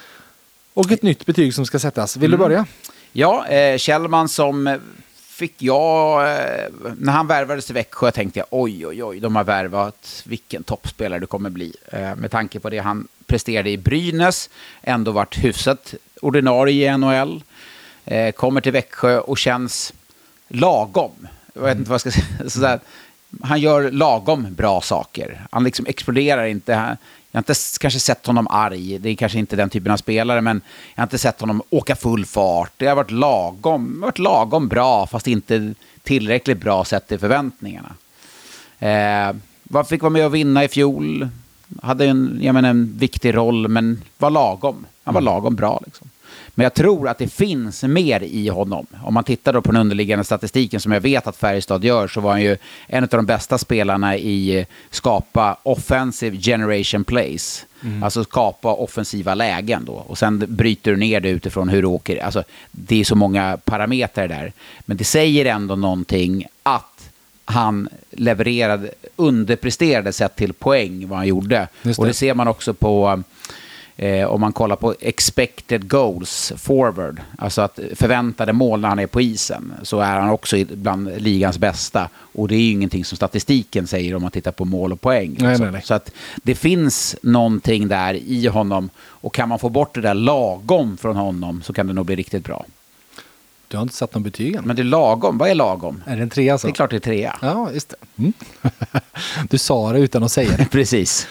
Och ett nytt betyg som ska sättas. Vill du börja? Ja, Kjellman som fick jag, när han värvades till Växjö tänkte jag, oj, de har värvat, vilken toppspelare det kommer bli. Med tanke på det han presterade i Brynäs, ändå varit hyfsat ordinarie i NHL, kommer till Växjö och känns lagom. Jag vet inte vad jag ska säga. Sådär. Han gör lagom bra saker. Han liksom exploderar inte. Jag har inte kanske sett honom arg. Det är kanske inte den typen av spelare, men jag har inte sett honom åka full fart. Det har varit lagom bra, fast inte tillräckligt bra sett till förväntningarna. Fick vara med att vinna i fjol. Hade en viktig roll, men var lagom. Han var lagom bra liksom. Men jag tror att det finns mer i honom. Om man tittar då på den underliggande statistiken som jag vet att Färjestad gör, så var han ju en av de bästa spelarna i skapa offensive generation plays. Alltså skapa offensiva lägen då. Och sen bryter du ner det utifrån hur du åker. Alltså det är så många parametrar där. Men det säger ändå någonting att han underpresterade sett till poäng vad han gjorde. Och det ser man också på... om man kollar på expected goals forward, alltså att förväntade mål när han är på isen, så är han också bland ligans bästa, och det är ju ingenting som statistiken säger om man tittar på mål och poäng. Nej. Så att det finns någonting där i honom, och kan man få bort det där lagom från honom så kan det nog bli riktigt bra. Du har inte satt någon betyg än. Men det är lagom. Vad är lagom? Är det en 3 alltså? Det är klart det är 3. Ja, just det. Du sa det utan att säga det. Precis.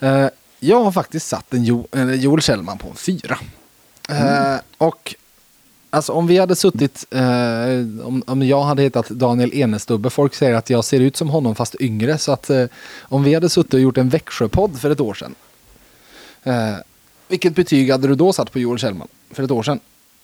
Jag har faktiskt satt Joel Kjellman på en 4. Och alltså om vi hade suttit, om jag hade hetat Daniel Enestubbe, folk säger att jag ser ut som honom fast yngre, så att om vi hade suttit och gjort en Växjöpodd för ett år sedan, vilket betyg hade du då satt på Joel Kjellman för ett år sedan?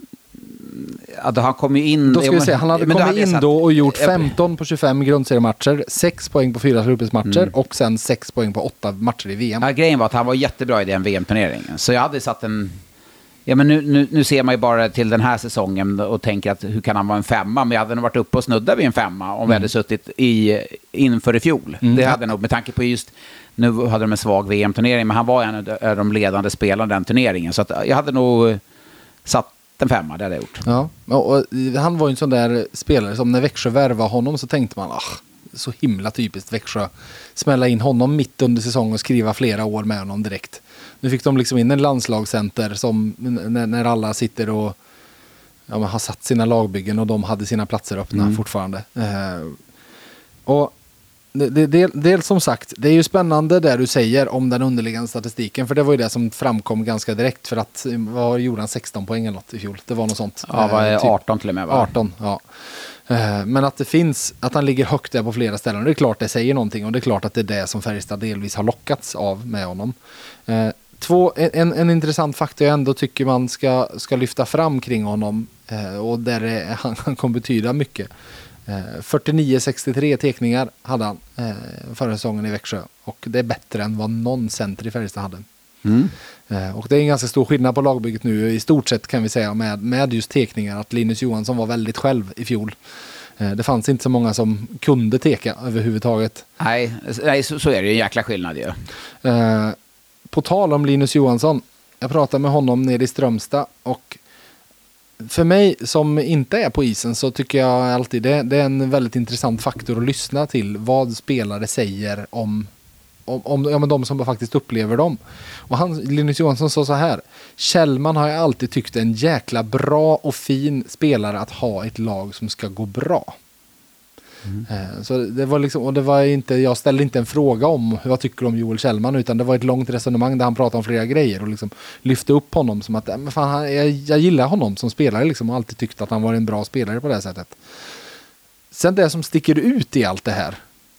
Ja, då han kom ju in... Då ska vi se, han hade kommit in då och gjort 15 på 25 grundseriematcher, 6 poäng på 4 slutspelsmatcher och sen 6 poäng på 8 matcher i VM. Ja, grejen var att han var jättebra i den VM-turneringen. Så jag hade satt Ja, men nu ser man ju bara till den här säsongen och tänker att hur kan han vara en 5? Men jag hade nog varit uppe och snudda vid en 5 om vi hade suttit inför i fjol. Det hade nog, med tanke på just, nu hade de en svag VM-turnering, men han var en av de ledande spelarna den turneringen. Så att jag hade nog satt en 5, det hade jag gjort. Ja, och han var ju en sån där spelare som när Växjö värvade honom så tänkte man, så himla typiskt Växjö. Smälla in honom mitt under säsongen och skriva flera år med honom direkt. Nu fick de liksom in en landslagscenter som när alla sitter och har satt sina lagbyggen och de hade sina platser öppna fortfarande. Och dels som sagt, det är ju spännande där du säger om den underliggande statistiken, för det var ju det som framkom ganska direkt, för att gjorde han 16 poäng eller något i fjol? Det var något sånt. Ja, var 18 till och med, va? 18, ja. Men att att han ligger högt där på flera ställen, det är klart det säger någonting, och det är klart att det är det som Färjestad delvis har lockats av med honom. En intressant faktor jag ändå tycker man ska lyfta fram kring honom, och där han kommer betyda mycket. 49-63 tekningar hade han förra säsongen i Växjö, och det är bättre än vad någon center i Färjestad hade. Och det är en ganska stor skillnad på lagbygget nu i stort sett, kan vi säga, med just tekningar, att Linus Johansson var väldigt själv i fjol. Det fanns inte så många som kunde teka överhuvudtaget. Nej, så är det en jäkla skillnad ju. På tal om Linus Johansson, jag pratade med honom nere i Strömstad, och för mig som inte är på isen så tycker jag alltid det är en väldigt intressant faktor att lyssna till vad spelare säger om de som faktiskt upplever dem. Och Linus Johansson sa så här: Kjellman har jag alltid tyckt är en jäkla bra och fin spelare att ha ett lag som ska gå bra. Så det var liksom, och det var inte, jag ställde inte en fråga om hur jag tycker om Joel Kjellman, utan det var ett långt resonemang där han pratade om flera grejer och liksom lyfte upp honom som att men fan, jag gillar honom som spelare liksom, och alltid tyckt att han var en bra spelare på det sättet. Sen det som sticker ut i allt det här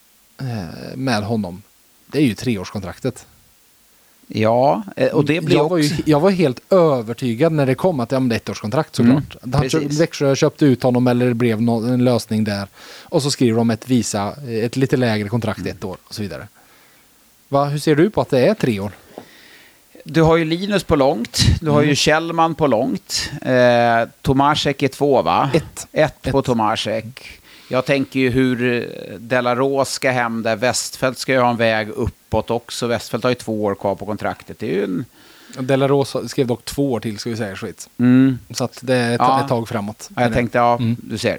med honom, det är ju 3-årskontraktet. Ja, och det blir jag var helt övertygad när det kom att det är ett årskontrakt såklart. Växjö köpte ut honom, eller det blev en lösning där. Och så skriver de ett lite lägre kontrakt 1 år och så vidare. Hur ser du på att det är 3 år? Du har ju Linus på långt. Du har ju Kjellman på långt. Tomasek är 2, va? 1 på Tomasek. Jag tänker ju hur Delaros ska hem där. Westfeldt ska ju ha en väg uppåt också. Westfeldt har ju 2 år kvar på kontraktet. Det är ju Delaros skrev dock 2 år till, ska vi säga, i Schweiz. Så att det är ett tag framåt. Ja, jag tänkte, du ser.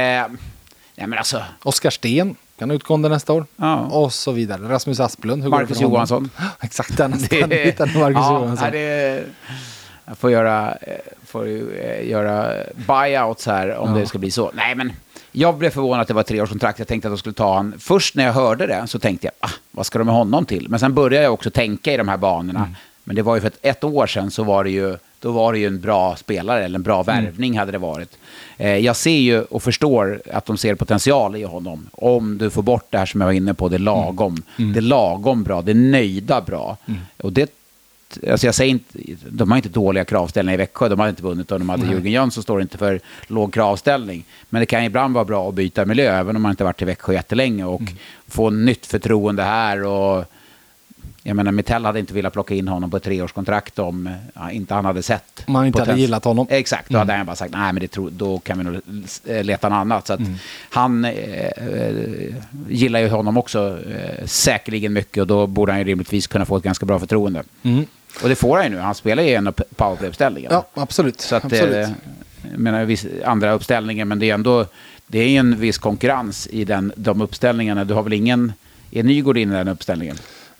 Men alltså. Oskar Sten kan utgå under nästa år. Ja. Och så vidare. Rasmus Asplund. Marcus Johansson. Exakt, den Marcus Johansson. Jag får göra buyouts här om det ska bli så. Nej, men jag blev förvånad att det var 3-årskontrakt. Jag tänkte att de skulle ta han. Först när jag hörde det så tänkte jag, vad ska de med honom till? Men sen började jag också tänka i de här banorna. Men det var ju för ett år sedan så var det ju, då var det ju en bra spelare, eller en bra värvning hade det varit. Jag ser ju och förstår att de ser potential i honom. Om du får bort det här som jag var inne på, det är lagom. Det är lagom bra, det är nöjda bra. Och det, alltså jag säger inte, de har inte dåliga kravställningar i Växjö, de hade inte vunnit om de hade Jürgen Jönsson, står inte för låg kravställning, men det kan ibland vara bra att byta miljö även om man inte varit i Växjö jättelänge och få nytt förtroende här. Och jag menar, Mittell hade inte velat plocka in honom på ett 3-årskontrakt om inte han hade sett. Man inte hade gillat honom. Exakt, då hade han bara sagt, nej men då kan vi nog leta något annat. Så att han gillar ju honom också säkerligen mycket, och då borde han ju rimligtvis kunna få ett ganska bra förtroende. Och det får han ju nu. Han spelar ju en powerplay-uppställningen. Ja, absolut. Så att jag menar, andra uppställningar, men det är ändå, det är en viss konkurrens i de uppställningarna. Du har väl ingen, är Nygård in i den uppställningen?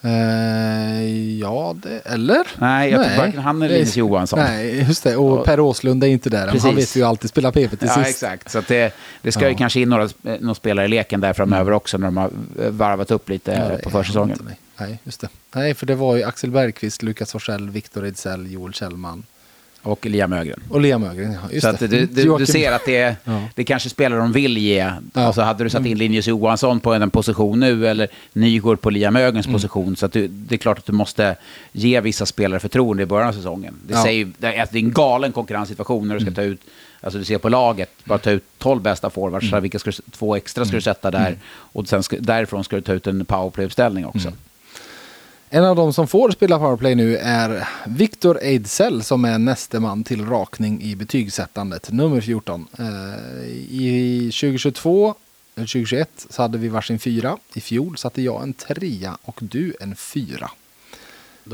Ja, eller? Nej, jag tror varken han eller Linus Johansson. Nej, just det. Och Per Åslund är inte där. Precis. Han vet ju alltid spela PP till sist. Ja, exakt. Så att det ska ju kanske in några spelare i leken där framöver också, när de har varvat upp lite på försäsongen. Nej, just det. Nej, för det var ju Axel Bergqvist, Lukas Forsell, Viktor Edsell, Joel Kjellman. Och Liam Ögren. Ja, just så att du ser att det kanske spelar de vill ge. Ja. Alltså hade du satt in Linus Johansson på en position nu, eller Nygård på Liam Ögrens position, så att det är klart att du måste ge vissa spelare förtroende i början av säsongen. Det är en galen konkurrenssituation när du ska ta ut, alltså du ser på laget, bara ta ut 12 bästa forwards, vilka 2 extra ska du sätta där, och sen därifrån ska du ta ut en powerplay-uppställning också. En av de som får spela powerplay nu är Victor Ejdsell som är näste man till rakning i betygsättandet, nummer 14. I 2022 eller 2021 så hade vi varsin 4. I fjol satte jag en 3 och du en 4. Då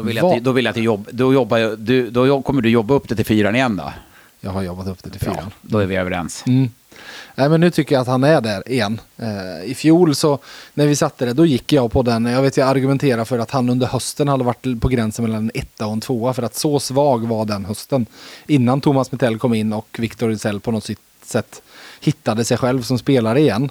kommer du jobba upp det till 4 igen då? Jag har jobbat upp det till 4. Ja, då är vi överens. Nej, men nu tycker jag att han är där igen. I fjol så när vi satte det, då gick jag på den. Jag argumenterar för att han under hösten hade varit på gränsen mellan en 1 och en 2 för att så svag var den hösten. Innan Thomas Mitell kom in och Victor Ejdsell på något sätt hittade sig själv som spelare igen.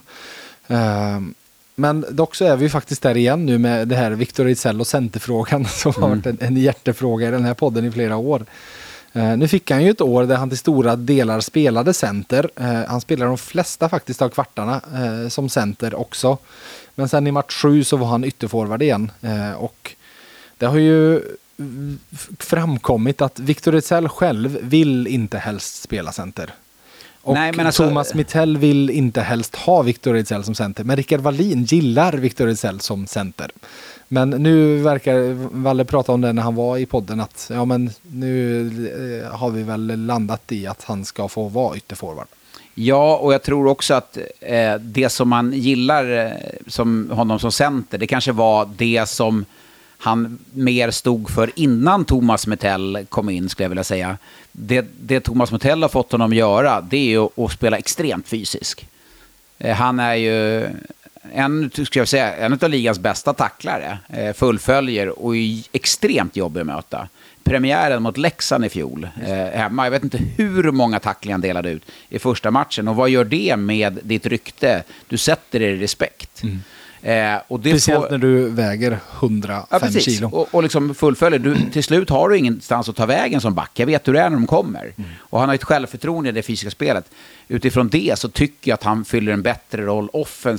Men dock så är vi faktiskt där igen nu med det här Victor Ejdsell och centerfrågan som har varit en hjärtefråga i den här podden i flera år. Nu fick han ju ett år där han till stora delar spelade center. Han spelade de flesta faktiskt av kvartarna som center också. Men sen i match 7 så var han ytterforward igen. Och det har ju framkommit att Victor Ejdsell själv vill inte helst spela center. Och nej, men alltså, Thomas Mitell vill inte helst ha Victor Ejdsell som center. Men Rickard Wallin gillar Victor Ejdsell som center. Men nu verkar Valle prata om det när han var i podden att ja, men nu har vi väl landat i att han ska få vara ytterforward. Ja, och jag tror också att det som man gillar som honom som center, det kanske var det som han mer stod för innan Thomas Mitell kom in, skulle jag vilja säga. Det Thomas Mitell har fått honom göra, det är ju att spela extremt fysisk. Han är ju en av ligans bästa tacklare, fullföljer och är extremt jobbig att möta. Premiären mot Leksand i fjol hemma, jag vet inte hur många tacklingar han delade ut i första matchen, och vad gör det med ditt rykte? Du sätter det i respekt. Och det speciellt när du väger 105 kilo. Och liksom fullföljer. Till slut har du ingenstans att ta vägen som back. Jag vet hur det är när de kommer. Och han har ett självförtroende i det fysiska spelet. Utifrån det så tycker jag att han fyller en bättre roll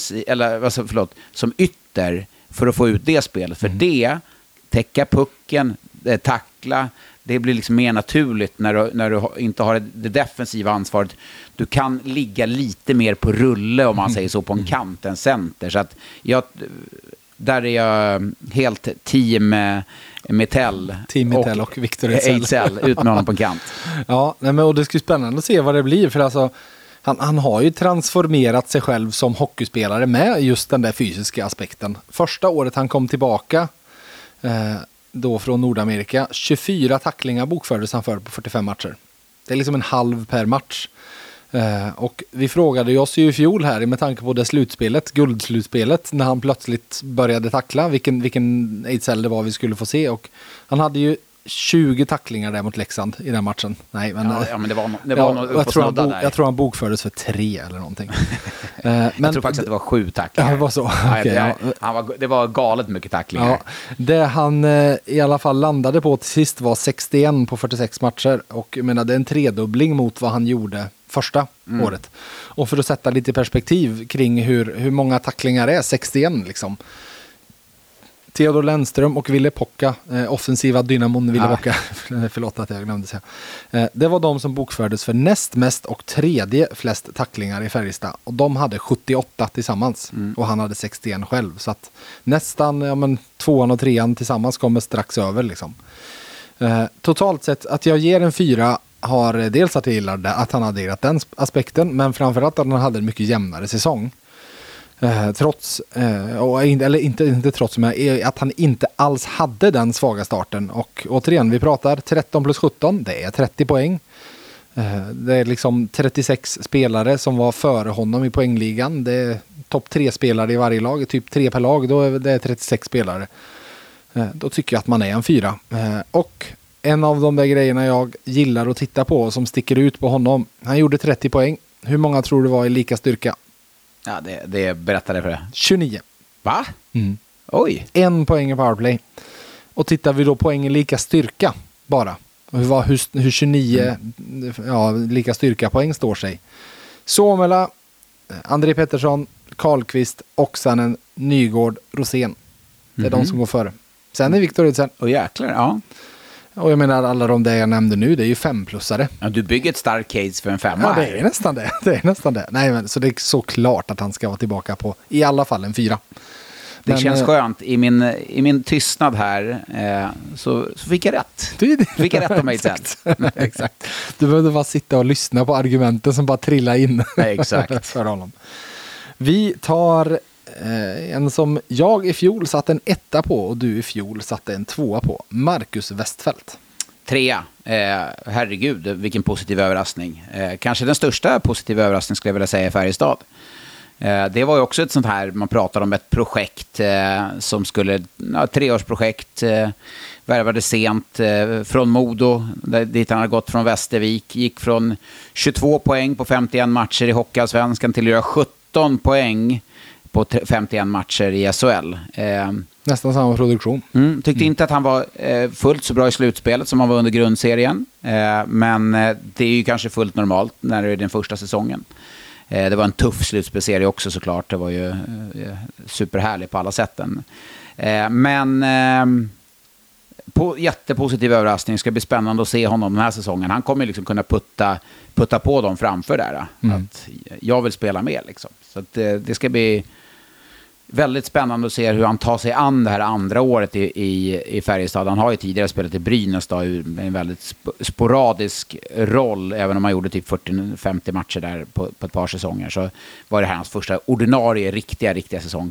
som ytter för att få ut det spelet. För det, täcka pucken, tackla, det blir liksom mer naturligt när du inte har det defensiva ansvaret. Du kan ligga lite mer på rulle, om man säger så, på en kant än center. Så att där är jag helt team Mitell och Victor Ejdsell ut med honom på en kant. Ja, men, och det ska bli spännande att se vad det blir. För alltså, han har ju transformerat sig själv som hockeyspelare med just den där fysiska aspekten. Första året han kom tillbaka då från Nordamerika, 24 tacklingar bokfördes han för på 45 matcher. Det är liksom en halv per match. Och vi frågade oss ju i fjol här med tanke på det slutspelet, guldslutspelet, när han plötsligt började tackla, vilken Ejdsell det var vi skulle få se, och han hade ju 20 tacklingar där mot Leksand i den matchen. Nej, men men det var något jag tror han bokfördes för 3 eller någonting. Men jag tror faktiskt att det var 7 tacklingar. Ja, det var så. Okay, det var galet mycket tacklingar. Ja, det han i alla fall landade på till sist var 61 på 46 matcher, och jag menar, det är en tredubbling mot vad han gjorde första året. Och för att sätta lite perspektiv kring hur många tacklingar är 61 liksom. Theodor Lennström och Ville Pocka, offensiva dynamon Ville Pocka, förlåt att jag glömde säga. Det var de som bokfördes för näst mest och tredje flest tacklingar i Färjestad. Och de hade 78 tillsammans. Och han hade 61 själv. Så att nästan 2:an och 3:an tillsammans kommer strax över liksom. Totalt sett, att jag ger en 4 har dels att jag gillar att han hade adderat den aspekten, men framförallt att han hade en mycket jämnare säsong. Trots, eller inte trots, men att han inte alls hade den svaga starten. Och återigen, vi pratar 13 plus 17, det är 30 poäng. Det är liksom 36 spelare som var före honom i poängligan. Det är topp 3 spelare i varje lag, typ 3 per lag, då är det 36 spelare. Då tycker jag att man är en 4. Och en av de där grejerna jag gillar att titta på som sticker ut på honom, han gjorde 30 poäng. Hur många tror du var i lika styrka? Ja, det berättade för det. 29. Va? Oj. 1 poäng i powerplay. Och tittar vi då poäng i lika styrka bara. Och hur 29 lika styrka poäng står sig. Suomela, André Pettersson, Karlqvist, Oksanen, Nygård, Rosén. Det är de som går före. Sen är Victor Ejdsell. Och jäklar, ja. Och jag menar, alla de där jag nämnde nu, det är ju 5-plussare. Ja, du bygger ett starkt case för en 5. Ja, det är nästan det. Nej, men så det är så klart att han ska vara tillbaka på i alla fall en 4. Det känns skönt. I min tystnad här så fick jag rätt. Fick jag rätt om mig sen. Exakt. Du behövde bara sitta och lyssna på argumenten som bara trillar in. Nej, exakt. För honom. Vi tar en som jag i fjol satte en 1 på och du i fjol satte en 2 på. Marcus Westfeldt. 3. Herregud, vilken positiv överraskning. Kanske den största positiva överraskningen skulle jag vilja säga i Färjestad. Det var ju också ett sånt här, man pratar om ett projekt som skulle, 3-årsprojekt, värvade sent från Modo, dit han hade gått från Västervik, gick från 22 poäng på 51 matcher i Hockeyallsvenskan till att göra 17 poäng på 51 matcher i SHL. Nästan samma produktion. Tyckte inte att han var fullt så bra i slutspelet som han var under grundserien, men det är ju kanske fullt normalt när det är den första säsongen. Det var en tuff slutspelserie också såklart. Det var ju superhärligt på alla sätten. Men jättepositiv överraskning. Det ska bli spännande att se honom den här säsongen. Han kommer liksom kunna putta på dem framför där. Att jag vill spela med liksom. Så att det ska bli väldigt spännande att se hur han tar sig an det här andra året i Färjestad. Han har ju tidigare spelat i Brynäs då, med en väldigt sporadisk roll. Även om han gjorde typ 40-50 matcher där på ett par säsonger, så var det här hans första ordinarie, riktiga säsong.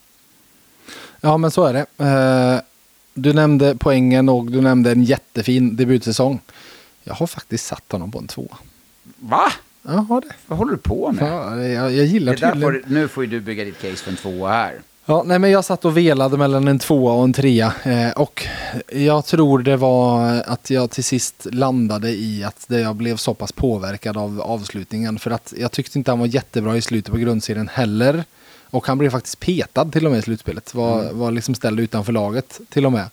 Ja, men så är det. Du nämnde poängen och du nämnde en jättefin debutsäsong. Jag har faktiskt satt honom på en 2. Va? Jag har det. Vad håller du på med? Ja, jag gillar tydligen. Nu får ju du bygga ditt case för en 2 här. Ja, nej, men jag satt och velade mellan en 2 och en 3. Och jag tror det var att jag till sist landade i att jag blev så pass påverkad av avslutningen. För att jag tyckte inte han var jättebra i slutet på grundserien heller. Och han blev faktiskt petad till och med i slutspelet. Var liksom ställd utanför laget till och med.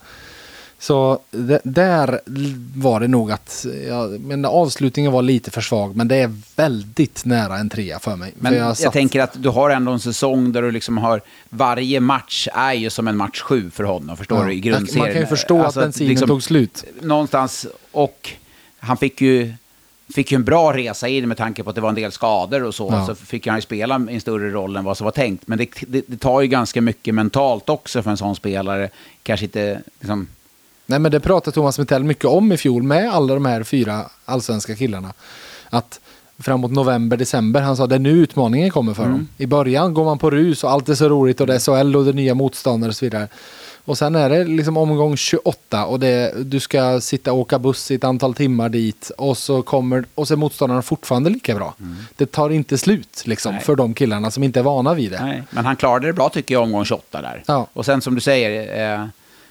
Så där var det nog att men avslutningen var lite för svag, men det är väldigt nära en 3 för mig. Men för jag tänker att du har ändå en säsong där du liksom har, varje match är ju som en match 7 för honom, förstår du, i grundserien. Man kan ju förstå att bensinen liksom tog slut. Någonstans, och han fick ju en bra resa in med tanke på att det var en del skador och så fick han ju spela en större roll än vad som var tänkt. Men det tar ju ganska mycket mentalt också för en sån spelare. Kanske inte liksom... Nej, men det pratade Thomas Mitell mycket om i fjol med alla de här 4 allsvenska killarna. Att framåt november, december, han sa det är nu utmaningen kommer för dem. I början går man på rus och allt är så roligt och det är SHL och det är nya motståndare och så vidare. Och sen är det liksom omgång 28 och du ska sitta och åka buss i ett antal timmar dit och så är motståndarna fortfarande lika bra. Det tar inte slut liksom för de killarna som inte är vana vid det. Nej, men han klarade det bra tycker jag omgång 28 där. Ja. Och sen som du säger...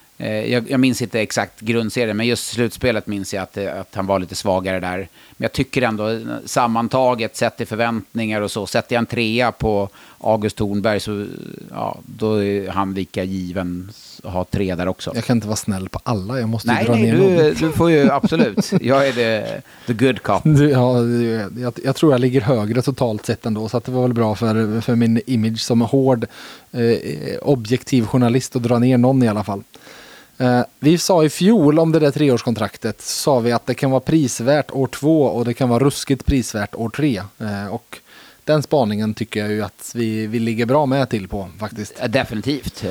Jag minns inte exakt grundserien, men just slutspelet minns jag att han var lite svagare där. Men jag tycker ändå sammantaget, sett i förväntningar och så, sätter jag en 3 på August Thornberg så då är han lika given att ha 3 där också. Jag kan inte vara snäll på alla, jag måste dra ner du får ju absolut. Jag är the good cop. Jag tror jag ligger högre totalt sett ändå, så att det var väl bra för min image som hård objektiv journalist att dra ner någon i alla fall. Vi sa i fjol om det där 3-årskontraktet, sa vi att det kan vara prisvärt år 2 och det kan vara ruskigt prisvärt år 3. Och den spaningen tycker jag ju att vi ligger bra med till på faktiskt. Definitivt.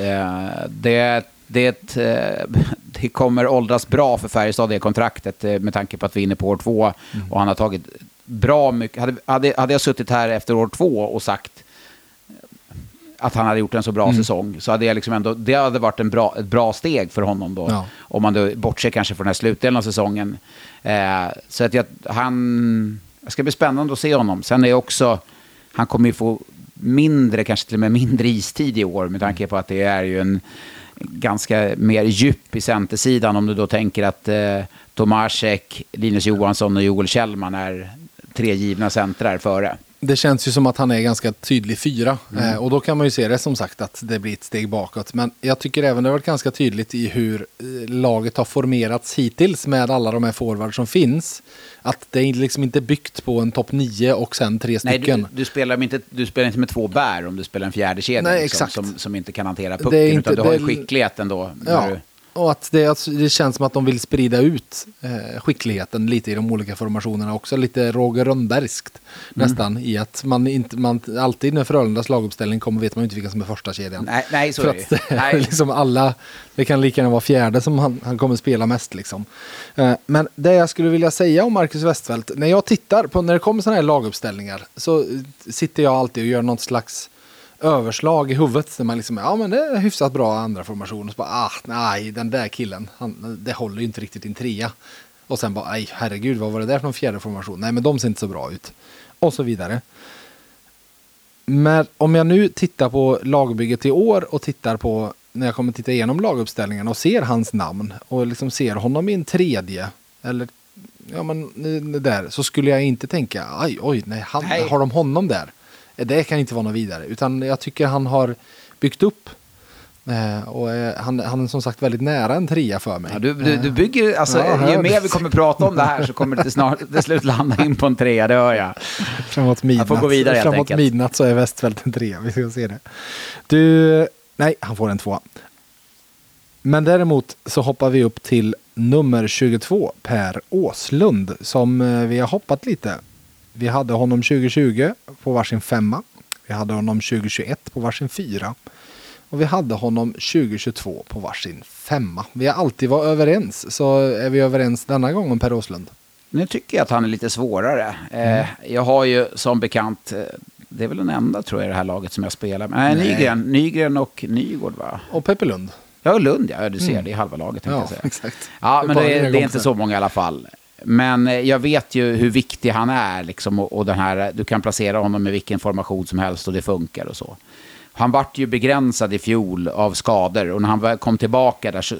Det kommer åldras bra för Färjestad, det kontraktet, med tanke på att vi är inne på år 2 och han har tagit bra mycket. Hade jag suttit här efter år 2 och sagt att han hade gjort en så bra säsong, så hade jag liksom ändå, det hade varit ett bra steg för honom då. Ja. Om man då bortser kanske från den här slutdelen av säsongen. Så att jag ska bli spännande att se honom. Sen är också, han kommer ju få kanske till och med mindre istid i år, med tanke på att det är ju en ganska mer djup i centersidan, om du då tänker att Tomasek, Linus Johansson och Joel Kjellman är 3 givna centrar före. Det känns ju som att han är ganska tydlig 4. Och då kan man ju se det som sagt att det blir ett steg bakåt. Men jag tycker även det har varit ganska tydligt i hur laget har formerats hittills med alla de här forwards som finns. Att det är liksom inte byggt på en topp 9 och sen 3 stycken. Nej, du spelar inte med 2 bär om du spelar en fjärde kedja. Nej, liksom, exakt. som inte kan hantera pucken, utan du har ju skicklighet ändå. Ja. Och att det känns som att de vill sprida ut skickligheten lite i de olika formationerna också. Lite Roger Rönnbergskt nästan i att man alltid när Frölundas laguppställning kommer vet man inte vilka som är första kedjan. Nej, så är det. Nej. Liksom alla, det kan lika gärna vara fjärde som han kommer spela mest liksom. Men det jag skulle vilja säga om Marcus Westfeldt, när jag tittar på när det kommer sådana här laguppställningar så sitter jag alltid och gör något slags överslag i huvudet där man liksom, ja men det är hyfsat bra andra formation och så bara, nej den där killen, det håller ju inte riktigt in trea. Och sen bara, nej herregud vad var det där för någon fjärde formation? Nej men de ser inte så bra ut. Och så vidare. Men om jag nu tittar på lagbygget i år och tittar på, när jag kommer titta igenom laguppställningen och ser hans namn och liksom ser honom i en tredje eller ja men där, så skulle jag inte tänka, nej. Har de honom där? Det kan inte vara något vidare, utan jag tycker han har byggt upp och han är som sagt väldigt nära en trea för mig. Ja, du bygger, alltså ju mer vi kommer prata om det här så kommer det till slut landa in på en trea, det hör jag. Framåt midnatt, jag får gå vidare helt framåt midnatt så är Westfeldt en trea, vi ska se det. Nej, han får en tvåa. Men däremot så hoppar vi upp till nummer 22, Per Åslund, som vi har hoppat lite. Vi hade honom 2020 på varsin 5. Vi hade honom 2021 på varsin 4. Och vi hade honom 2022 på varsin 5. Vi har alltid varit överens. Så är vi överens denna gång om Per Åslund? Nu tycker jag att han är lite svårare. Jag har ju som bekant, det är väl den enda tror jag i det här laget som jag spelar med. Nygren och Nygård va? Och Peppe Lund. Ja, Lund, ja, du ser det i halva laget. Ja, jag säga. Exakt. Ja, men det är inte så många i alla fall. Men jag vet ju hur viktig han är liksom, och den här, du kan placera honom med vilken formation som helst och det funkar och så. Han vart ju begränsad i fjol av skador och när han kom tillbaka där så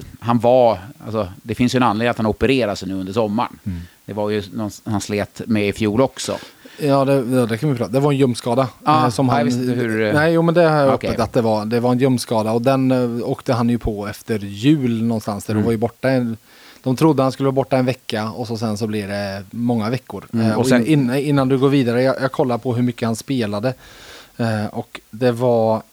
det finns ju en anledning att han opererar sig nu under sommaren. Det var ju han slet med i fjol också. Ja, det kan vi prata. Det var en ljumskada. Som han, Nej, men det har jag öppet att det var en ljumskada och den åkte han ju på efter jul någonstans där. Det var ju borta de trodde han skulle vara borta en vecka och så sen så blir det många veckor. Och sen, innan du går vidare, jag kollar på hur mycket han spelade. Och det var...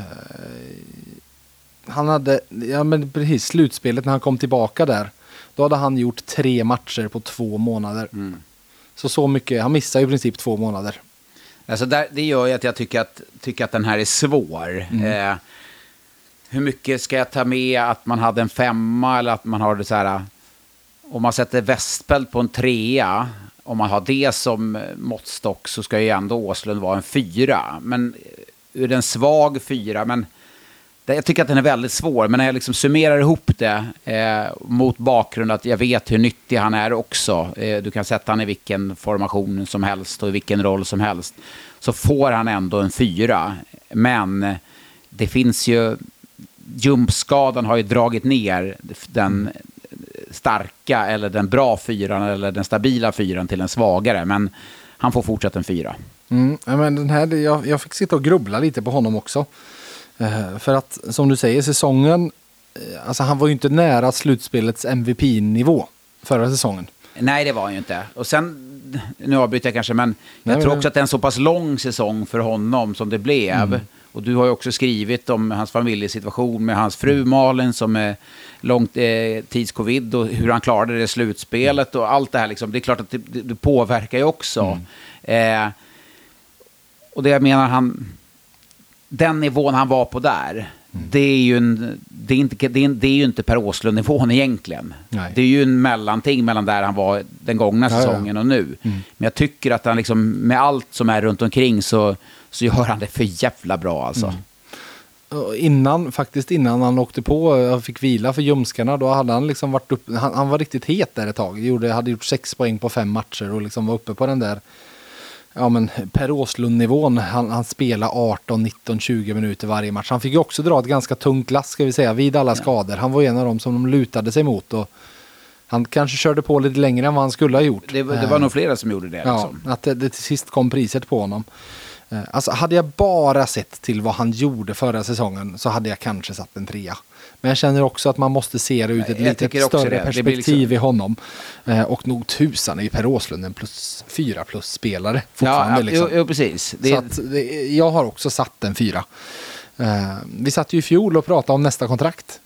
han hade... Ja, men precis, slutspelet när han kom tillbaka där. Då hade han gjort 3 matcher på 2 månader. Så mycket... Han missade i princip 2 månader. Alltså det gör ju att jag tycker att den här är svår. Hur mycket ska jag ta med att man hade en 5 eller att man har det så här... Om man sätter Westfeldt på en 3, om man har det som måttstock så ska ju ändå Åslund vara en 4. Men ur en svag 4, men jag tycker att den är väldigt svår. Men när jag liksom summerar ihop det mot bakgrund att jag vet hur nyttig han är också. Du kan sätta han i vilken formation som helst och i vilken roll som helst. Så får han ändå en 4. Men det finns ju... Jumpskadan har ju dragit ner den starka eller den bra 4 eller den stabila 4 till en svagare, men han får fortsätta en 4. Men den här, jag fick sitta och grubbla lite på honom också. För att, som du säger, säsongen, alltså han var ju inte nära slutspelets MVP-nivå förra säsongen. Nej, det var han ju inte. Och sen, nu avbryter jag kanske, men jag tror också att det är en så pass lång säsong för honom som det blev. Och du har ju också skrivit om hans familjesituation med hans fru Malin som är långt tidscovid och hur han klarade det slutspelet och allt det här. Liksom. Det är klart att det påverkar ju också. Och det jag menar, den nivån han var på där, det är ju inte Per Åslund-nivån egentligen. Nej. Det är ju en mellanting mellan där han var den gångna säsongen och nu. Men jag tycker att han liksom, med allt som är runt omkring så gör han det för jävla bra alltså. Innan han åkte på och fick vila för ljumskarna, då hade han liksom varit uppe, han var riktigt het där ett tag. Hade gjort 6 poäng på 5 matcher och liksom var uppe på den där Per Åslund-nivån. Han spelade 18, 19, 20 minuter varje match. Han fick ju också dra ett ganska tungt lass, ska vi säga, vid alla skador. Han var en av dem som de lutade sig mot och han kanske körde på lite längre än vad han skulle ha gjort. Det var nog flera som gjorde det. Liksom. Att det till sist kom priset på honom. Alltså hade jag bara sett till vad han gjorde förra säsongen så hade jag kanske satt en 3. Men jag känner också att man måste se det ut ett lite större perspektiv liksom... i honom. Och nog tusan är ju Per Åslund en 4+ spelare fortfarande. Liksom. Jo, precis. Så att, jag har också satt en 4. Vi satt ju i fjol och pratade om nästa kontrakt.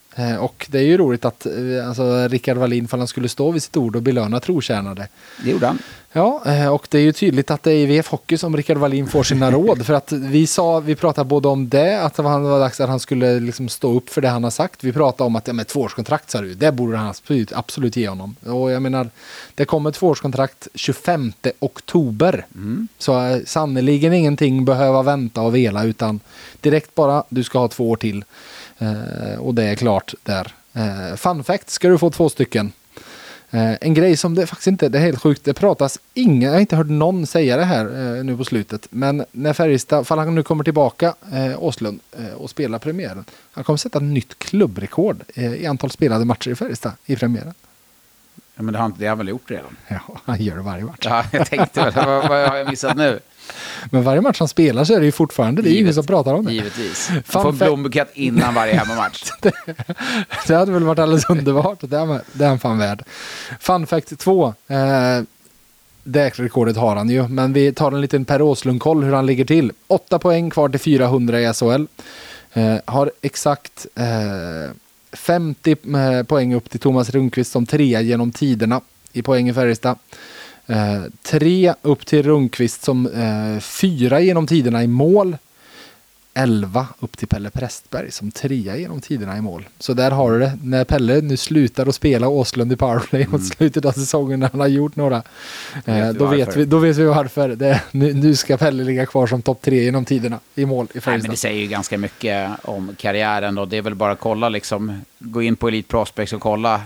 Och det är ju roligt att alltså, Rickard Wallin, för han skulle stå vid sitt ord och belöna trotjänare. Det gjorde han. Ja, och det är ju tydligt att det är i VF Hockey som Rickard Wallin får sina råd. För att vi pratade både om det, att det var dags att han skulle liksom stå upp för det han har sagt. Vi pratade om att med 2-årskontrakt, sa du, det borde han absolut ge honom. Och jag menar, det kommer 2-årskontrakt 25 oktober. Så sannoliken ingenting behöva vänta och vela, utan direkt bara, du ska ha 2 år till. Och det är klart där. Fun fact, ska du få 2 stycken. En grej som det faktiskt inte, det är helt sjukt, det pratas jag har inte hört någon säga det här nu på slutet, men när Färjestad, för han nu kommer tillbaka, Åslund, och spelar premiären, han kommer sätta ett nytt klubbrekord i antal spelade matcher i Färjestad i premiären. Ja, men det har han väl gjort redan? Ja, han gör det varje match. Ja, jag tänkte, vad har jag missat nu? Men varje match han spelar så är det ju fortfarande, det är ingen som pratar om det. Givetvis. Få en blombukett innan varje hemmamatch. Det hade väl varit alldeles underbart. Det är han fan värd. Fun fact 2. Det rekordet har han ju. Men vi tar en liten Per Åslund-koll hur han ligger till. 8 poäng kvar till 400 i SHL. Har exakt 50 poäng upp till Thomas Rundqvist som 3 genom tiderna i poäng i Färjestad. 3 upp till Rundqvist som 4 genom tiderna i mål. 11 upp till Pelle Prästberg som 3 genom tiderna i mål. Så där har du det. När Pelle nu slutar att spela Åslund i powerplay mot slutet av säsongen när han har gjort några. Då vet vi varför. Nu ska Pelle ligga kvar som topp 3 genom tiderna i mål i Färjestad. Men det säger ju ganska mycket om karriären, och det är väl bara att kolla liksom, gå in på Elite Prospects och kolla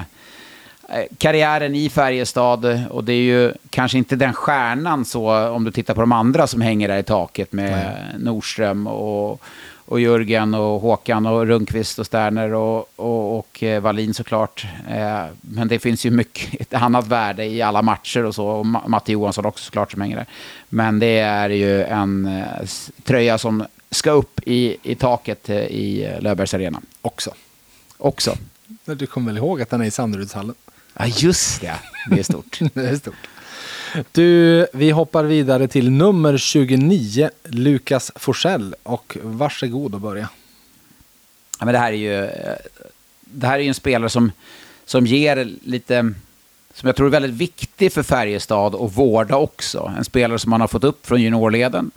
karriären i Färjestad, och det är ju kanske inte den stjärnan så om du tittar på de andra som hänger där i taket med Nordström och Jörgen och Håkan och Rundqvist och Sterner och Wallin såklart. Men det finns ju mycket ett annat värde i alla matcher och så, och Matte Johansson också såklart som hänger där. Men det är ju en tröja som ska upp i taket i Löfbergs Arena. Också. Du kommer väl ihåg att den är i Sanderudshallen? Ja, just det. Det är stort. Det är stort. Du, vi hoppar vidare till nummer 29, Lukas Forsell. Och varsågod att börja. Ja, men det här är ju en spelare som ger lite, som jag tror är väldigt viktig för Färjestad att vårda också. En spelare som man har fått upp från juniorleden.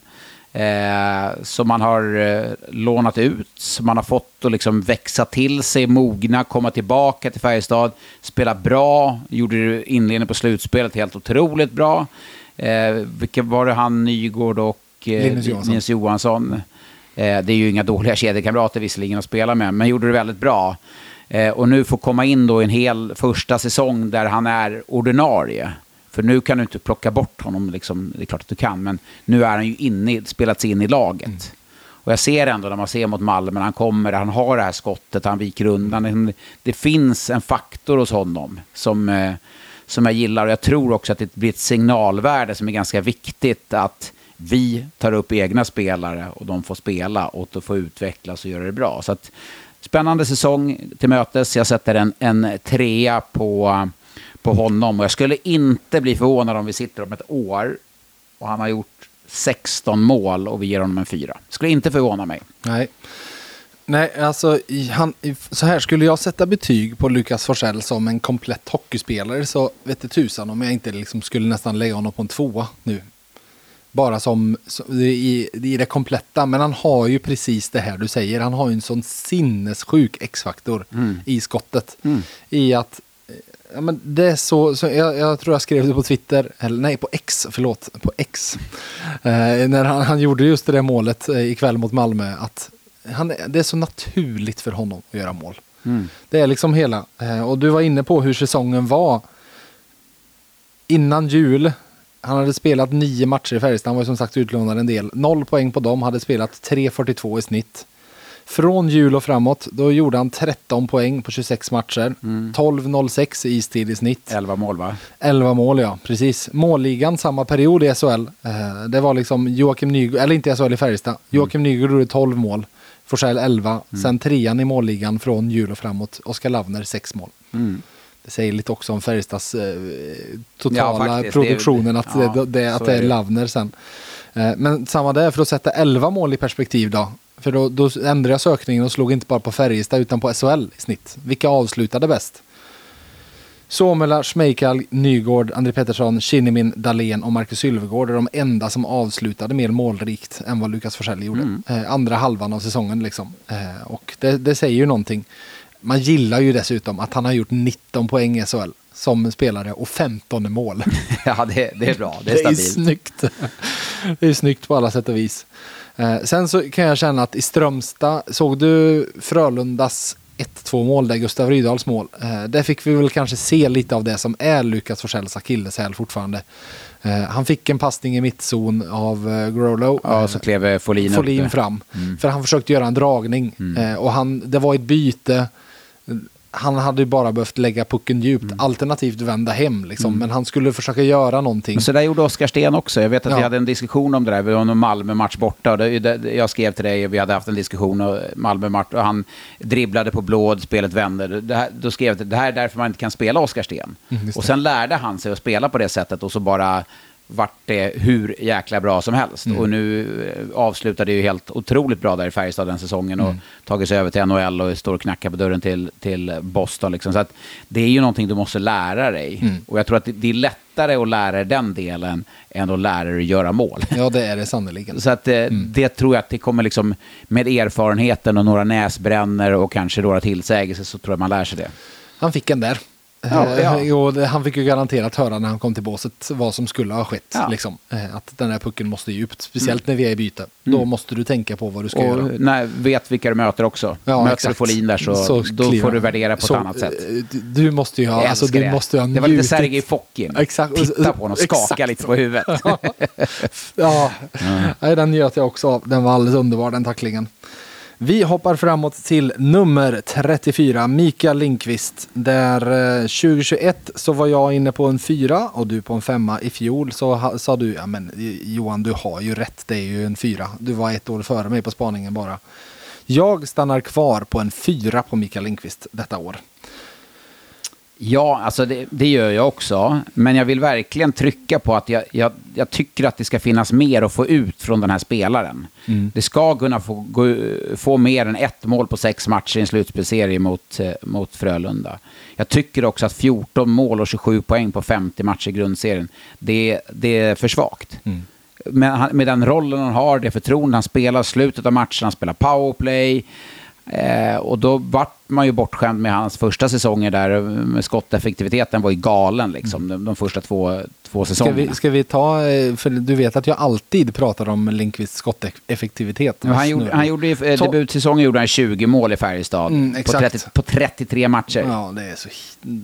Som man har lånat ut, som man har fått att liksom växa till sig, mogna, komma tillbaka till Färjestad, spela bra, gjorde inledningen på slutspelet helt otroligt bra. Vilka var det, han, Nygård och Linus Johansson. Det är ju inga dåliga kedjekamrater visserligen att spela med, men gjorde det väldigt bra. Och nu får komma in då en hel första säsong där han är ordinarie. För nu kan du inte plocka bort honom, liksom, det är klart att du kan, men nu är han ju spelats in i laget. Och jag ser ändå när man ser mot Malmö, han kommer, han har det här skottet, han viker undan. Det finns en faktor hos honom som jag gillar, och jag tror också att det blir ett signalvärde som är ganska viktigt, att vi tar upp egna spelare och de får spela och de får utvecklas och göra det bra. Så att, spännande säsong till mötes. Jag sätter en 3 på honom, och jag skulle inte bli förvånad om vi sitter om ett år och han har gjort 16 mål och vi ger honom en 4. Skulle inte förvåna mig. Nej, alltså så här skulle jag sätta betyg på Lukas Forsell som en komplett hockeyspelare, så vet du tusan om jag inte liksom skulle nästan lägga honom på en 2 nu. Bara som i det kompletta, men han har ju precis det här du säger. Han har ju en sån sinnessjuk X-faktor i skottet. I att ja, men det är så jag tror jag skrev det på Twitter, eller nej, på X. När han gjorde just det där målet ikväll mot Malmö, att det är så naturligt för honom att göra mål. Det är liksom hela, och du var inne på hur säsongen var innan jul. Han hade spelat 9 matcher i Färjestad, han var som sagt utlånad en del. 0 poäng på dem, hade spelat 3,42 i snitt. Från jul och framåt, då gjorde han 13 poäng på 26 matcher. 12,06 i istid i snitt. 11 mål va? 11 mål, ja, precis. Målligan samma period i SHL. Det var liksom Joakim Nygård, eller inte SHL i Färjestad. Joakim Nygård gjorde 12 mål. Forsell 11. Sen 3:an i målligan från jul och framåt. Oskar Lavner 6 mål. Det säger lite också om Färjestads totala produktionen, att det är Lavner sen. Men samma där, för att sätta 11 mål i perspektiv då. För då ändrade jag sökningen och slog inte bara på Färjestad utan på SHL i snitt. Vilka avslutade bäst? Somela, Schmeichel, Nygård, André Pettersson, Kinnimin, Dahlén och Marcus Sylvegård är de enda som avslutade mer målrikt än vad Lukas Forsell gjorde. Andra halvan av säsongen liksom. Och det säger ju någonting. Man gillar ju dessutom att han har gjort 19 poäng i SHL som spelare och 15 mål. Ja, det är bra. Det är stabilt. Det är snyggt. Det är snyggt på alla sätt och vis. Sen så kan jag känna att i Strömstad, såg du Frölundas 1-2 mål där, Gustav Rydahls mål. Där fick vi väl kanske se lite av det som är Lukas Forsells akilleshäl fortfarande. Han fick en passning i mittzon av Grolo. Ja, så klev Folin fram. För han försökte göra en dragning. Och det var ett byte. Han hade ju bara behövt lägga pucken djupt, alternativt vända hem liksom. Men han skulle försöka göra någonting. Men så där gjorde Oskar Sten också. Jag vet att vi hade en diskussion om det där. Vi var en Malmö-match borta. Och jag skrev till dig och vi hade haft en diskussion om Malmö-match. Och han dribblade på blåd, spelet vände. Då skrev jag att det här är därför man inte kan spela Oskar Sten. Och sen lärde han sig att spela på det sättet. Och så bara vart det hur jäkla bra som helst. Och nu avslutade ju helt otroligt bra där i Färjestad den säsongen och tagit sig över till NHL och står och knackar på dörren till Boston liksom. Så att det är ju någonting du måste lära dig. Och jag tror att det är lättare att lära dig den delen än att lära dig att göra mål. Ja, det är det sannoliken. Så att det tror jag att det kommer liksom med erfarenheten och några näsbränner och kanske några tillsägelser, så tror jag man lär sig det. Han fick en där. Och han fick ju garanterat höra när han kom till båset vad som skulle ha skett. Liksom. Att den här pucken måste djupt. Speciellt när vi är i byte. Då måste du tänka på vad du ska göra. Nej, vet vilka du möter också. Möter du Folin där så då får du värdera på ett annat sätt. Du måste ju ha... Alltså, du måste ha det var lite Sergej Fokin. Exakt. Titta på honom och skaka lite på huvudet. Den njöt jag också av. Den var alldeles underbar, den tacklingen. Vi hoppar framåt till nummer 34, Mikael Lindqvist. Där 2021 så var jag inne på en 4 och du på en 5 i fjol. Så sa du, ja men Johan, du har ju rätt, det är ju en 4. Du var ett år före mig på spaningen bara. Jag stannar kvar på en 4 på Mikael Lindqvist detta år. Ja, alltså det gör jag också. Men jag vill verkligen trycka på att jag tycker att det ska finnas mer att få ut från den här spelaren. Det ska kunna få mer än 1 mål på 6 matcher i en slutspelserie mot Frölunda. Jag tycker också att 14 mål och 27 poäng på 50 matcher i grundserien, det är för svagt. Men med den rollen han har, det förtroende han spelar, slutet av matchen, han spelar powerplay. Och då vart man ju bortskämd med hans första säsonger där med skotteffektiviteten var ju galen liksom, de första två säsongerna. Ska vi ta, för du vet att jag alltid pratar om Lindqvists skotteffektivitet. Ja, han gjorde i debutsäsongen gjorde han 20 mål i Färjestad på 33 matcher. Ja, det är så...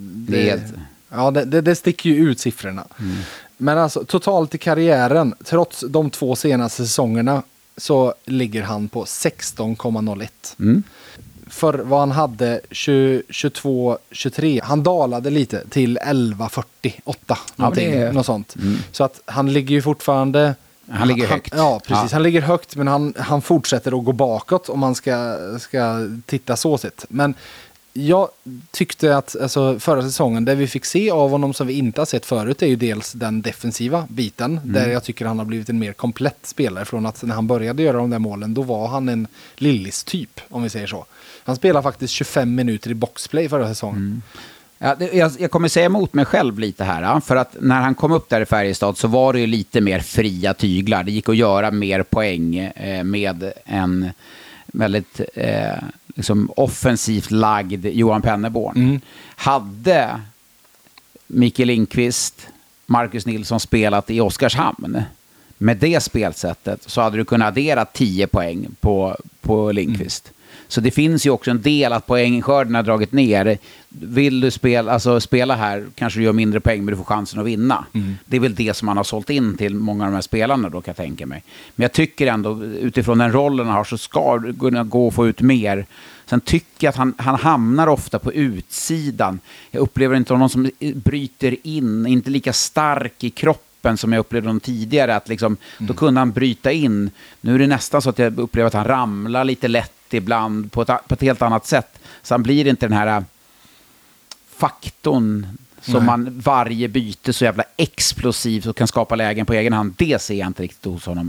Det sticker ju ut siffrorna. Men alltså totalt i karriären, trots de 2 senaste säsongerna, så ligger han på 16,01. För vad han hade 22-23. Han dalade lite till 11,48. Något sånt. Så att han ligger ju fortfarande... Han ligger högt. Ja, precis. Han ligger högt, men han fortsätter att gå bakåt om man ska titta så sett. Men jag tyckte att alltså, förra säsongen, det vi fick se av honom som vi inte har sett förut är ju dels den defensiva biten, där jag tycker han har blivit en mer komplett spelare. Från att när han började göra de där målen, då var han en Lillis-typ, om vi säger så. Han spelar faktiskt 25 minuter i boxplay förra säsongen. Ja, jag kommer säga emot mig själv lite här, för att när han kom upp där i Färjestad så var det ju lite mer fria tyglar. Det gick att göra mer poäng med en väldigt liksom offensivt lagd Johan Penneborn. Hade Mikael Lindqvist, Marcus Nilsson spelat i Oskarshamn med det spelsättet, så hade du kunnat addera 10 poäng på Lindqvist. Så det finns ju också en del att poängskörden har dragit ner. Vill du spela här, kanske du gör mindre poäng, men du får chansen att vinna. Det är väl det som man har sålt in till många av de här spelarna då, kan jag tänka mig. Men jag tycker ändå, utifrån den rollen han har, så ska det kunna gå och få ut mer. Sen tycker jag att han hamnar ofta på utsidan. Jag upplever inte någon som bryter in, inte lika stark i kroppen som jag upplevde honom tidigare. Att liksom, då kunde han bryta in. Nu är det nästan så att jag upplever att han ramlar lite lätt ibland på ett helt annat sätt. Så han blir inte den här faktorn som man varje byte så jävla explosivt och kan skapa lägen på egen hand. Det ser jag inte riktigt hos honom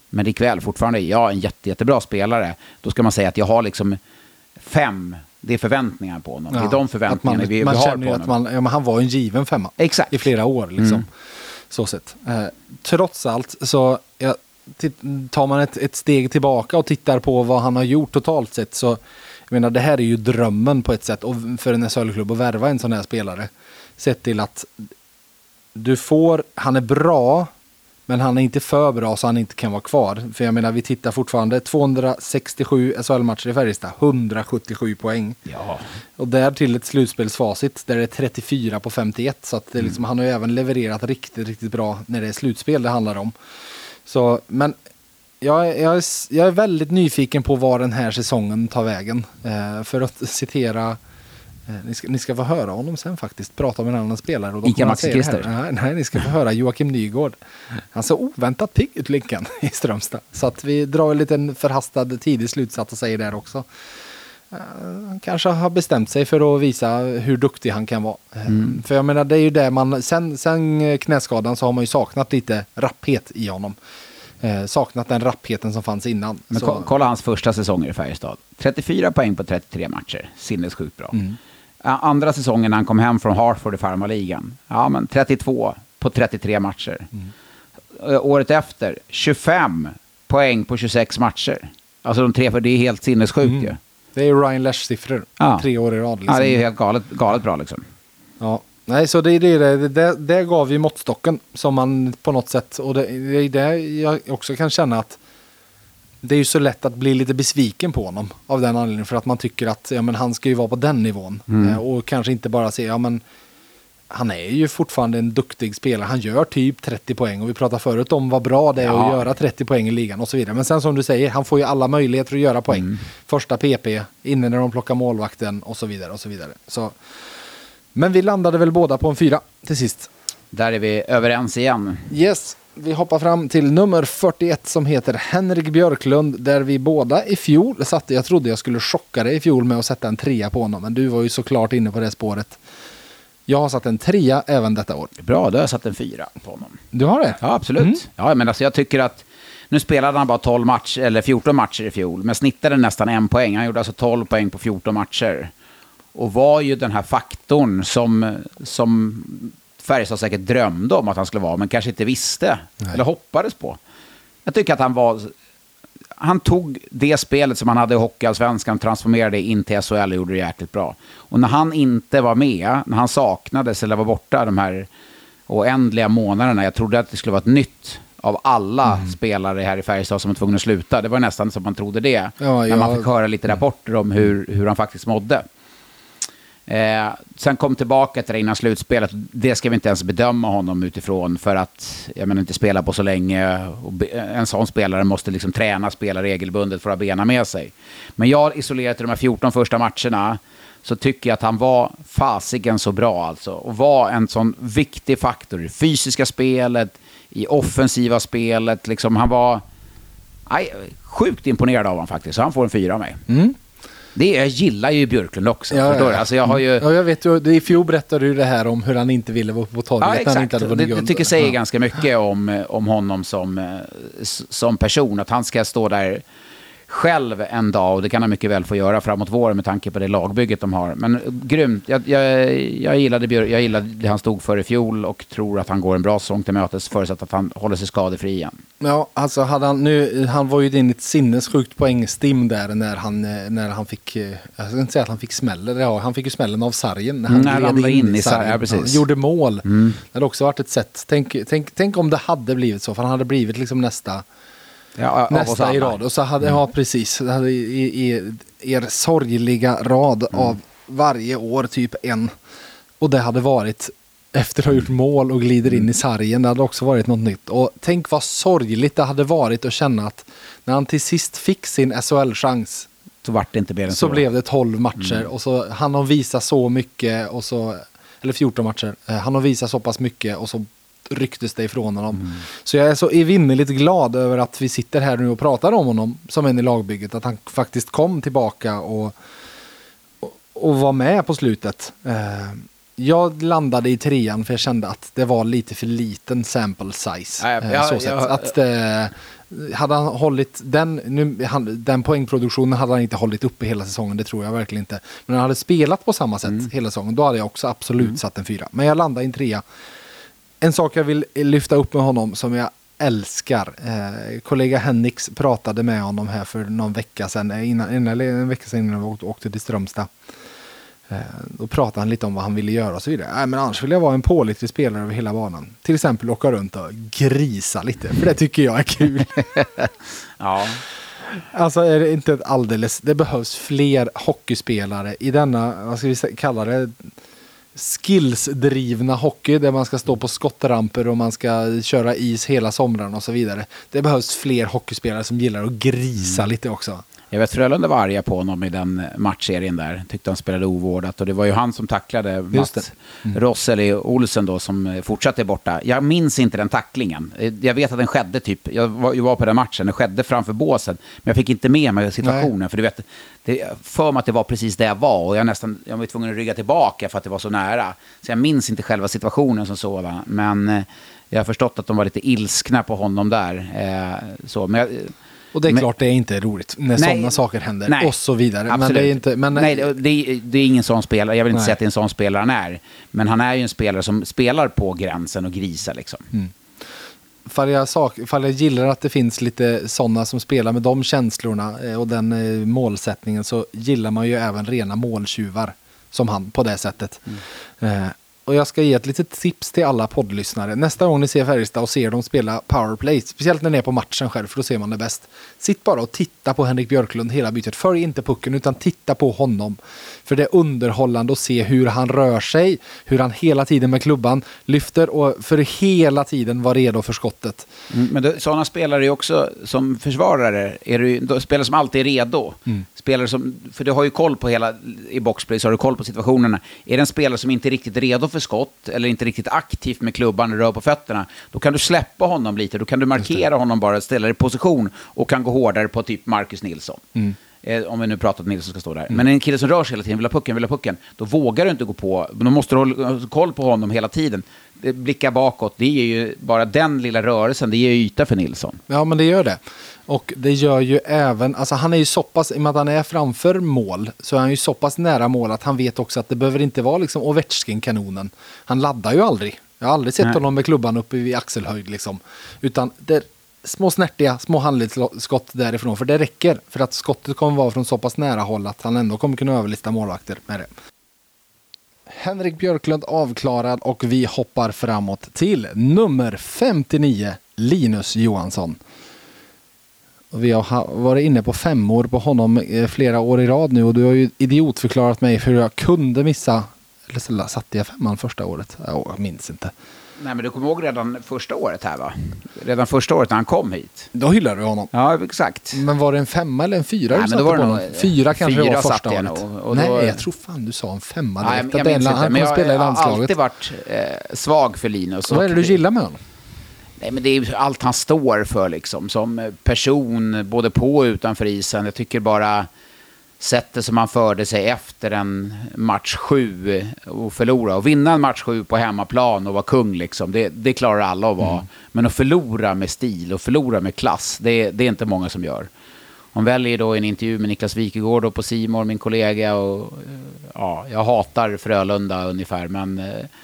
Men ikväll fortfarande är jag en jättebra spelare. Då ska man säga att jag har liksom 5. Det är förväntningar på honom. Det är de förväntningarna vi har på honom. Men han var en given 5 i flera år. Liksom. Så sett. Trots allt så tar man ett steg tillbaka och tittar på vad han har gjort totalt sett. Så jag menar, det här är ju drömmen på ett sätt för en SHL-klubb att värva en sån här spelare. Sett till att han är bra, men han är inte för bra så han inte kan vara kvar. För jag menar, vi tittar fortfarande 267 SHL-matcher i Färjestad, 177 poäng. Ja. Och där till ett slutspelsfacit där det är 34 på 51. Så att det liksom, han har ju även levererat riktigt, riktigt bra när det är slutspel det handlar om. Så, men jag är väldigt nyfiken på var den här säsongen tar vägen. För att citera... Ni ska få höra honom sen faktiskt. Prata med en annan spelare. Och Ica Maxi-Christer. Nej, ni ska få höra Joakim Nygård. Han så oväntat pigg ut Linkan i Strömstad. Så att vi drar en liten förhastad tidig slutsats och säger där också. Han kanske har bestämt sig för att visa hur duktig han kan vara. För jag menar, det är ju det man... Sen knäskadan så har man ju saknat lite rapphet i honom. Saknat den rappheten som fanns innan. Men kolla hans första säsonger i Färjestad. 34 poäng på 33 matcher. Sinnessjukt bra. Andra säsongen när han kom hem från Hartford i farmarligan. Ja, men 32 på 33 matcher. Året efter 25 poäng på 26 matcher. Alltså de 3, för det är helt sinnessjukt ju. Det är Ryan Lesch-siffror. 3 år i rad. Liksom. Ja, det är helt galet bra liksom. Ja. Nej, så det gav ju måttstocken som man på något sätt, och det är det jag också kan känna att det är ju så lätt att bli lite besviken på honom av den anledningen, för att man tycker att han ska ju vara på den nivån och kanske inte bara se, han är ju fortfarande en duktig spelare, han gör typ 30 poäng och vi pratade förut om vad bra det är att göra 30 poäng i ligan och så vidare, men sen som du säger, han får ju alla möjligheter att göra poäng. Första PP, inne när de plockar målvakten och så vidare och så vidare. Så men vi landade väl båda på en 4 till sist. Där är vi överens igen. Yes, vi hoppar fram till nummer 41 som heter Henrik Björklund. Där vi båda i fjol satte, jag trodde jag skulle chocka dig i fjol med att sätta en 3 på honom. Men du var ju såklart inne på det spåret. Jag har satt en 3 även detta år. Bra, då har jag satt en 4 på honom. Du har det? Ja, absolut. Ja, men alltså jag tycker att nu spelade han bara 12 matcher eller 14 matcher i fjol. Men snittade nästan 1 poäng. Han gjorde alltså 12 poäng på 14 matcher. Och var ju den här faktorn som Färjestad säkert drömde om att han skulle vara, men kanske inte visste eller hoppades på. Jag tycker att han tog det spelet som han hade i Hockeyallsvenskan, transformerade det in till SHL och gjorde det jäkligt bra. Och när han inte var med, när han saknades eller var borta de här oändliga månaderna, jag trodde att det skulle vara ett nytt av alla spelare här i Färjestad som var tvungna att sluta. Det var nästan som man trodde det. När man fick höra lite rapporter om hur han faktiskt mådde. Sen kom tillbaka till det innan slutspelet. Det ska vi inte ens bedöma honom utifrån, för att jag menar, inte spela på så länge, och en sån spelare måste liksom träna, spela regelbundet för att ha bena med sig. Men jag isolerat i de här 14 första matcherna så tycker jag att han var fasiken så bra alltså, och var en sån viktig faktor i fysiska spelet, i offensiva spelet liksom. Han var sjukt imponerad av honom faktiskt, så han får en 4 av mig. Jag gillar ju Björklund också. Alltså jag har ju... Ja, jag vet ju, i fjol berättade du det här om hur han inte ville vara på torget. Ja, exakt. Han inte hade vunnit guld. Det tycker jag säger ganska mycket om honom som person. Att han ska stå där själv en dag, och det kan han mycket väl få göra framåt våren med tanke på det lagbygget de har. Men grymt. Jag gillade det han stod för i fjol och tror att han går en bra säsong till mötes, förutsatt att han håller sig skadefri igen. Ja, alltså han var ju in i ett sinnessjukt poängstim där när han fick, jag ska inte säga att han fick smällen, han fick ju smällen av sargen när han var in i sargen. Ja, precis. Han gjorde mål. Det hade också varit ett sätt. Tänk om det hade blivit så, för han hade blivit liksom nästa i rad. Och så hade precis, hade i er sorgliga rad av varje år typ en. Och det hade varit efter att ha gjort mål och glider in i sargen. Det hade också varit något nytt. Och tänk vad sorgligt det hade varit att känna att när han till sist fick sin SHL-chans så vart det inte mer än så blev det 12 matcher. Och så han har visat så mycket, och så, eller 14 matcher. Han har visat så pass mycket och så rycktes det ifrån honom. Så jag är så evinnerligt glad över att vi sitter här nu och pratar om honom som en i lagbygget. Att han faktiskt kom tillbaka och var med på slutet. Jag landade i 3 för jag kände att det var lite för liten sample size. Hade han hållit den poängproduktionen hade han inte hållit uppe hela säsongen, det tror jag verkligen inte. Men han hade spelat på samma sätt hela säsongen, då hade jag också absolut satt en 4. Men jag landade i en 3. En sak jag vill lyfta upp med honom som jag älskar. Kollega Henriks pratade med honom här för någon vecka sedan, en vecka sedan innan vi åkte till Strömstad. Då pratade han lite om vad han ville göra och så vidare. Men annars vill jag vara en pålitlig spelare över hela banan. Till exempel åka runt och grisa lite, för det tycker jag är kul. Ja. Alltså är det inte det behövs fler hockeyspelare i denna, vad ska vi kalla det, skillsdrivna hockey där man ska stå på skottramper och man ska köra is hela sommaren och så vidare. Det behövs fler hockeyspelare som gillar att grisa lite också. Jag vet Frölunda var arga på honom i den matchserien där. Tyckte han spelade ovårdat. Och det var ju han som tacklade Mats Rosseli Olsen då som fortsatte borta. Jag minns inte den tacklingen. Jag vet att den skedde typ. Jag var på den matchen. Den skedde framför båsen. Men jag fick inte med mig situationen. Nej. För du vet, för mig att det var precis där jag var. Och jag var tvungen att rygga tillbaka för att det var så nära. Så jag minns inte själva situationen som sådan. Men jag har förstått att de var lite ilskna på honom där. Och det är klart det är inte roligt när sådana saker händer och så vidare. Absolut. Men det är ingen sån spelare. Jag vill inte säga att det är en sån spelare han är. Men han är ju en spelare som spelar på gränsen och grisar liksom. Fall jag gillar att det finns lite sådana som spelar med de känslorna och den målsättningen, så gillar man ju även rena måltjuvar som han på det sättet. Och jag ska ge ett litet tips till alla poddlyssnare. Nästa gång ni ser Färjestad och ser dem spela powerplay, speciellt när ni är på matchen själv, för då ser man det bäst. Sitt bara och titta på Henrik Björklund hela bytet. Följ inte pucken utan titta på honom. För det är underhållande att se hur han rör sig, hur han hela tiden med klubban lyfter och för hela tiden var redo för skottet. Men sådana spelare är också som försvarare, spelare som alltid är redo. Spelare som, för du har ju koll på hela i boxplay, så har du koll på situationerna. Är det en spelare som inte är riktigt redo för skott eller inte riktigt aktivt med klubban och rör på fötterna, då kan du släppa honom lite, då kan du markera honom, bara ställa i position och kan gå hårdare på typ Marcus Nilsson. Om vi nu pratar att Nilsson ska stå där. Men en kille som rör sig hela tiden, vill ha pucken, då vågar du inte gå på, då måste du hålla koll på honom hela tiden. Blicka bakåt, det är ju bara den lilla rörelsen, det ger ju yta för Nilsson. Ja, men det gör det. Och det gör ju även, alltså han är ju så pass, i och med att han är framför mål, så är han ju så pass nära mål att han vet också att det behöver inte vara liksom Ovechkin-kanonen. Han laddar ju aldrig. Jag har aldrig sett honom med klubban uppe vid axelhöjd liksom. Utan det är små snärtiga, små handledsskott därifrån. För det räcker för att skottet kommer vara från så pass nära håll att han ändå kommer kunna överlista målvakter med det. Henrik Björklund avklarad och vi hoppar framåt till nummer 59, Linus Johansson. Vi har varit inne på 5 år på honom flera år i rad nu, och du har ju idiotförklarat mig för hur jag kunde missa, eller satte jag 5 första året? Jag minns inte. Nej, men du kommer ihåg redan första året här, va? Redan första året när han kom hit. Då hyllade du honom. Ja, exakt. Men var det en 5 eller en 4? Nej, men då var det nog 4 kanske det var första året. Nej, då... jag tror fan du sa en 5. Nej, jag minns inte, men jag har alltid varit svag för Linus. Vad är det du gillar med honom? Nej, men det är allt han står för liksom, som person, både på och utanför isen. Jag tycker bara sättet som han förde sig efter en match 7 och förlora. Och vinna en match 7 på hemmaplan och vara kung liksom, det klarar alla att vara. Men att förlora med stil och förlora med klass, det är inte många som gör. Hon väljer då en intervju med Niklas Wikegård och på Simor, min kollega. Och, ja, jag hatar Frölunda ungefär, men...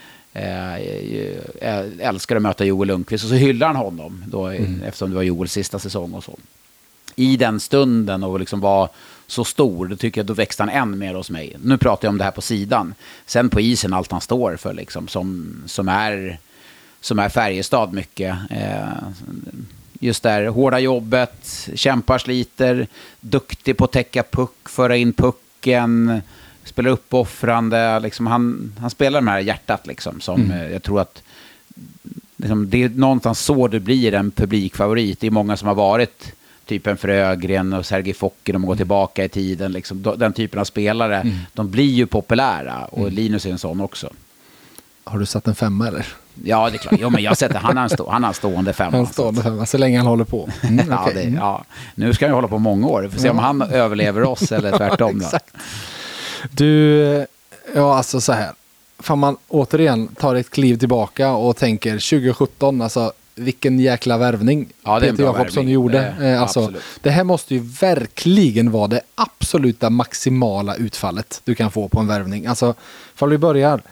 jag älskar att möta Joel Lundqvist, och så hyllar han honom då, eftersom det var Joels sista säsong och så. I den stunden och liksom var så stor, då tycker jag då växte han än mer hos mig. Nu pratar jag om det här på sidan. Sen på isen, allt han står för liksom, som är Färjestad mycket. Just där, hårda jobbet, kämpar, sliter, duktig på att täcka puck, föra in pucken, spelar uppoffrande, liksom han spelar med det här hjärtat liksom, som jag tror att liksom, det är någonstans så det blir en publikfavorit. Det är många som har varit typ en Frögren och Sergej Fokker, de går tillbaka i tiden liksom, den typen av spelare, de blir ju populära, och Linus är en sån också. Har du satt en 5 eller? Ja, det är klart. Jo, men jag sätter han har stående 5. Han stående 5, så länge han håller på. Okay. Ja, nu ska han hålla på många år. Vi får se om han överlever oss eller tvärtom. Exakt. Du, ja alltså så här. Fan, man återigen tar ett kliv tillbaka och tänker 2017, alltså vilken jäkla värvning Peter Jakobsson gjorde. Alltså, det här måste ju verkligen vara det absoluta maximala utfallet du kan få på en värvning. Alltså, för vi börjar.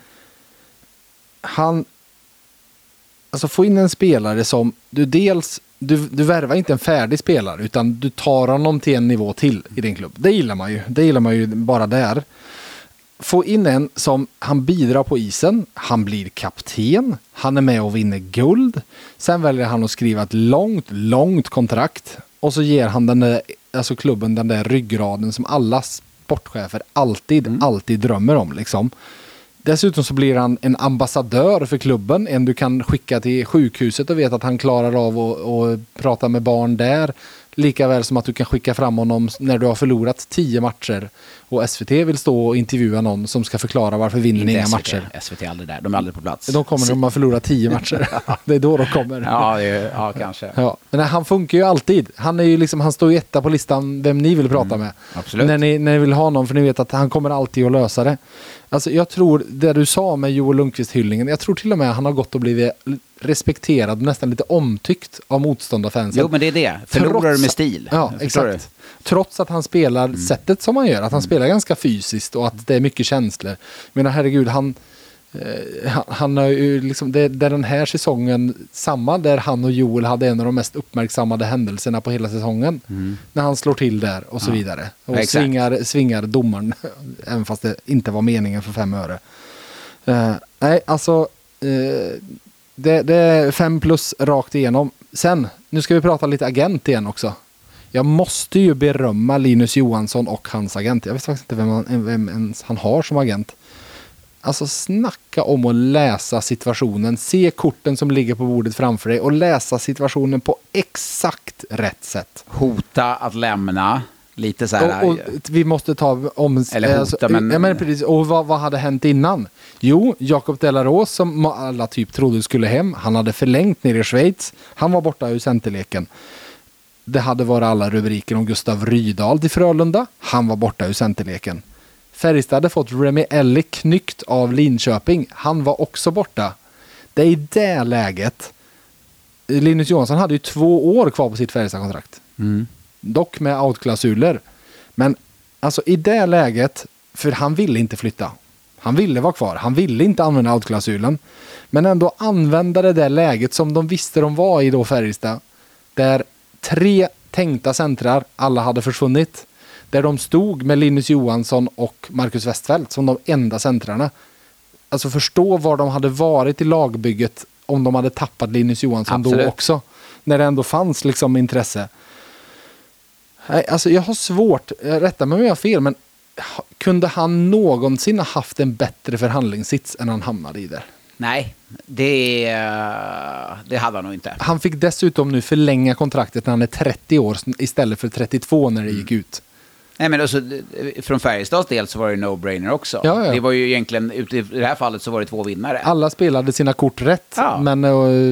Alltså få in en spelare som du värvar inte en färdig spelare, utan du tar honom till en nivå till i din klubb. Det gillar man ju. Det gillar man ju bara där. Få in en som han bidrar på isen, han blir kapten, han är med och vinner guld. Sen väljer han att skriva ett långt kontrakt och så ger han klubben den där ryggraden som alla sportchefer alltid drömmer om liksom. Dessutom så blir han en ambassadör för klubben, en du kan skicka till sjukhuset och vet att han klarar av att prata med barn där. Likaväl som att du kan skicka fram honom när du har förlorat 10 matcher och SVT vill stå och intervjua någon som ska förklara varför vinner ni inga matcher. SVT är aldrig där, de är aldrig på plats. De kommer när man förlorar 10 matcher. Det är då de kommer. Ja, kanske. Ja. Men han funkar ju alltid. Han är ju liksom, han står ju etta på listan vem ni vill prata med. Absolut. När ni vill ha någon, för ni vet att han kommer alltid att lösa det. Alltså jag tror, det du sa med Joel Lundqvist-hyllningen, jag tror till och med han har gått och blivit respekterad, nästan lite omtyckt av motståndarfansen. Jo, men det är det. Förlorar med stil. Ja, exakt. Trots att han spelar sättet som han gör, att han spelar ganska fysiskt och att det är mycket känslor. Men herregud, han har ju liksom, det är den här säsongen samma där han och Joel hade en av de mest uppmärksammade händelserna på hela säsongen. När han slår till där och så vidare. Och svingar domaren, även fast det inte var meningen för 5 öre. Nej, alltså det är 5+ rakt igenom. Sen, nu ska vi prata lite agent igen också. Jag måste ju berömma Linus Johansson och hans agent. Jag vet faktiskt inte vem ens han har som agent. Alltså snacka om att läsa situationen. Se korten som ligger på bordet framför dig och läsa situationen på exakt rätt sätt. Hota att lämna. Lite så här. Och vi måste ta om... Eller hota, men... Ja, men precis. Och vad hade hänt innan? Jo, Jakob Delaros som alla typ trodde skulle hem. Han hade förlängt ner i Schweiz. Han var borta ur centerleken. Det hade varit alla rubriker om Gustav Rydahl till Frölunda. Han var borta ur centerleken. Färjestad hade fått Remi Elli knyckt av Linköping. Han var också borta. Det är i det läget. Linus Johansson hade ju 2 år kvar på sitt Färjestad-kontrakt. Dock med outklausuler. Men alltså i det läget, för han ville inte flytta. Han ville vara kvar. Han ville inte använda outklausulen. Men ändå använda det där läget som de visste de var i då Färjestad. Där 3 tänkta centrar, alla hade försvunnit. Där de stod med Linus Johansson och Marcus Westfeldt som de enda centrarna. Alltså förstå var de hade varit i lagbygget om de hade tappat Linus Johansson. Absolut. Då också. När det ändå fanns liksom intresse. Nej, alltså jag har svårt, rätta mig om jag har fel, men kunde han någonsin ha haft en bättre förhandlingssits än han hamnade i där? Nej, det hade han nog inte. Han fick dessutom nu förlänga kontraktet när han är 30 år istället för 32 när det gick ut. Nej, men alltså, från Färjestads del så var det no-brainer också. Ja. Det var ju egentligen, i det här fallet så var det 2 vinnare. Alla spelade sina kort rätt, men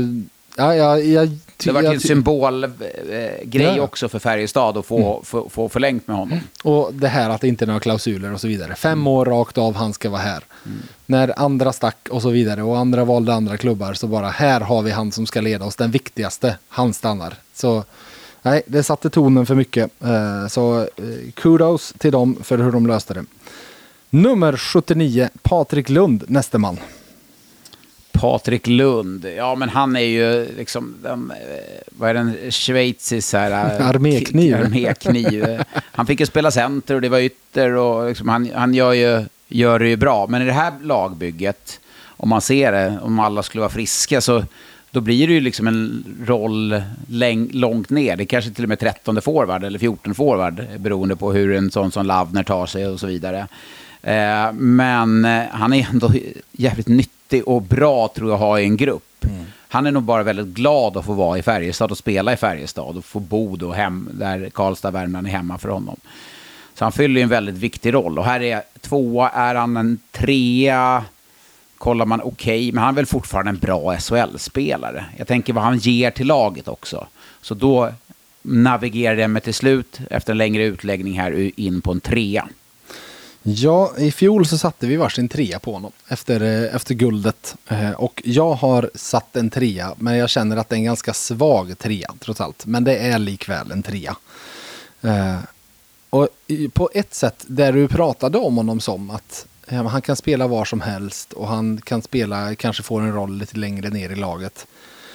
det var en symbolgrej också för Färjestad att få förlängt med honom. Och det här att det inte är några klausuler och så vidare. 5 år rakt av, han ska vara här. När andra stack och så vidare och andra valde andra klubbar, så bara här har vi han som ska leda oss, den viktigaste, han stannar. Så nej, det satte tonen för mycket. Så kudos till dem för hur de löste det. Nummer 79, Patrik Lund, nästa man. Patrik Lund, ja men han är ju liksom, vad är den schweizisk här? Armékniv. Han fick ju spela center och det var ytter och liksom, han gör det ju bra. Men i det här lagbygget, om man ser det, om alla skulle vara friska, så då blir det ju liksom en roll långt ner. Det är kanske till och med 13 forward eller 14 forward, beroende på hur en sån som Lavner tar sig och så vidare. Men han är ändå jävligt nyttig och bra, tror jag, att ha i en grupp. Han är nog bara väldigt glad att få vara i Färjestad och spela i Färjestad och få bo då hem där Karlstad, Värmland är hemma för honom. Så han fyller ju en väldigt viktig roll. Och här är 2, är han en 3, kollar man okej, men han är väl fortfarande en bra SHL-spelare. Jag tänker vad han ger till laget också. Så då navigerar det med till slut, efter en längre utläggning här, in på en 3. Ja, i fjol så satte vi varsin 3 på honom efter guldet. Och jag har satt en 3, men jag känner att det är en ganska svag 3 trots allt. Men det är likväl en 3. Och på ett sätt där du pratade om honom som att han kan spela var som helst och han kan spela, kanske får en roll lite längre ner i laget.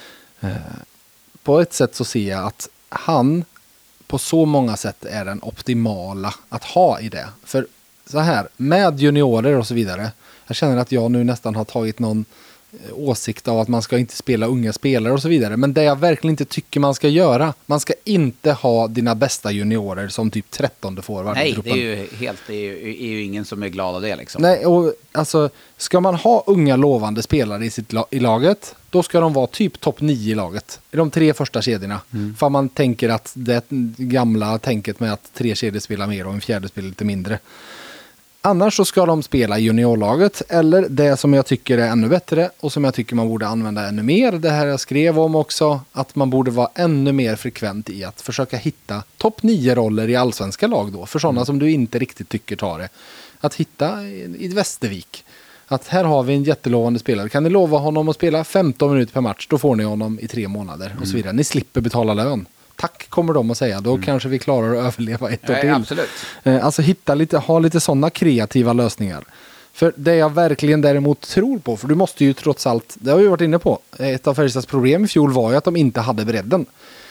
På ett sätt så ser jag att han på så många sätt är den optimala att ha i det. För så här, med juniorer och så vidare, jag känner att jag nu nästan har tagit någon åsikt av att man ska inte spela unga spelare och så vidare. Men det jag verkligen inte tycker man ska göra, man ska inte ha dina bästa juniorer som typ 13:e forward. Nej, det är ju ingen som är glad av det liksom. Nej, och alltså ska man ha unga lovande spelare i laget, då ska de vara typ topp 9 i laget. I de 3 första kedjorna. För man tänker att det gamla tänket med att 3 kedjor spelar mer och en fjärde spelar lite mindre. Annars så ska de spela i juniorlaget eller det som jag tycker är ännu bättre och som jag tycker man borde använda ännu mer. Det här jag skrev om också, att man borde vara ännu mer frekvent i att försöka hitta topp 9-roller i allsvenska lag då. För sådana som du inte riktigt tycker tar det. Att hitta i Västervik. Att här har vi en jättelovande spelare. Kan ni lova honom att spela 15 minuter per match, då får ni honom i 3 månader och så vidare. Ni slipper betala lön. Tack kommer de att säga. Då kanske vi klarar att överleva ett år till. Absolut. Alltså ha lite sådana kreativa lösningar. För det jag verkligen däremot tror på, för du måste ju trots allt, det har vi varit inne på, ett av Färjestads problem i fjol var ju att de inte hade bredden.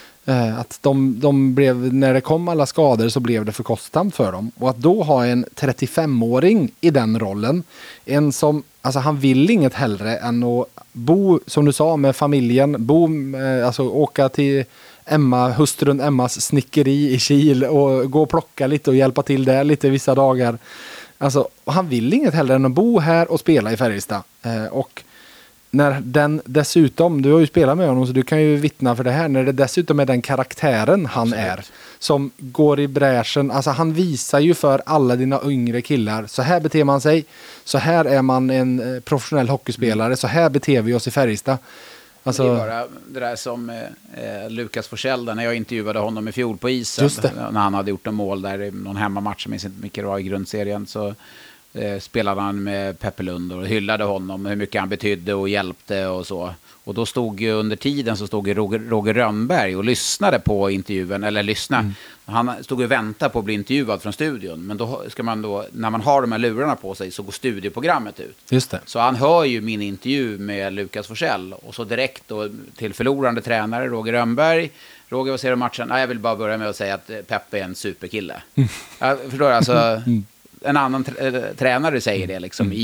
Att de blev, när det kom alla skador så blev det för kostsamt för dem. Och att då ha en 35-åring i den rollen, en som, alltså han vill inget hellre än att bo, som du sa, med familjen, alltså åka till hustrun Emmas snickeri i Kil och gå och plocka lite och hjälpa till där lite vissa dagar. Alltså, han vill inget hellre än att bo här och spela i Färjestad. Och när den dessutom, du har ju spelat med honom så du kan ju vittna för det här, när det dessutom är den karaktären han är som går i bräschen, alltså han visar ju för alla dina yngre killar, så här beter man sig, så här är man en professionell hockeyspelare, så här beter vi oss i Färjestad. Alltså, det är bara det där som Lukas Forsell, när jag intervjuade honom i fjol på isen, när han hade gjort en mål där i någon hemmamatch, jag minns inte mycket det var i grundserien, så spelade han med Peppe Lund och hyllade honom, hur mycket han betydde och hjälpte och så. Och då stod ju under tiden så stod Roger Rönnberg och lyssnade på intervjun, eller han stod och väntade på att bli intervjuad från studion, men då ska man då, när man har de här lurarna på sig, så går studieprogrammet ut. Just det. Så han hör ju min intervju med Lukas Forsell och så direkt då till förlorande tränare Roger Rönnberg. Roger, vad säger du om matchen? Jag vill bara börja med att säga att Peppe är en superkille. Jag förstår alltså. En annan tränare säger det liksom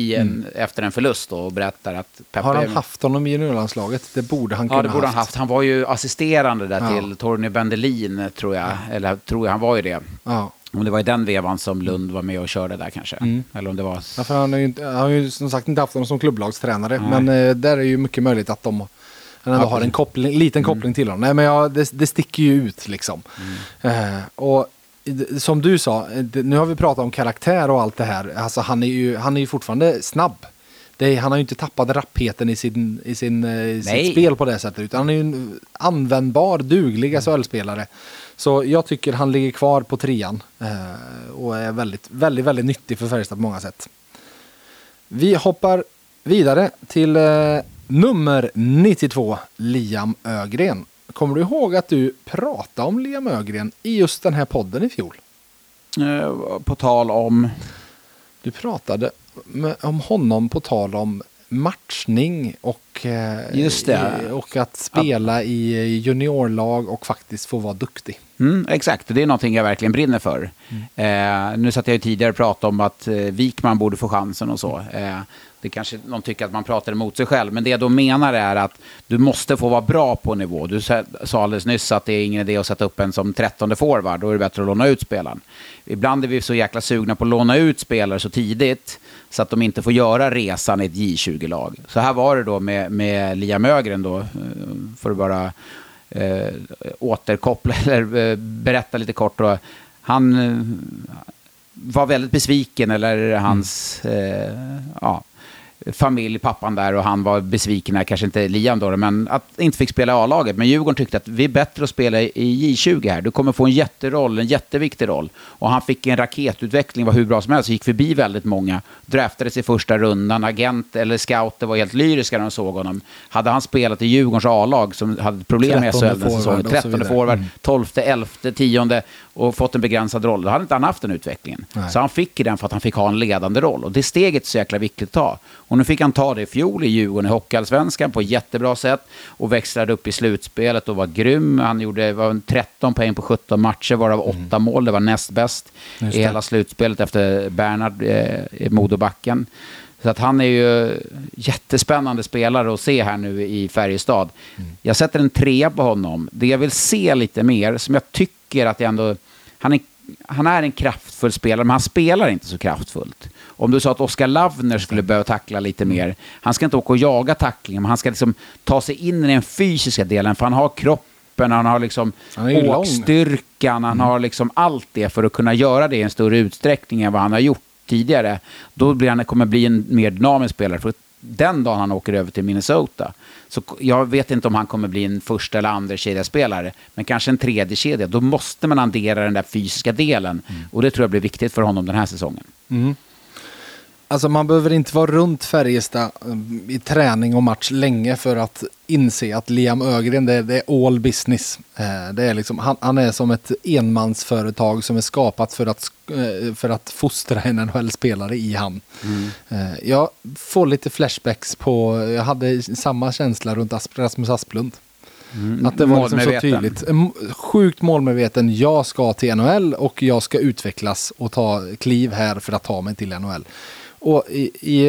efter en förlust då, och berättar att Peppe... Har han haft honom i juniorlandslaget? Det borde han kunna ha. Ja, det borde han haft. Han var ju assisterande där till Torgny Bendelin, tror jag. Eller tror jag han var ju det. Ja. Om det var i den vevan som Lund var med och körde där kanske. Eller om det var... Ja, för han har ju som sagt inte haft honom som klubblagstränare. Men där är ju mycket möjligt att de ändå har en liten koppling till honom. Nej, men det sticker ju ut liksom. Och som du sa, nu har vi pratat om karaktär och allt det här. Alltså han är ju fortfarande snabb. Han har ju inte tappat rappheten i sitt spel på det sättet, utan han är ju en användbar, duglig SHL-spelare. Så jag tycker han ligger kvar på 3:an och är väldigt, väldigt, väldigt nyttig för Färjestad på många sätt. Vi hoppar vidare till nummer 92, Liam Ögren. Kommer du ihåg att du pratade om Liam Ögren i just den här podden i fjol? På tal om... Du pratade om honom på tal om matchning och, just det. Och att spela i juniorlag och faktiskt få vara duktig. Exakt, det är någonting jag verkligen brinner för. Nu satt jag ju tidigare och pratade om att Wikman borde få chansen och så. Det kanske någon tycker att man pratar emot sig själv, men det jag då menar är att du måste få vara bra på nivå. Du sa alldeles nyss att det är ingen idé att sätta upp en som 13:e forward, då är det bättre att låna ut spelaren. Ibland är vi så jäkla sugna på att låna ut spelare så tidigt så att de inte får göra resan i ett J20-lag. Så här var det då med Liam Ögren då, för att bara återkoppla eller berätta lite kort då. Han var väldigt besviken, eller hans familj, pappan där, och han var besviken, kanske inte Liam då, men att inte fick spela i A-laget. Men Djurgården tyckte att vi är bättre att spela i J20 här. Du kommer få en jätteroll, en jätteviktig roll. Och han fick en raketutveckling, var hur bra som helst, gick förbi väldigt många. Draftades i första rundan, agent eller scouter var helt lyriska när de såg honom. Hade han spelat i Djurgårdens A-lag som hade problem med SHL den säsongen, 13 forward, 12:e, 11:e, 10:e och fått en begränsad roll, då hade inte han haft den utvecklingen. Så han fick i den för att han fick ha en ledande roll. Och det steget är så jäkla viktigt att ta. Och nu fick han ta det i fjol i Djurgården i Hockeyallsvenskan på ett jättebra sätt och växlade upp i slutspelet och var grym. Han var 13 poäng på 17 matcher, varav 8 mål. Det var näst bäst i hela slutspelet efter Bernhard i Modobacken. Så att han är ju jättespännande spelare att se här nu i Färjestad. Jag sätter en 3 på honom. Det jag vill se lite mer, som jag tycker att jag ändå... Han är en kraftfull spelare, men han spelar inte så kraftfullt. Om du sa att Oskar Lavner skulle behöva tackla lite mer. Han ska inte åka och jaga tacklingen, men han ska liksom ta sig in i den fysiska delen. För han har kroppen, han har liksom åkstyrkan, han har liksom allt det för att kunna göra det i en större utsträckning än vad han har gjort tidigare. Då kommer bli en mer dynamisk spelare. För den dagen han åker över till Minnesota, så jag vet inte om han kommer bli en första eller andra kedjespelare, men kanske en tredje kedja. Då måste man addera den där fysiska delen. Och det tror jag blir viktigt för honom den här säsongen. Alltså man behöver inte vara runt Färjestad i träning och match länge för att inse att Liam Ögren, det är all business. Det är liksom, han är som ett enmansföretag som är skapat för att fostra en NHL-spelare i han. Jag får lite flashbacks på, jag hade samma känsla runt Rasmus Asplund. Att det var liksom så tydligt. Sjukt målmedveten. Jag ska till NHL och jag ska utvecklas och ta kliv här för att ta mig till NHL. Och i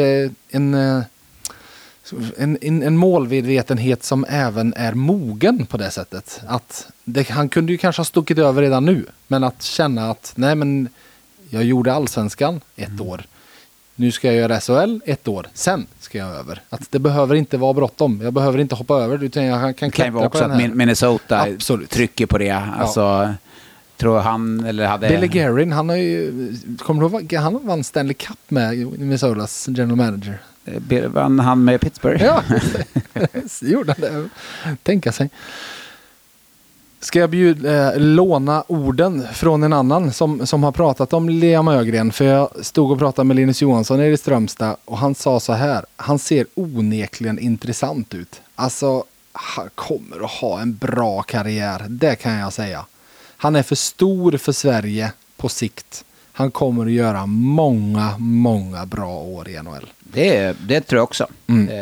en målmedvetenhet som även är mogen på det sättet. Att han kunde ju kanske ha stuckit över redan nu. Men att känna att nej, men jag gjorde allsvenskan 1 år. Nu ska jag göra SHL 1 år. Sen ska jag över. Att det behöver inte vara bråttom. Jag behöver inte hoppa över. Utan jag kan klättra vara också på den här. Att Minnesota Absolut. Trycker på det. Alltså, tror han eller hade... Billy Guerin, han har ju... Kommer du ihåg, han vann Stanley Cup med Minnesotas general manager. Vann han med Pittsburgh? Ja, gjorde det. Tänka sig. Ska jag låna orden från en annan som har pratat om Liam Ögren. För jag stod och pratade med Linus Johansson i Strömstad och han sa så här. Han ser onekligen intressant ut. Alltså, han kommer att ha en bra karriär. Det kan jag säga. Han är för stor för Sverige på sikt. Han kommer att göra många bra år i NHL. Det tror jag också.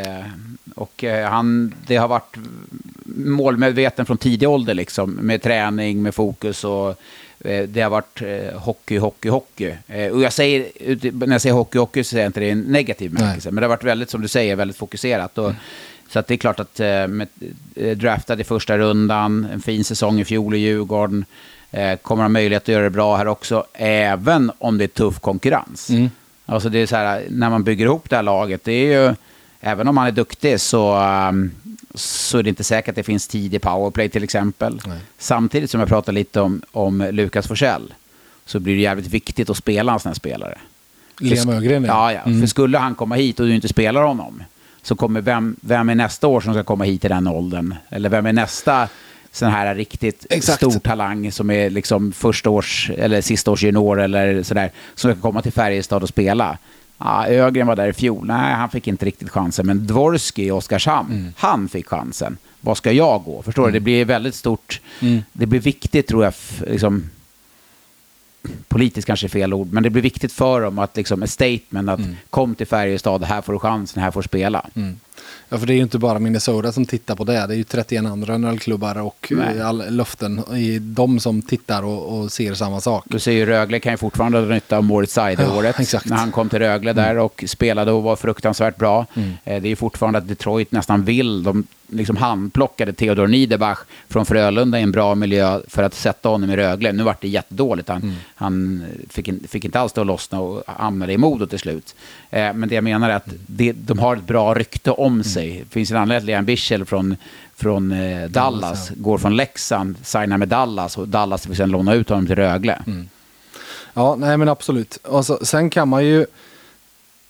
Det har varit målmedveten från tidig ålder liksom, med träning, med fokus, och det har varit hockey. Och jag säger, när jag säger hockey så säger jag inte det är en negativ märkelse, men det har varit väldigt, som du säger, väldigt fokuserat. Och så att det är klart att draftad i första rundan, en fin säsong i fjol i Djurgården, kommer ha möjlighet att göra det bra här också, även om det är tuff konkurrens. Alltså det är så här, när man bygger ihop det här laget, det är ju, även om man är duktig så är det inte säkert att det finns tid i powerplay till exempel. Nej. Samtidigt som jag pratar lite om Lukas Forsell, så blir det jävligt viktigt att spela en sån här spelare. Liam Ögren. Ja. För skulle han komma hit och du inte spelar honom, så kommer vem är nästa år som ska komma hit i den åldern? Eller vem är nästa sån här riktigt stor talang som är liksom första års eller sista års junior eller sådär, som ska komma till Färjestad och spela? Ja, Ögren var där i fjol. Nej, han fick inte riktigt chansen. Men Dvorsky i Oskarshamn, han fick chansen. Vad ska jag gå? Förstår du? Det blir väldigt stort. Det blir viktigt, tror jag, liksom, politiskt kanske fel ord, men det blir viktigt för dem att liksom ett statement att kom till Färjestad, här får du chansen, här får du spela. Ja, för det är ju inte bara Minnesota som tittar på det. Det är ju 31 andra NHL-klubbar och luften i de som tittar och ser samma sak. Du ser ju Rögle kan ju fortfarande dra nytta av Moritz Seider-året. När han kom till Rögle där och spelade och var fruktansvärt bra. Det är ju fortfarande att Detroit nästan vill. De liksom handplockade Theodor Niederbach från Frölunda i en bra miljö för att sätta honom i Rögle. Nu var det jättedåligt. Han fick inte alls det att lossna och hamnade i Modo till slut. Men det jag menar är att de har ett bra rykte om sig. Det finns en anledning, Liam Bichel från Dallas, går från Leksand, signar med Dallas, och Dallas vill sedan låna ut honom till Rögle. Ja, nej men absolut. Och sen kan man ju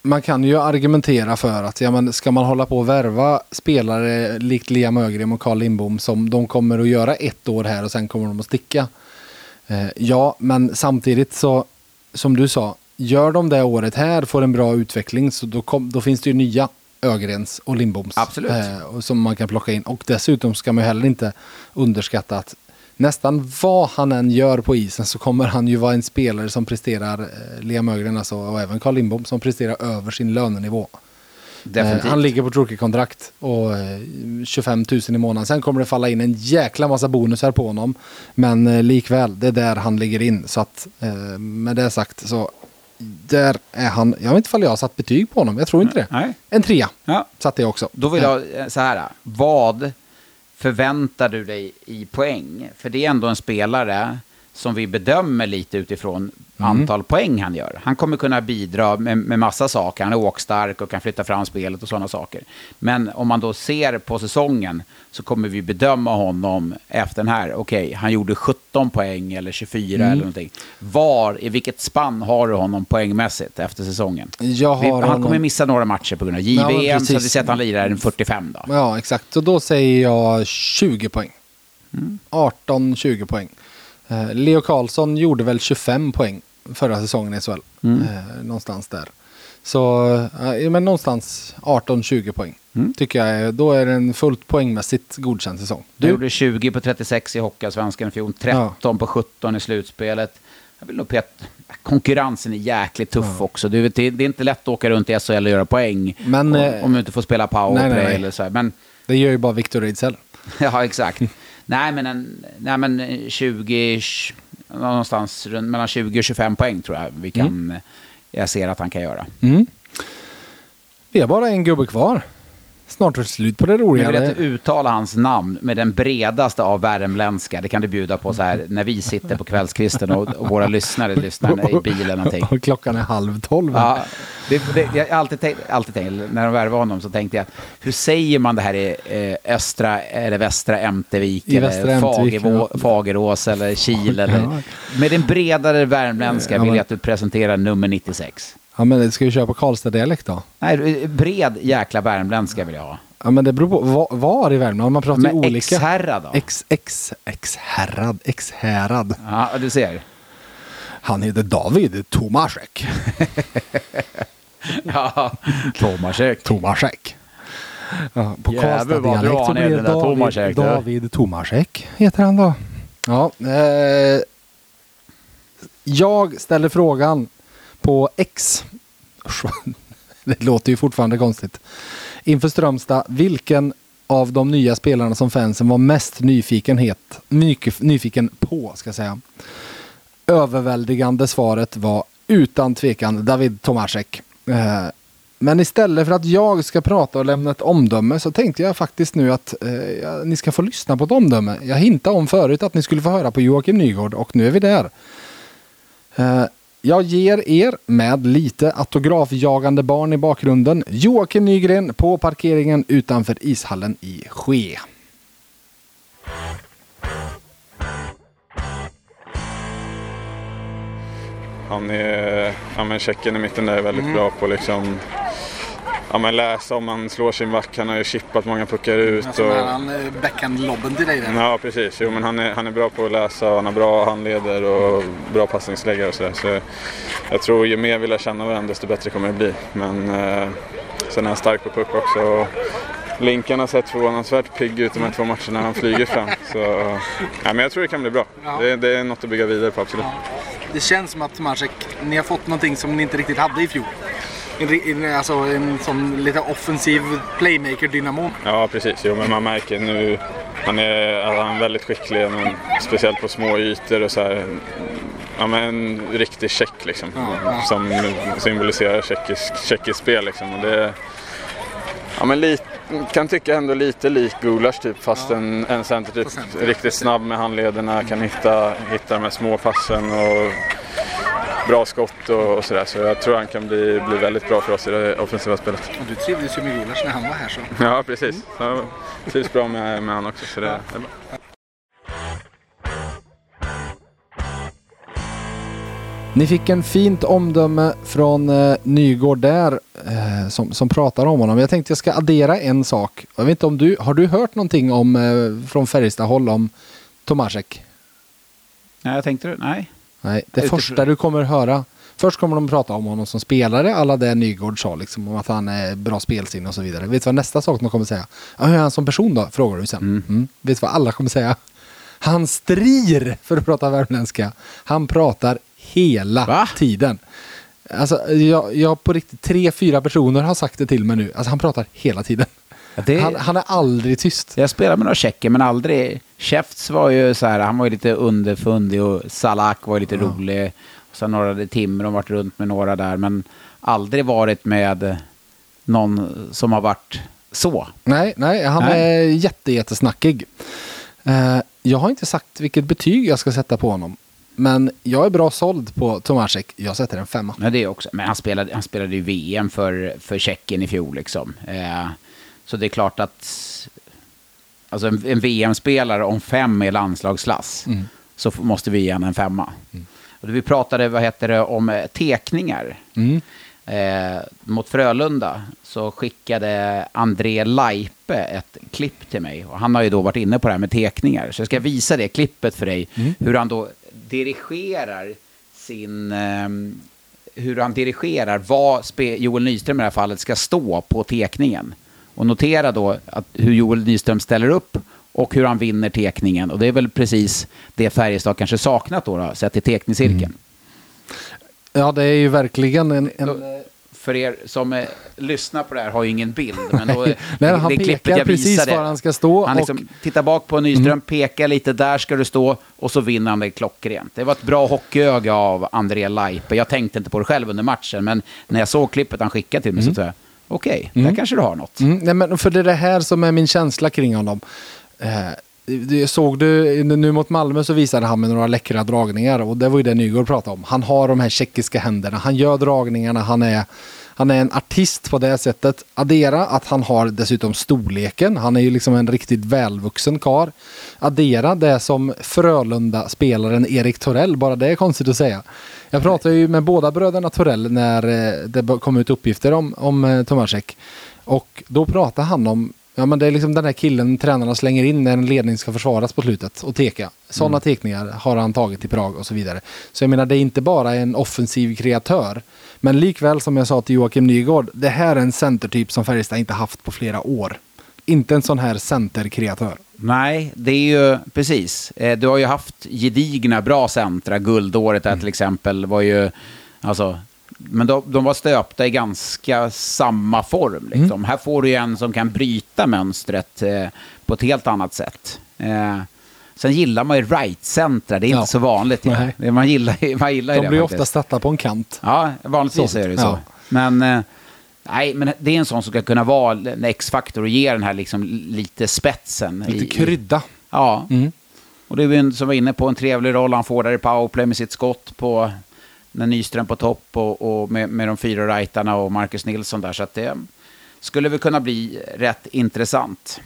man kan ju argumentera för att ska man hålla på och värva spelare likt Liam Ögrim och Carl Lindbom som de kommer att göra 1 år här och sen kommer de att sticka. Ja, men samtidigt så, som du sa, gör de det året här, får en bra utveckling, så då finns det ju nya Ögrens och Lindboms. Absolut. Som man kan plocka in. Och dessutom ska man ju heller inte underskatta att nästan vad han än gör på isen så kommer han ju vara en spelare som presterar, Liam Ögren alltså, och även Carl Lindbom, som presterar över sin lönenivå. Definitivt. Han ligger på ett rookie-kontrakt och 25 000 i månaden. Sen kommer det falla in en jäkla massa bonusar på honom. Men likväl, det är där han ligger in. Så att med det sagt så där är han, jag vet inte ifall jag har satt betyg på honom, jag tror inte det. Nej. En 3 Ja. satte jag också. Då vill jag så här, vad förväntar du dig i poäng? För det är ändå en spelare som vi bedömer lite utifrån antal poäng han gör. Han kommer kunna bidra med massa saker. Han är åkstark och kan flytta fram spelet och sådana saker. Men om man då ser på säsongen så kommer vi bedöma honom efter den här. Okej, han gjorde 17 poäng eller 24 eller någonting. I vilket spann har du honom poängmässigt efter säsungen? Han kommer missa några matcher på grund av JVM, så vi sätter att han lirar en 45 då. Ja, exakt. Så då säger jag 20 poäng. 18-20 poäng. Leo Karlsson gjorde väl 25 poäng förra säsongen i SHL. Någonstans där. Så men någonstans 18-20 poäng. Tycker jag. Då är det en fullt poängmässigt godkänd säsong. Du gjorde 20 på 36 i Hockeyallsvenskan i fjol. 13 på 17 i slutspelet. Jag vill nog peta. Konkurrensen är jäkligt tuff också. Det är inte lätt att åka runt i SHL och göra poäng. Men, om du inte får spela powerplay eller så här. Men det gör ju bara Victor Ejdsell. Ja, exakt. Nej, men 20 någonstans mellan 20 och 25 poäng tror jag jag ser att han kan göra. Vi har bara en gubbe kvar. Snart är det slut på det roliga. Jag vill att uttala hans namn med den bredaste av värmländska. Det kan du bjuda på så här när vi sitter på kvällskvisten och våra lyssnare lyssnar i bilen någonting. Och klockan är 11:30. Ja, jag har alltid tänkt, när de värvade honom så tänkte jag, hur säger man det här i östra eller västra Ämtervik eller Fagerås eller Kil eller med den bredare värmländska vill jag att du presenterar nummer 96. Ja, men det ska ju köra på Karlstad-dialekt då. Nej, bred jäkla värmländska vill jag ha. Ja, men det beror på var i Värmland. Man pratar ju olika. X-Härad då? X-Härad. Ja, du ser. Han heter David Tomasek. Ja, Tomasek. Ja, på Karlstad-dialekt så blir det David Tomasek heter han då. Ja, jag ställer frågan på X. Det låter ju fortfarande konstigt. Inför Strömstad, vilken av de nya spelarna som fansen var mest nyfiken på, ska jag säga. Överväldigande svaret var utan tvekan David Tomasek. Men istället för att jag ska prata och lämna ett omdöme så tänkte jag faktiskt nu att ni ska få lyssna på ett omdöme. Jag hintade om förut att ni skulle få höra på Joakim Nygård och nu är vi där. Jag ger er med lite autografjagande barn i bakgrunden Joakim Nygren på parkeringen utanför ishallen i Ske. Tjecken i mitten där är väldigt bra på liksom läsa om man slår sin back. Han har ju chippat många puckar ut. Alltså och han backhand-lobben till dig där. Ja, precis. Jo, men han är bra på att läsa och han har bra handleder och bra passningsläggare och sådär. Så jag tror ju mer vi lär känna varandra desto bättre kommer det bli. Men sen är han stark på puck också. Och Linkan har sett förvånansvärt pigg ut de här 2 matcherna han flyger fram. Så men jag tror det kan bli bra. Ja. Det är något att bygga vidare på, absolut. Ja. Det känns som att Tomasek, ni har fått någonting som ni inte riktigt hade i fjol. En sån lite offensiv playmaker-dynamo. Ja, precis. Jo, men man märker nu han är väldigt skicklig, men speciellt på små ytor och så här. Ja, men en riktig check liksom, som symboliserar tjeckisk spel liksom. Och det kan tycka ändå lite lik Gulas typ, fast en center typ, riktigt snabb med handlederna, kan hitta de här små passen och bra skott och sådär. Så jag tror han kan bli väldigt bra för oss i det offensiva spelet. Och du trivdes ju med Gulas när han var här så. Ja, precis. Jag trivs bra med han också, så det är bra. Ni fick en fint omdöme från Nygård där som pratar om honom. Jag tänkte jag ska addera en sak. Jag vet inte om har du hört någonting från Färjestad håll om Tomášek? Nej, jag tänkte nej. Nej, det första du kommer höra. Först kommer de prata om honom som spelare, alla det Nygård sa liksom, om att han är bra spelsinne och så vidare. Vet du vad nästa sak de kommer säga? Ja, hur är han som person då? Frågar du sen. Vet du vad alla kommer säga? Han strir, för att prata värmländska. Han pratar hela tiden. Alltså, jag på riktigt 3-4 personer har sagt det till mig nu. Alltså han pratar hela tiden. Han är aldrig tyst. Jag spelar med några tjecker, men aldrig. Käfts var ju så här, han var ju lite underfundig och Salak var ju lite rolig. Och sen några Timmer har varit runt med några där, men aldrig varit med någon som har varit så. Nej, han är jättesnackig. Jag har inte sagt vilket betyg jag ska sätta på honom. Men jag är bra såld på Tomášek. Jag sätter en 5. Men det är också. Men han spelade ju VM för Tjeckien i fjol liksom. Så det är klart att alltså en VM-spelare om 5 är landslagsklass så måste vi ge en 5. Och vi pratade om tekningar. Mot Frölunda så skickade André Laipe ett klipp till mig. Och han har ju då varit inne på det här med tekningar. Så jag ska visa det klippet för dig. Hur han då dirigerar vad Joel Nyström i det här fallet ska stå på tekningen. Och notera då hur Joel Nyström ställer upp och hur han vinner tekningen. Och det är väl precis det Färjestad kanske saknat då sett i teknicirkeln. Ja, det är ju verkligen en... För er som lyssnar på det här har ju ingen bild. Men då, nej, han pekar precis var han ska stå. Han liksom tittar bak på Nyström, pekar lite, där ska du stå. Och så vinner han det klockrent. Det var ett bra hockeyöga av André Laipe. Jag tänkte inte på det själv under matchen. Men när jag såg klippet han skickade till mig så tror jag, okej, där kanske du har något. Nej, men för det är det här som är min känsla kring honom. Såg du nu mot Malmö så visade han med några läckra dragningar och det var ju det Nygård pratade om. Han har de här tjeckiska händerna, han gör dragningarna, han är en artist på det sättet. Addera att han har dessutom storleken, han är ju liksom en riktigt välvuxen karl. Addera det som Frölunda-spelaren Erik Torell, bara det är konstigt att säga. Jag pratade ju med båda bröderna Torell när det kom ut uppgifter om Tomášek och då pratade han om men det är liksom den här killen tränarna slänger in när en ledning ska försvaras på slutet och teka. Sådana tekningar har han tagit i Prag och så vidare. Så jag menar, det är inte bara en offensiv kreatör. Men likväl som jag sa till Joakim Nygård, det här är en centertyp som Färjestad inte haft på flera år. Inte en sån här centerkreatör. Nej, det är ju precis. Du har ju haft gedigna bra centra. Guldåret där till exempel var ju... Alltså, men de var stöpta i ganska samma form. Liksom. Här får du ju en som kan bryta mönstret på ett helt annat sätt. Sen gillar man ju right-centra. Det är inte så vanligt. Ja. Man gillar de blir ofta satta på en kant. Ja, vanligtvis är det så. Men, men det är en sån som ska kunna vara en X-faktor och ge den här liksom lite spetsen. Lite krydda. Ja. Och det är en som var inne på en trevlig roll. Han får där i powerplay med sitt skott på... när Nyström på topp och med de 4 rightarna och Marcus Nilsson där. Så att det skulle väl kunna bli rätt intressant.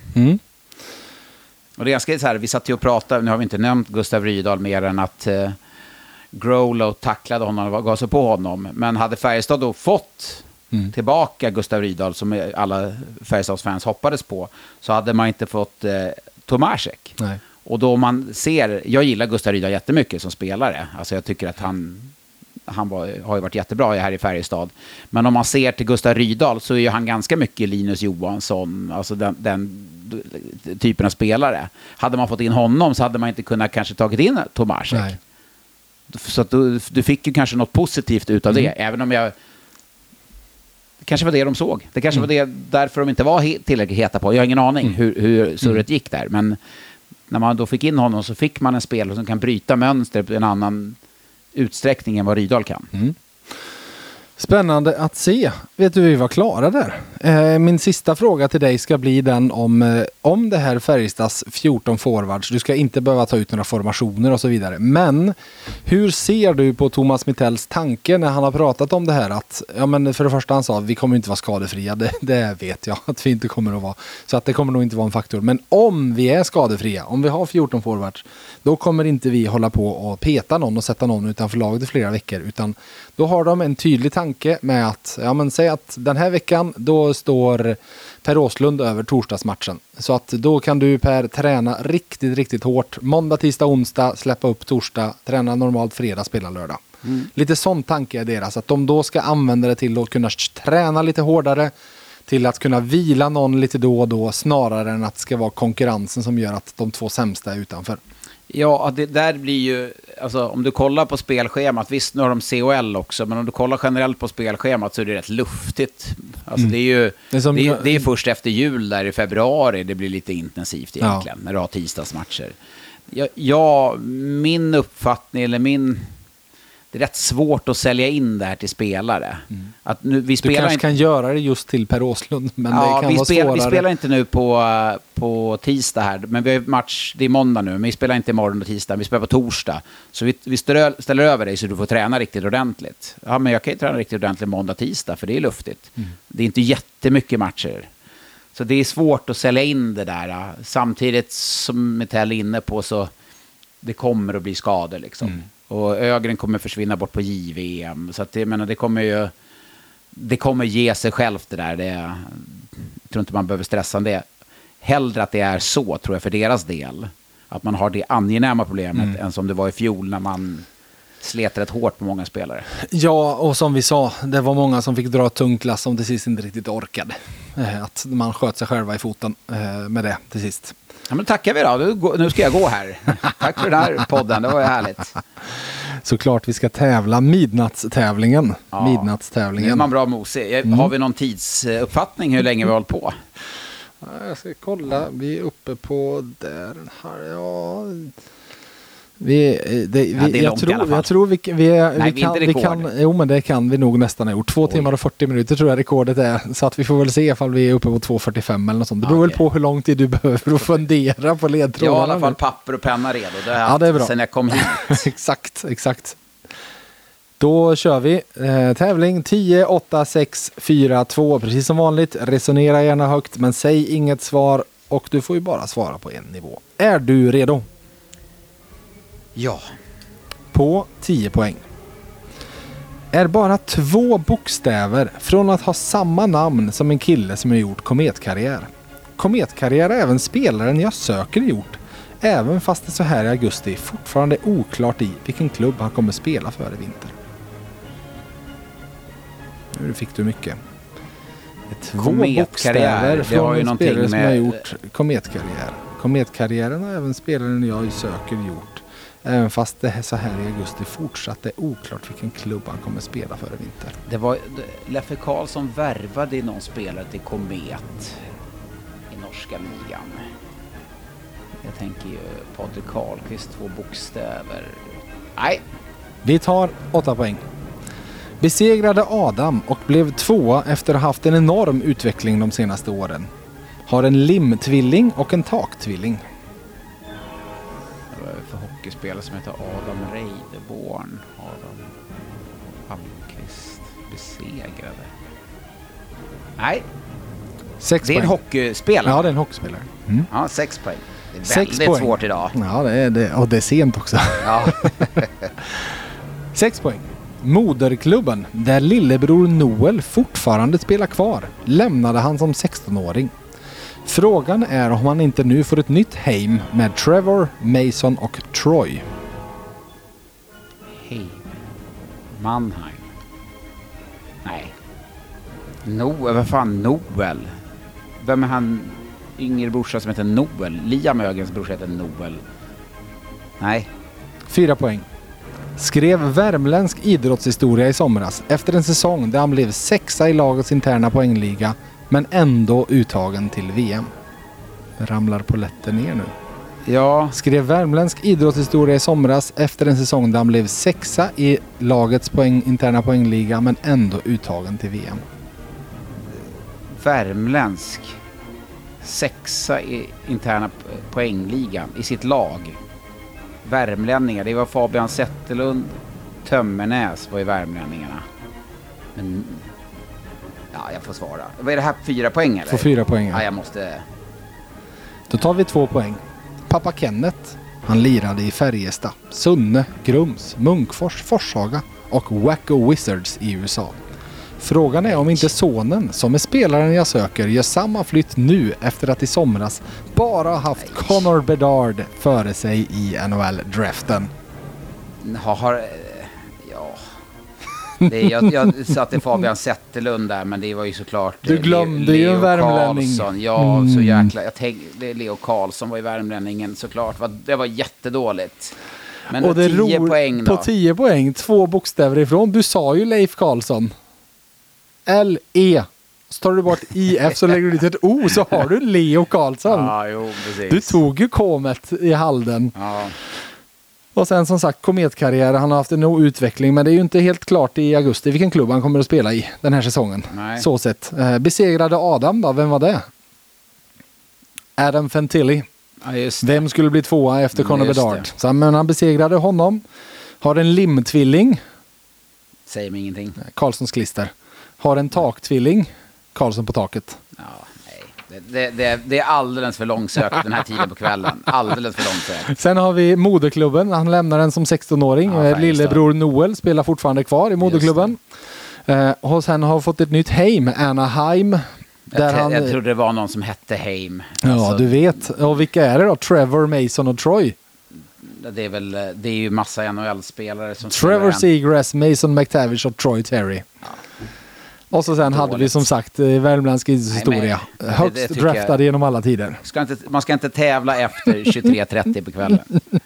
Och det är ganska så här, vi satt ju och pratade, nu har vi inte nämnt Gustav Rydahl mer än att Growlow tacklade honom och gav sig på honom. Men hade Färjestad då fått tillbaka Gustav Rydahl som alla Färjestads fans hoppades på, så hade man inte fått Tomášek. Nej. Och då man ser, jag gillar Gustav Rydahl jättemycket som spelare. Alltså jag tycker att han har ju varit jättebra här i Färjestad. Men om man ser till Gustav Rydahl så är ju han ganska mycket Linus Johansson, alltså den typen av spelare. Hade man fått in honom så hade man inte kunnat kanske tagit in Tomášek. Så att du fick ju kanske något positivt ut av det, även om det kanske var det de såg. Det kanske var det därför de inte var tillräckligt heta på. Jag har ingen aning hur surret gick där, men när man då fick in honom så fick man en spelare som kan bryta mönster på en annan utsträckning än vad Rydahl kan. Spännande att se. Vet du, vi var klara där. Min sista fråga till dig ska bli den om det här Färjestads 14 forwards. Du ska inte behöva ta ut några formationer och så vidare. Men hur ser du på Thomas Mittells tanke när han har pratat om det här? Att, ja, men för det första han sa att vi kommer inte vara skadefria. Det vet jag att vi inte kommer att vara. Så att det kommer nog inte vara en faktor. Men om vi är skadefria, om vi har 14 forwards, då kommer inte vi hålla på och peta någon och sätta någon utanför laget i flera veckor. Utan då har de en tydlig tanke med att, ja men säg att den här veckan då står Per Åslund över torsdagsmatchen. Så att då kan du Per träna riktigt, riktigt hårt. Måndag, tisdag, onsdag, släppa upp torsdag, träna normalt fredag, spela lördag. Lite sån tanke är deras. Att de då ska använda det till att kunna träna lite hårdare, till att kunna vila någon lite då och då, snarare än att det ska vara konkurrensen som gör att de två sämsta är utanför. Ja, det där blir ju, alltså om du kollar på spelschemat, visst nu har de COL också, men om du kollar generellt på spelschemat så är det rätt luftigt. Alltså det är ju, det är först efter jul där i februari det blir lite intensivt egentligen, när du har tisdagsmatcher. Ja, min uppfattning, eller det är rätt svårt att sälja in det här till spelare. Att nu, vi spelar du kanske inte, kan göra det just till Per Åslund, men ja, det kan vara svårare. Vi spelar inte nu på tisdag här, men vi har match, det är måndag nu, men vi spelar inte imorgon och tisdag, vi spelar på torsdag. Så vi ställer över dig så du får träna riktigt ordentligt. Ja, men jag kan ju träna riktigt ordentligt måndag, tisdag, för det är luftigt. Det är inte jättemycket matcher. Så det är svårt att sälja in det där. Samtidigt som Mittell är inne på, så det kommer att bli skador liksom. Och Ögren kommer försvinna bort på JVM. Så att det kommer ge sig självt det där. Jag tror inte man behöver stressa om det. Hellre att det är så, tror jag, för deras del. Att man har det angenäma problemet än som det var i fjol när man slet rätt hårt på många spelare. Ja, och som vi sa, det var många som fick dra ett tungt lass som till sist inte riktigt orkade. Att man sköt sig själva i foten med det till sist. Ja, men tackar vi då. Nu ska jag gå här. Tack för den här podden, det var ju härligt. Såklart vi ska tävla midnattstävlingen. Ja, midnattstävlingen. Nu är man bra mosig. Har vi någon tidsuppfattning hur länge vi har hållit på? Jag ska kolla. Vi är uppe på där. Ja. Jag tror vi kan. Jo, men det kan vi nog nästan ha gjort. 2 timmar och 40 minuter tror jag rekordet är. Så att vi får väl se ifall vi är uppe på 2:45 eller något sånt. Det beror väl på hur lång tid du behöver för att fundera på ledtrådarna. Jag har i alla fall papper och penna redo. Det är bra. Sen jag kom hit. Exakt. Då kör vi. Tävling 10, 8, 6, 4, 2. Precis som vanligt. Resonera gärna högt, men säg inget svar. Och du får ju bara svara på en nivå. Är du redo? Ja. På 10 poäng. Är bara 2 bokstäver från att ha samma namn som en kille som har gjort kometkarriär. Kometkarriär är även spelaren jag söker gjort. Även fast det så här i augusti fortfarande är oklart i vilken klubb han kommer spela för i vinter. Nu fick du mycket. 2 bokstäver från en spelare som har gjort kometkarriär. Kometkarriären har även spelaren jag söker gjort. Även fast det är så här i augusti fortsatt är oklart vilken klubb han kommer spela för i vinter. Det var Leffe Karlsson värvade någon spelare till Komet i norska ligan. Jag tänker ju Patrik Karlqvist, 2 bokstäver. Nej. Vi tar 8 poäng. Besegrade Adam och blev 2 efter att ha haft en enorm utveckling de senaste åren. Har en limtvilling och en taktvilling. För hockeyspelare som heter Adam Reideborn. Adam Palmqvist. Besegrade. Nej. 6 poäng. Det är en hockeyspelare. Ja, det är en hockeyspelare. Ja, 6 poäng. Det är väldigt svårt idag. Ja, det är det. Och det är sent också. Ja. 6 poäng. Moderklubben, där lillebror Noel fortfarande spelar kvar, lämnade han som 16-åring. Frågan är om han inte nu får ett nytt heim med Trevor, Mason och Troy. Heim. Mannheim. Nej. Noel, vad fan Noel? Vem är han yngre brorsa som heter Noel? Liam Ögens brorsa heter Noel. Nej. 4 poäng. Skrev värmländsk idrottshistoria i somras efter en säsong där han blev 6:a i lagets interna poängliga men ändå uttagen till VM. Ramlar på lätten ner nu. Ja. Skrev värmländsk idrottshistoria i somras efter en säsong där han blev 6:a i lagets interna poängliga men ändå uttagen till VM. Värmländsk 6:a i interna poängligan i sitt lag. Värmlänningar, det var Fabian Zetterlund, Tömmernäs var i värmlänningarna. Men ja, jag får svara. Vad är det här, 4 poäng eller? Får 4 poäng. Ja, jag måste... Då tar vi 2 poäng. Pappa Kenneth, han lirade i Färjestad, Sunne, Grums, Munkfors, Forshaga och Wacko Wizards i USA. Frågan är om inte sonen, som är spelaren jag söker, gör samma flytt nu efter att i somras bara haft Connor Bedard före sig i NHL-draften. Jag satte Fabian Zetterlund där, men det var ju såklart... Du glömde ju en värmlänning. Karlsson. Ja, så jäkla... Jag tänkte, Leo Karlsson var i värmlänningen såklart. Det var jättedåligt. Men och 10 poäng då? På 10 poäng, 2 bokstäver ifrån. Du sa ju Leif Karlsson. L-E. Så tar du bort IF så lägger du dit ett O så har du Leo Karlsson. Ja, jo, precis. Du tog ju komet i Halden. Ja. Och sen som sagt kometkarriär, han har haft en utveckling men det är ju inte helt klart i augusti vilken klubb han kommer att spela i den här säsongen. Nej. Så sett. Besegrade Adam då, vem var det? Adam Fantilli. Ja, just det. Vem skulle bli 2:a efter Connor Bedard? Så, men han besegrade honom. Har en limtvilling. Säger mig ingenting. Karlssons klister. Har en taktvilling. Karlsson på taket. Ja, nej. Det är alldeles för långsökt den här tiden på kvällen. Alldeles för långsökt. Sen har vi moderklubben. Han lämnar den som 16-åring. Ja, lillebror Noel spelar fortfarande kvar i moderklubben. Och sen har fått ett nytt heim, Anaheim. Jag trodde det var någon som hette Heim. Ja, alltså, du vet. Och vilka är det då? Trevor, Mason och Troy. Det är ju massa NHL-spelare som... Trevor Seagrass, Mason McTavish och Troy Terry. Ja. Och så sen hade vi som sagt värmländsk idrottshistoria. Högst draftade genom alla tider. Man ska inte tävla efter 23:30 på kvällen.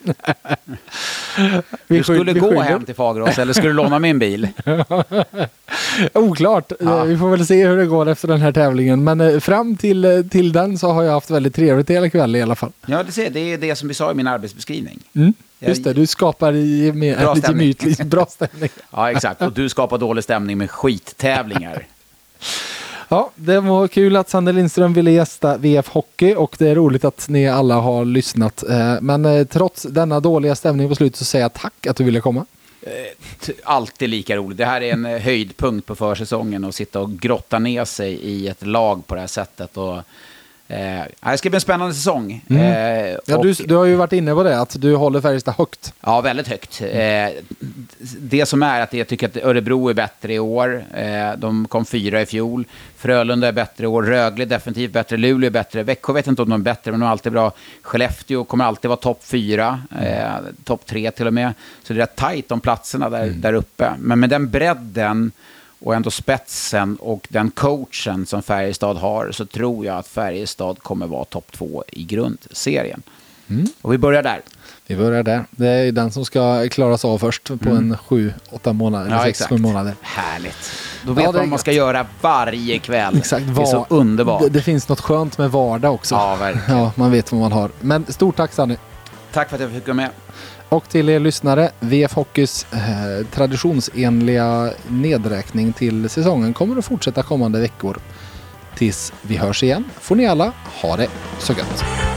Du skulle gå hem till Fagerås eller skulle du låna min bil? Oklart. Ja. Vi får väl se hur det går efter den här tävlingen. Men fram till den så har jag haft väldigt trevligt hela kväll i alla fall. Ja, det är det som vi sa i min arbetsbeskrivning. Just det, du skapar lite gemytlig bra stämning. Ja, exakt. Och du skapar dålig stämning med skittävlingar. Ja, det var kul att Sander Lindström ville gästa VF Hockey och det är roligt att ni alla har lyssnat. Men trots denna dåliga stämning på slutet så säger jag tack att du ville komma. Alltid lika roligt. Det här är en höjdpunkt på försäsongen att sitta och grotta ner sig i ett lag på det här sättet och det ska bli en spännande säsong. Ja, du har ju varit inne på det, att du håller Färjestad högt. Ja, väldigt högt. Det som är att jag tycker att Örebro är bättre i år. De kom 4 i fjol. Frölunda är bättre i år. Rögle definitivt bättre. Luleå är bättre. Växjö vet inte om de är bättre, men de är alltid bra. Skellefteå kommer alltid vara topp 4. Topp 3 till och med. Så det är tajt om platserna där uppe. Men med den bredden och ändå spetsen och den coachen som Färjestad har så tror jag att Färjestad kommer vara topp 2 i grundserien. Och vi börjar där. Vi börjar där. Det är den som ska klaras av först på en 7-8 månader. Ja, 6-7 månader. Härligt. Då vet man vad man ska göra varje kväll. Exakt. Det är så underbart. Det finns något skönt med vardag också. Ja, verkligen. Ja, man vet vad man har. Men stort tack Sanny. Tack för att jag fick vara med. Och till er lyssnare, VF Hockeys traditionsenliga nedräkning till säsongen kommer att fortsätta kommande veckor. Tills vi hörs igen får ni alla ha det så gött.